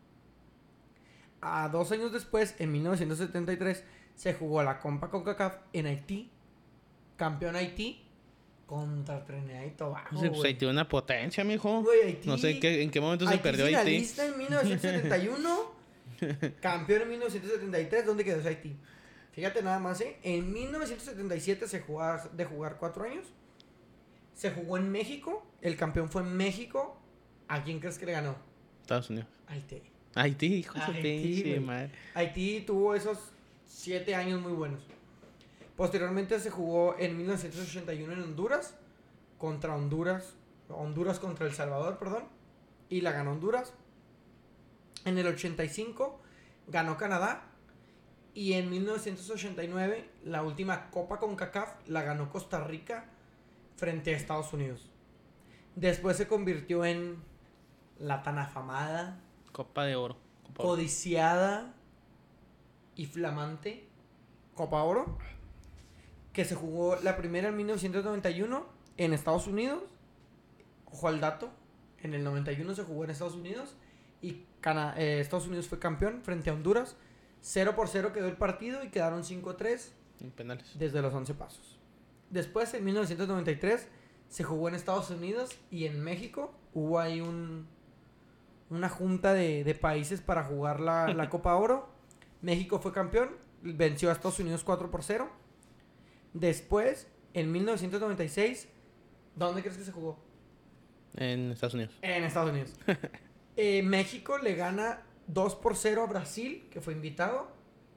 A: A dos años después, en mil novecientos setenta y tres, se jugó la Copa CONCACAF en Haití. Campeón Haití contra Trinidad y Tobago.
B: Sí, pues Haití una potencia, mijo.
A: Güey, Haití,
B: no sé en qué, en qué momento se
A: Haití
B: perdió Haití.
A: finalista en mil novecientos setenta y uno, campeón en mil novecientos setenta y tres. ¿Dónde quedó ese Haití? Fíjate nada más, ¿eh? En mil novecientos setenta y siete se jugó de jugar cuatro años. Se jugó en México. El campeón fue en México. ¿A quién crees que le ganó?
B: Estados Unidos.
A: Haití.
B: Haití, hijo de su
A: Haití,
B: pinche
A: güey.
B: madre.
A: Haití tuvo esos siete años muy buenos. Posteriormente se jugó en mil novecientos ochenta y uno en Honduras. Contra Honduras. Honduras contra El Salvador, perdón. Y la ganó Honduras. En el ochenta y cinco ganó Canadá. Y en mil novecientos ochenta y nueve, la última Copa CONCACAF la ganó Costa Rica frente a Estados Unidos. Después se convirtió en la tan afamada,
B: Copa de oro. Copa oro.
A: codiciada y flamante Copa Oro, que se jugó la primera en mil novecientos noventa y uno en Estados Unidos. Ojo al dato, en el noventa y uno se jugó en Estados Unidos y Cana- eh, Estados Unidos fue campeón frente a Honduras. cero por cero quedó el partido y quedaron cinco tres
B: En penales.
A: desde los once pasos. Después, en mil novecientos noventa y tres, se jugó en Estados Unidos y en México. Hubo ahí un, una junta de, de países para jugar la, la Copa Oro. México fue campeón, venció a Estados Unidos cuatro por cero. Después, en mil novecientos noventa y seis, ¿dónde crees que se jugó?
B: En Estados Unidos.
A: En Estados Unidos. eh, México le gana dos por cero a Brasil, que fue invitado.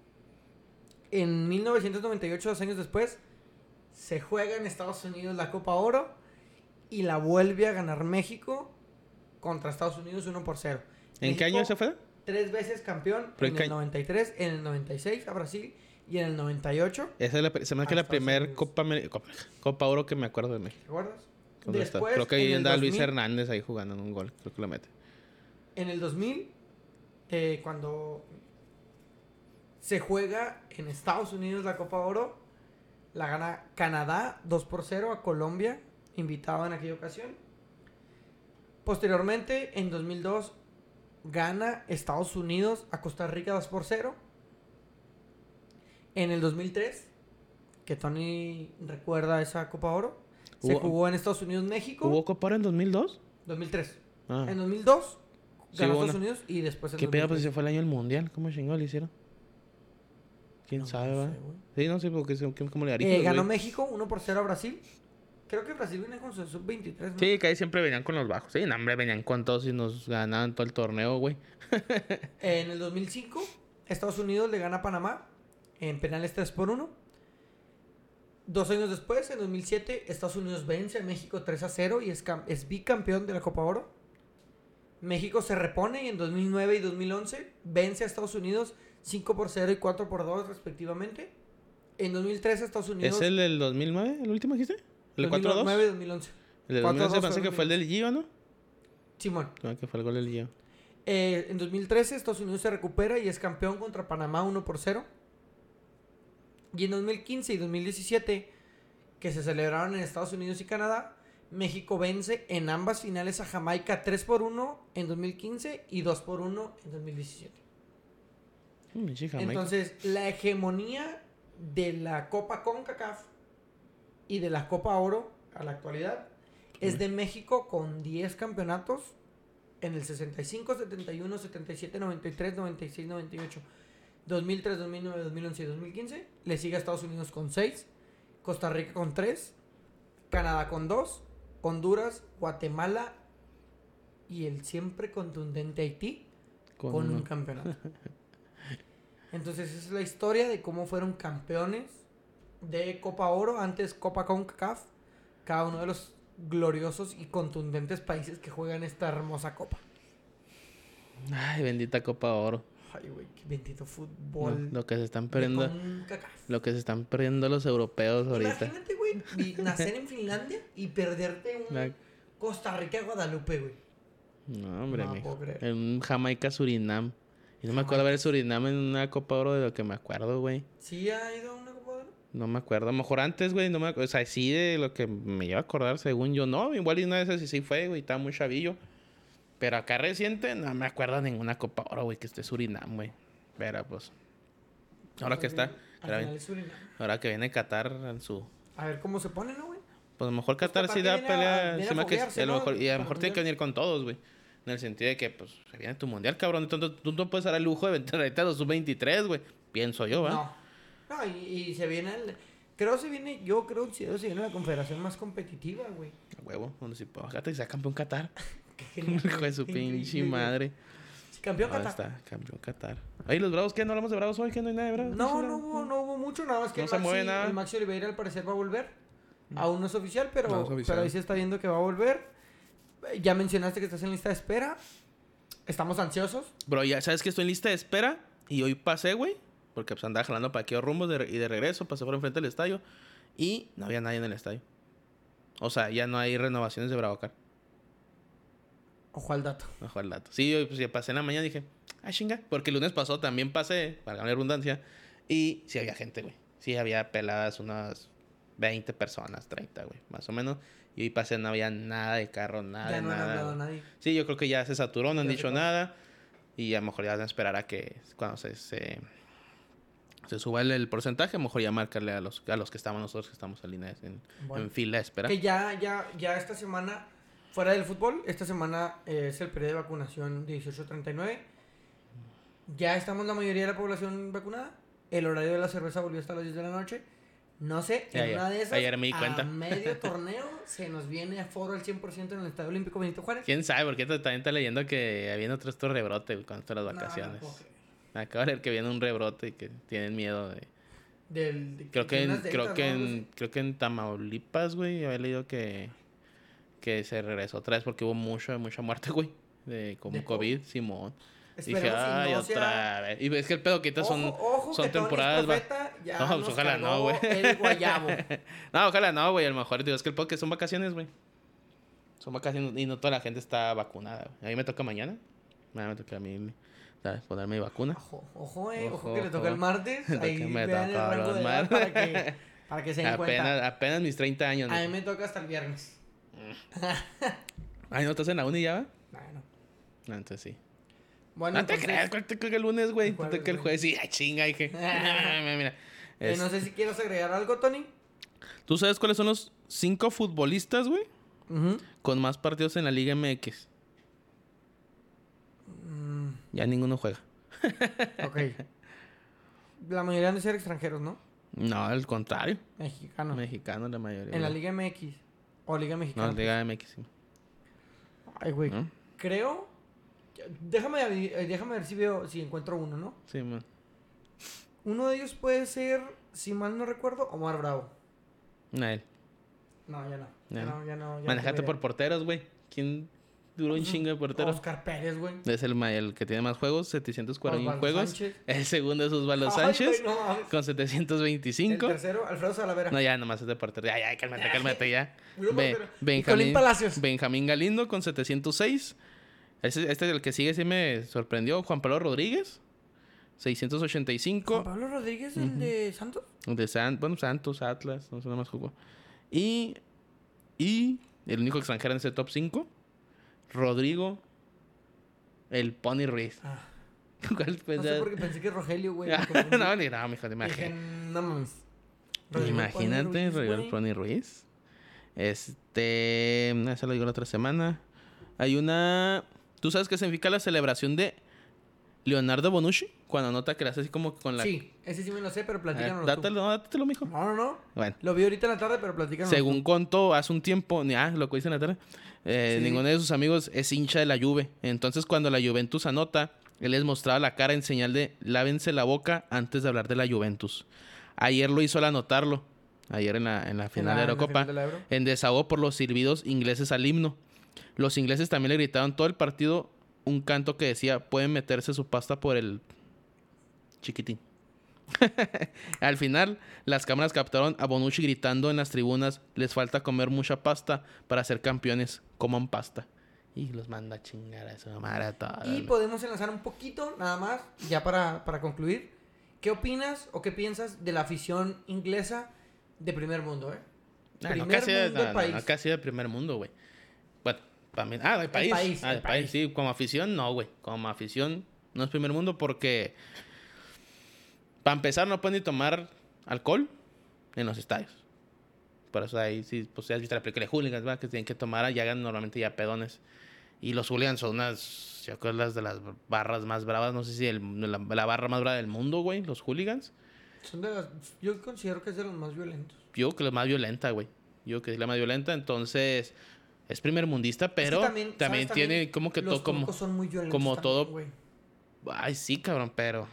A: En mil novecientos noventa y ocho, dos años después, se juega en Estados Unidos la Copa Oro y la vuelve a ganar México contra Estados Unidos uno por cero.
B: ¿En
A: México,
B: qué año se fue?
A: Tres veces campeón,
B: Pero
A: en
B: en qué
A: el
B: año-
A: noventa y tres, en el noventa y seis a Brasil y en el noventa y ocho.
B: Esa es la, se me hace que
A: a
B: la
A: Estados
B: primera
A: Unidos.
B: Copa, Ameri- Copa, Copa Oro que me acuerdo de México.
A: ¿Te acuerdas?
B: ¿Dónde está?
A: Después,
B: Creo que ahí
A: en el
B: anda Luis
A: dos mil,
B: Hernández ahí jugando en un gol. Creo que lo mete.
A: En el dos mil, eh, cuando se juega en Estados Unidos la Copa Oro, la gana Canadá dos por cero a Colombia, invitado en aquella ocasión. Posteriormente, en dos mil dos, gana Estados Unidos a Costa Rica dos por cero. En el dos mil tres, que Tony recuerda esa Copa Oro, se
B: Hubo-
A: jugó en Estados Unidos, México.
B: ¿Hubo Copa Oro en dos mil dos?
A: dos mil tres.
B: Ah.
A: En dos mil dos
B: Sí,
A: ganó
B: hubo
A: Estados
B: una.
A: Unidos y después en
B: ¿Qué pedo? Pues
A: dos mil tres.
B: ese fue el año del mundial. ¿Cómo chingó le hicieron? ¿Quién
A: No,
B: sabe,
A: no
B: va?
A: sé, güey.
B: Sí, no sé, porque se- ¿cómo le haría?
A: Eh, ganó México uno por cero a Brasil. Creo que Brasil viene con su sub veintitrés, ¿no?
B: Sí, que ahí siempre venían con los bajos. Sí, no, hombre, venían con todos y nos ganaban todo el torneo, güey.
A: En el dos mil cinco, Estados Unidos le gana a Panamá en penales tres por uno. Dos años después, en dos mil siete, Estados Unidos vence a México tres a cero y es, cam- es bicampeón de la Copa Oro. México se repone y en dos mil nueve y dos mil once vence a Estados Unidos cinco por cero y cuatro por dos respectivamente. En dos mil trece, Estados Unidos...
B: ¿Es el del dos mil nueve, el último dijiste? ¿El cuatro a dos?
A: dos mil nueve y dos mil once.
B: El del
A: cuatro a
B: dos mil once
A: dos
B: parece
A: fue
B: que fue el del Gio, ¿no?
A: Simón.
B: Creo que fue el gol del Gio.
A: Eh, en dos mil trece, Estados Unidos se recupera y es campeón contra Panamá uno por cero. Y en dos mil quince y dos mil diecisiete, que se celebraron en Estados Unidos y Canadá, México vence en ambas finales a Jamaica tres por uno en dos mil quince y dos por uno en dos mil diecisiete.
B: Pinche Jamaica.
A: Entonces, la hegemonía de la Copa CONCACAF y de la Copa Oro a la actualidad es de México con diez campeonatos en el sesenta y cinco, setenta y uno, setenta y siete, noventa y tres, noventa y seis, noventa y ocho, dos mil tres, dos mil nueve, dos mil once y dos mil quince. Le sigue a Estados Unidos con seis, Costa Rica con tres, Canadá con dos, Honduras, Guatemala y el siempre contundente Haití con, con un campeonato. Entonces esa es la historia de cómo fueron campeones de Copa Oro, antes Copa CONCACAF, cada uno de los gloriosos y contundentes países que juegan esta hermosa copa.
B: Ay, bendita Copa Oro.
A: Ay, güey, qué bendito fútbol.
B: No, lo que se están perdiendo.
A: CONCACAF.
B: Lo que se están perdiendo los europeos ahorita.
A: Imagínate, güey, nacer en Finlandia y perderte un
B: La...
A: Costa Rica Guadalupe, güey.
B: No, hombre,
A: No
B: mijo.
A: puedo creer.
B: En un Jamaica Surinam. Y no me
A: Jamaica.
B: acuerdo ver Surinam en una Copa Oro de lo que me acuerdo, güey.
A: ¿Sí ha ido a una Copa Oro?
B: No me acuerdo. A lo mejor antes, güey, no me acuerdo. O sea, sí de lo que me lleva a acordar, según yo, no. Igual y una de esas sí, sí fue, güey. Estaba muy chavillo. Pero acá reciente no me acuerdo de ninguna Copa Oro, güey, que esté Surinam, güey. Pero pues. Ahora que está.
A: Al
B: Ahora,
A: final es Surinam.
B: ahora que viene Qatar en su.
A: A ver cómo se pone, ¿no, güey?
B: Pues a lo mejor
A: Pues
B: Qatar
A: Qatar
B: sí da
A: viene a-
B: pelea.
A: viene a
B: encima que,
A: foguearse,
B: y a lo
A: ¿no?
B: mejor, y a lo
A: Para
B: mejor
A: el
B: tiene que
A: mundial.
B: venir con todos, güey. En el sentido de que, pues, se viene tu mundial, cabrón. Entonces tú no puedes dar el lujo de vender ahorita a los sub veintitrés, güey. Pienso yo, ¿verdad?
A: No. No, y, y se viene el... Creo se viene... Yo creo que se viene la confederación más competitiva, güey.
B: A huevo, donde si puedo. Fíjate, sea campeón Qatar.
A: Qué genial,
B: Hijo de su
A: qué
B: pinche
A: increíble,
B: madre.
A: güey. Campeón
B: Ahora
A: Qatar.
B: está, campeón Qatar. Ay, los Bravos, ¿qué? ¿No hablamos de Bravos hoy? ¿Que no hay nada de Bravos?
A: No, no hubo, no hubo mucho, nada más que
B: No
A: el,
B: se
A: Maxi,
B: mueve nada.
A: el Maxi Oliveira al parecer va a volver. Aún no es oficial, pero,
B: No es oficial.
A: pero ahí se está viendo que va a volver. Eh, Ya mencionaste que estás en lista de espera. Estamos ansiosos.
B: Bro, ya sabes que estoy en lista de espera. Y hoy pasé, güey. Porque pues andaba jalando para aquí rumbos de, y de regreso. Pasé por enfrente del estadio. Y no había nadie en el estadio. O sea, ya no hay renovaciones de Bravocar.
A: Ojo al dato.
B: Ojo al dato. Sí, yo pues ya pasé en la mañana y dije, ah, chinga. Porque el lunes pasó también pasé, para ganar redundancia. Y sí había gente, güey. Sí había peladas unas veinte personas, treinta, güey. Más o menos. Y hoy pasé, no había nada de carro, nada
A: ya
B: de
A: no han
B: nada.
A: hablado a
B: güey.
A: nadie.
B: Sí, yo creo que ya se saturó, no han
A: Ya se
B: dicho
A: pasó.
B: nada. Y a lo mejor ya van a esperar a que cuando se, se, se suba el, el porcentaje, a lo mejor ya marcarle a los, a los que estamos nosotros, que estamos en línea, en,
A: Bueno.
B: en fila de espera.
A: Que ya, ya, ya esta semana, fuera del fútbol, esta semana eh, es el periodo de vacunación dieciocho a treinta y nueve. Ya estamos la mayoría de la población vacunada. El horario de la cerveza volvió hasta las diez de la noche. No sé, en
B: Ayer-
A: una de esas,
B: ayer me di cuenta.
A: a medio torneo, se nos viene a foro al cien por ciento en el Estadio Olímpico Benito Juárez.
B: ¿Quién sabe? Porque también está leyendo que había otro estos rebrote güey, con esto de las
A: No,
B: vacaciones.
A: no puedo creer.
B: Acabo de leer que viene un rebrote y que tienen miedo de...
A: Del, de-
B: Creo que
A: de
B: en,
A: unas
B: creo
A: deltas,
B: que
A: ¿no? Algo
B: en,
A: así.
B: creo que en Tamaulipas, güey, había leído que, que se regresó otra vez porque hubo mucha, mucha muerte, güey. De como
A: ¿De
B: COVID, Simón. Dije,
A: Esperemos y
B: ay,
A: no
B: otra
A: sea-
B: vez. Y es que el pedo que ahorita son,
A: Ojo, ojo,
B: son
A: que Tony es
B: temporadas, va.
A: profeta, ya
B: No, pues
A: nos
B: ojalá no,
A: cargó
B: güey.
A: el guayabo.
B: No, ojalá no, güey. A lo mejor, digo, es que el pedo que son vacaciones, güey. Son vacaciones y no toda la gente está vacunada, güey. A mí me toca mañana. Mañana me toca a mí, ¿sabes? Ponerme mi vacuna.
A: Ojo, ojo, eh, ojo,
B: Ojo,
A: que le toca
B: ojo.
A: el martes.
B: Me toca-
A: Ahí
B: me
A: vean el
B: toca
A: rango
B: los
A: de edad
B: martes.
A: para que, para que se den
B: Apenas,
A: cuenta.
B: apenas mis treinta años.
A: A
B: güey.
A: mí me toca hasta el viernes.
B: Ay, ¿no estás en la uni ya, va?
A: Bueno,
B: No, entonces sí.
A: bueno
B: No te
A: entonces,
B: creas, ¿cuál te toca el lunes, güey?
A: El
B: Te
A: jueves,
B: toca el
A: güey.
B: jueves. Sí, ay, chinga, dije. mira, mira.
A: eh,
B: Es-
A: no sé si quieres agregar algo, Tony.
B: ¿Tú sabes cuáles son los cinco futbolistas, güey?
A: Ujú.
B: Con más partidos en la Liga M X.
A: Mm,
B: Ya ninguno juega.
A: ok. La mayoría han de ser extranjeros, ¿no?
B: No, al contrario.
A: Mexicanos.
B: Mexicano la mayoría.
A: En la
B: güey.
A: Liga M X. O Liga
B: No,
A: Mexicana.
B: la Liga M X, sí.
A: Ay, güey.
B: ¿No?
A: Creo. Déjame, eh, déjame ver si veo, si encuentro uno, ¿no?
B: Sí, man.
A: Uno de ellos puede ser, si mal no recuerdo, Omar Bravo.
B: No, él.
A: No, ya no.
B: Ya.
A: Ya no, ya no. Ya
B: Manejate
A: no
B: por porteros, güey. ¿Quién duró un chingo de porteros?
A: Oscar Pérez, güey.
B: Es el, ma- el que tiene más juegos, setecientos cuarenta y uno
A: Osvaldo
B: juegos.
A: Sánchez.
B: El segundo es Osvaldo
A: Ay,
B: Sánchez,
A: güey, no mames.
B: con setecientos veinticinco.
A: El tercero, Alfredo Salavera.
B: No, ya, nomás es de portero. Ya, ya, cálmate, cálmate, ya.
A: Puro
B: Be-
A: portero. Y
B: Benjamín,
A: Colín Palacios.
B: Benjamín Galindo con setecientos seis. Ese- Este es el que sigue, sí me sorprendió. Juan Pablo Rodríguez, seiscientos ochenta y
A: Juan
B: cinco.
A: Pablo Rodríguez, el de Santos.
B: De San, bueno, Santos, Atlas, no sé, nada más jugó. Y, y el único extranjero en ese top cinco, Rodrigo, el Pony Ruiz.
A: Ah.
B: ¿Cuál fue
A: No sé
B: esa?
A: por qué pensé que Rogelio, güey.
B: No, ni nada, mijo,
A: Dije,
B: imagínate.
A: no mames. Rodrigo
B: Imagínate,
A: Pony Ruiz,
B: Rodrigo el
A: güey.
B: Pony Ruiz. Este, eso lo digo la otra semana. Hay una... ¿Tú sabes qué significa la celebración de Leonardo Bonucci? Cuando nota que le hace así como con la...
A: Sí, ese sí me lo sé, pero
B: A ver,
A: platícanos.
B: dátelo, no, dátelo, mijo.
A: No, no, no.
B: Bueno.
A: Lo vi ahorita en la tarde, pero platícanos.
B: Según contó hace un tiempo, ah, lo que dice en la tarde, eh,
A: Sí.
B: ninguno de sus amigos es hincha de la Juve. Entonces, cuando la Juventus anota, él les mostraba la cara en señal de lávense la boca antes de hablar de la Juventus. Ayer lo hizo al anotarlo. Ayer en la, en la final
A: la-
B: de la
A: en la
B: Eurocopa.
A: final de la Euro.
B: En desahogo por los silbidos ingleses al himno. Los ingleses también le gritaron todo el partido un canto que decía, pueden meterse su pasta por el chiquitín. Al final, las cámaras captaron a Bonucci gritando en las tribunas, les falta comer mucha pasta para ser campeones, coman pasta. Y los manda a chingar a su madre a todos.
A: Y podemos enlazar un poquito, nada más, ya para, para concluir. ¿Qué opinas o qué piensas de la afición inglesa de primer mundo, eh?
B: Ah, no,
A: primer
B: casi, de,
A: mundo
B: no, no,
A: país.
B: no, casi de primer mundo, güey. Bueno, para mí... Ah, del país.
A: país,
B: Ah,
A: el
B: del país,
A: país.
B: sí. Como afición, no, güey. Como afición, no es primer mundo porque... Para empezar, no pueden ni tomar alcohol en los estadios. Por eso ahí sí, pues ya has visto la película de hooligans, ¿verdad? Que tienen que tomar, y hagan normalmente ya pedones. Y los hooligans son unas, yo creo, las de las barras más bravas. No sé si el, la, la barra más brava del mundo, güey, los hooligans.
A: Son de las, yo considero que es de los más violentos.
B: Yo creo que es la más violenta, güey. Yo creo que es la más violenta, entonces... Es primer mundista, pero
A: Es que
B: también,
A: también, ¿sabes?
B: tiene
A: También
B: como que
A: los
B: todo como...
A: turcos son muy violentos
B: como
A: también,
B: todo-
A: güey.
B: Ay, sí, cabrón, pero...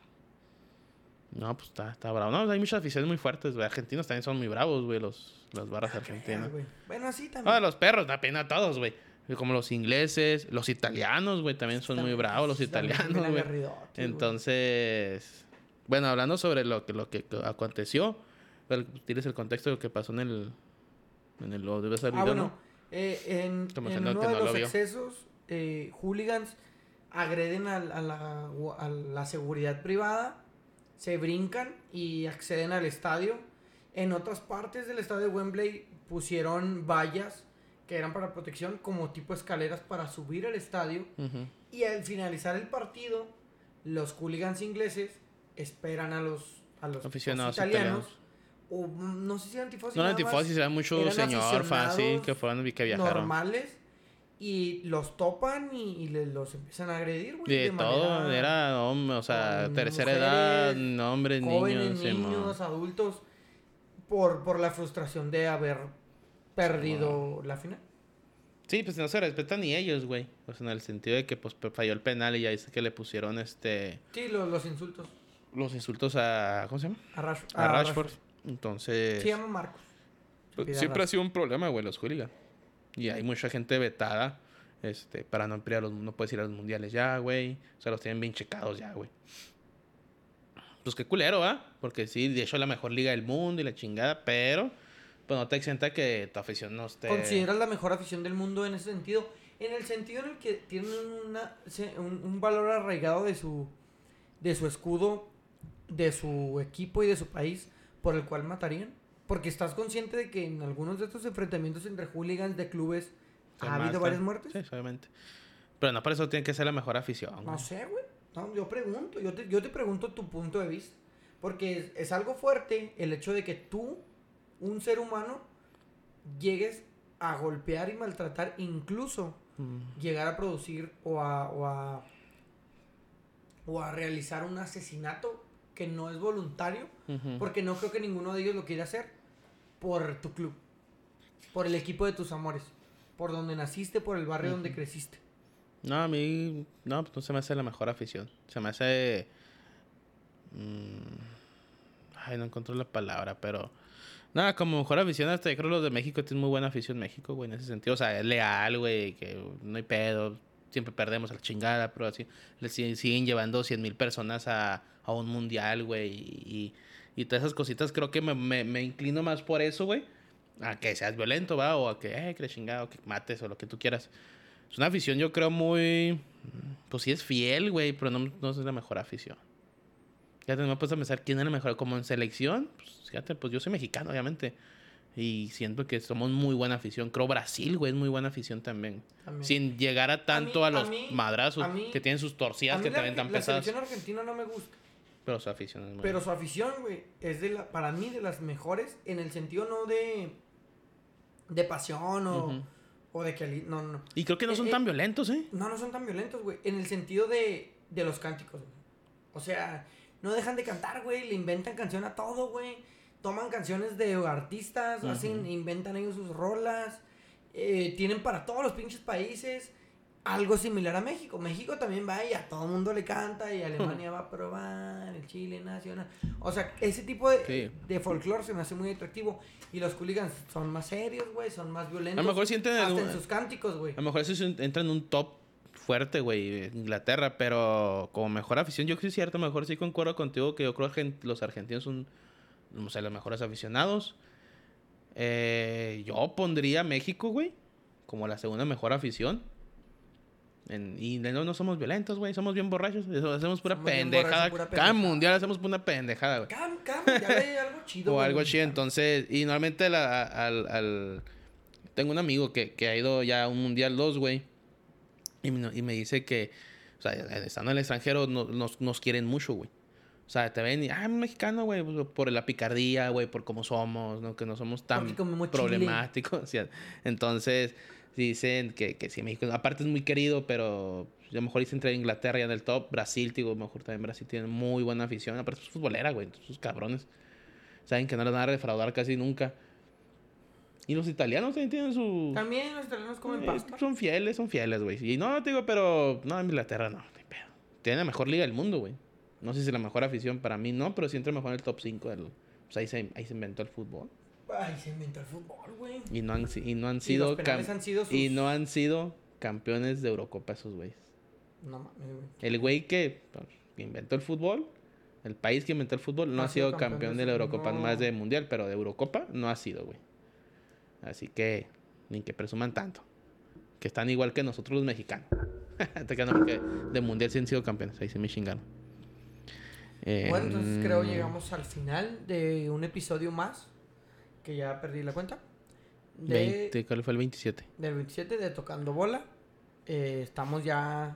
B: No, pues está, está bravo. No, hay muchas aficiones muy fuertes, güey. Argentinos también son muy bravos, güey, los, las barras
A: Ah,
B: argentinas.
A: güey. Bueno, así también.
B: Ah, los perros, también a todos, güey. Como los ingleses, los italianos, güey, también son muy
A: También-
B: bravos los
A: también son
B: italianos,
A: bien
B: güey.
A: aguerridotes, güey.
B: Entonces, bueno, hablando sobre lo que, lo que aconteció, el- tienes el contexto de lo que pasó en el... En el lo debes haber
A: Ah,
B: video,
A: bueno,
B: ¿no?
A: eh, en,
B: Estamos
A: en
B: hablando
A: uno
B: que
A: de
B: no lo
A: los
B: vio.
A: excesos, eh, hooligans agreden a, a la, a la seguridad privada, se brincan y acceden al estadio. En otras partes del estadio de Wembley pusieron vallas que eran para protección, como tipo escaleras para subir al estadio.
B: Ujú.
A: Y al finalizar el partido, los hooligans ingleses esperan a los, a los
B: Aficionados
A: italianos.
B: italianos.
A: O mm, no sé si eran tifosi.
B: No,
A: nada
B: en tifosi
A: más
B: se ve mucho
A: eran
B: señor, fácil,
A: aficionados
B: que fueron que viajaron.
A: normales. Y los topan y, y le- los empiezan a agredir, güey.
B: De, todo,
A: manera-
B: era, hombre, o sea,
A: con
B: tercera
A: mujeres,
B: edad, hombres,
A: jóvenes,
B: niños,
A: niños,
B: Simón.
A: adultos. Por, por la frustración de haber perdido la final.
B: Sí, pues no se respetan ni ellos, güey. O sea, en el sentido de que pues falló el penal y ya dice que le pusieron este
A: Sí, lo- los insultos.
B: los insultos a ¿cómo se llama?
A: A, Rash-
B: A,
A: a
B: Rashford. Entonces,
A: Se llama Marcos.
B: pues,
A: Pide a
B: siempre ha
A: Rashford.
B: sido un problema, güey, los hooligans. Y hay mucha gente vetada este para no ir a los no puedes ir a los mundiales ya, güey. O sea, los tienen bien checados ya, güey. Pues qué culero, ¿ah? Porque sí, de hecho la mejor liga del mundo y la chingada, pero pues no te exenta que tu afición no esté...
A: ¿Consideras la mejor afición del mundo en ese sentido? En el sentido en el que tienen una, se- un, un valor arraigado de su, de su escudo, de su equipo y de su país, por el cual matarían. Porque estás consciente de que en algunos de estos enfrentamientos entre hooligans de clubes
B: se
A: ha habido
B: matan.
A: varias muertes.
B: Sí, obviamente. Pero no por eso tiene que ser la mejor afición,
A: No
B: güey.
A: sé, güey. No, yo pregunto, yo te, yo te pregunto tu punto de vista. Porque es, es algo fuerte el hecho de que tú, un ser humano, llegues a golpear y maltratar, incluso
B: Mm.
A: llegar a producir o a, o a, o a realizar un asesinato que no es voluntario.
B: Ujú.
A: Porque no creo que ninguno de ellos lo quiera hacer por tu club, por el equipo de tus amores, por donde naciste, por el barrio donde creciste.
B: No, a mí no, pues no se me hace la mejor afición. Se me hace... mm, ay, no encontré la palabra, pero... Nada, como mejor afición, hasta yo creo que los de México tienen muy buena afición México, güey, en ese sentido. O sea, es leal, güey, que no hay pedo. Siempre perdemos a la chingada, pero así le siguen, siguen llevando cien mil personas a, a un mundial, güey. Y, y todas esas cositas creo que me, me, me inclino más por eso, güey. A que seas violento, va, o a que, eh, que la chingada, o que mates, o lo que tú quieras. Es una afición, yo creo, muy... Pues sí es fiel, güey, pero no, no es la mejor afición. Fíjate, no me he puesto a pensar quién es la mejor. Como en selección, pues fíjate, pues yo soy mexicano, obviamente. Y siento que somos muy buena afición. Creo Brasil, güey, es muy buena afición también. también. Sin llegar a tanto a, mí, a los a mí, madrazos a mí, que tienen sus torcidas que
A: la,
B: también tan
A: la
B: pesadas.
A: La selección argentina no me gusta.
B: Pero su afición es muy
A: Pero su afición, güey, es de la, para mí de las mejores en el sentido no de de pasión o, uh-huh. o de que no, no.
B: Y creo que no son eh, tan violentos, ¿eh?
A: No, no son tan violentos, güey. En el sentido de, de los cánticos, güey. O sea, no dejan de cantar, güey. Le inventan canción a todo, güey. Toman canciones de artistas, uh-huh. hacen, inventan ellos sus rolas. Eh, tienen para todos los pinches países. Algo similar a México. México también va y a todo el mundo le canta. Y Alemania va a probar. El Chile nacional. O sea, ese tipo de, sí. de folclore se me hace muy atractivo. Y los hooligans son más serios, güey. Son más violentos.
B: A lo mejor sí entran
A: hasta
B: en,
A: en sus cánticos, güey.
B: A lo mejor sí entran en un top fuerte, güey. Inglaterra. Pero como mejor afición, yo creo que es cierto. Mejor sí concuerdo contigo que yo creo que los argentinos son, o sea, los mejores aficionados. Eh, yo pondría a México, güey, como la segunda mejor afición. En, y no, no somos violentos, güey. Somos bien borrachos. Hacemos pura somos pendejada. Pura pendejada. Cada mundial hacemos una pendejada, güey.
A: Cada, cada mundial hay algo chido.
B: O güey, algo chido. Entonces, y normalmente la, al, al... tengo un amigo que, que ha ido ya a un mundial dos, güey. Y, y me dice que, o sea, estando en el extranjero, no, nos, nos quieren mucho, güey. O sea, te ven y, ah, mexicano, güey, por la picardía, güey, por cómo somos, ¿no? Que no somos tan problemáticos. O sea, entonces... dicen que, que sí, México, aparte es muy querido, pero a lo mejor dicen entre Inglaterra ya en el top, Brasil, digo, a lo mejor también Brasil tiene muy buena afición, aparte es futbolera, güey, sus cabrones saben que no les van a defraudar casi nunca. Y los italianos también tienen su...
A: También los italianos comen eh, pasta.
B: Son fieles, son fieles, güey. Y no, te digo, pero... No, en Inglaterra no, ni pedo. Tiene la mejor liga del mundo, güey. No sé si la mejor afición para mí, no, pero sí entra mejor en el top cinco. Del... Pues ahí se, ahí se inventó el fútbol.
A: Ay, se inventó el fútbol, güey.
B: Y no han, y no han sido...
A: Y, cam- han sido sus...
B: y no han sido campeones de Eurocopa esos güeyes.
A: No mames, güey.
B: El güey que, pues, que inventó el fútbol, el país que inventó el fútbol, no, no ha sido campeón, campeón de la Eurocopa, no. Más de Mundial, pero de Eurocopa no ha sido, güey. Así que, ni que presuman tanto. Que están igual que nosotros los mexicanos. Te quedan porque de Mundial sí han sido campeones. Ahí se me chingaron.
A: Eh, bueno, entonces creo llegamos al final de un episodio más. Que ya perdí la cuenta.
B: De, veinte, ¿cuál fue el veintisiete?
A: Del veintisiete de Tocando Bola. Eh, estamos ya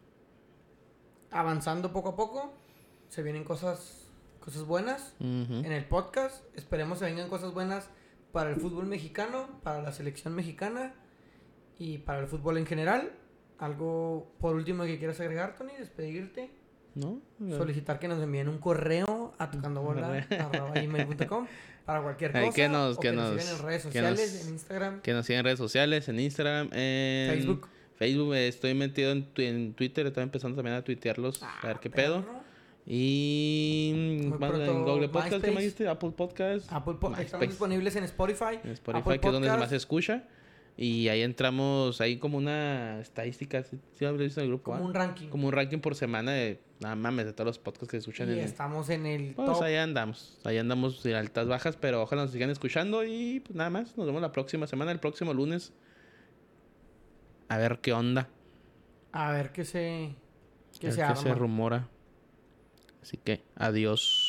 A: avanzando poco a poco. Se vienen cosas cosas buenas uh-huh. en el podcast. Esperemos que vengan cosas buenas para el fútbol mexicano, para la selección mexicana y para el fútbol en general. Algo por último que quieras agregar, Tony, despedirte.
B: No, no.
A: Solicitar que nos envíen un correo a tocandobola arroba gmail punto com para cualquier cosa.
B: Ay, que nos,
A: o
B: que
A: que
B: nos,
A: nos sigan en redes sociales,
B: nos,
A: en Instagram.
B: Que nos sigan en redes sociales, en Instagram, en
A: Facebook.
B: Facebook, estoy metido en, tu, en Twitter, estoy empezando también a tuitearlos, ah, a ver qué perro. pedo. Y más en Google Podcast, ¿qué me dijiste? Apple Podcast.
A: Apple po- estamos disponibles en Spotify.
B: En Spotify, Apple que es donde más se escucha. Y ahí entramos, ahí como una estadística, ¿sí, sí habéis visto en el grupo?
A: Como
B: ¿eh?
A: un ranking.
B: Como un ranking por semana de, nada mames, de todos los podcasts que se escuchan.
A: Y
B: en
A: estamos en el
B: pues top. Ahí andamos, ahí andamos en altas bajas, pero ojalá nos sigan escuchando y pues nada más, nos vemos la próxima semana, el próximo lunes. A ver qué onda.
A: A ver qué se, qué
B: a
A: se
B: ver
A: arma.
B: qué se rumora. Así que, adiós.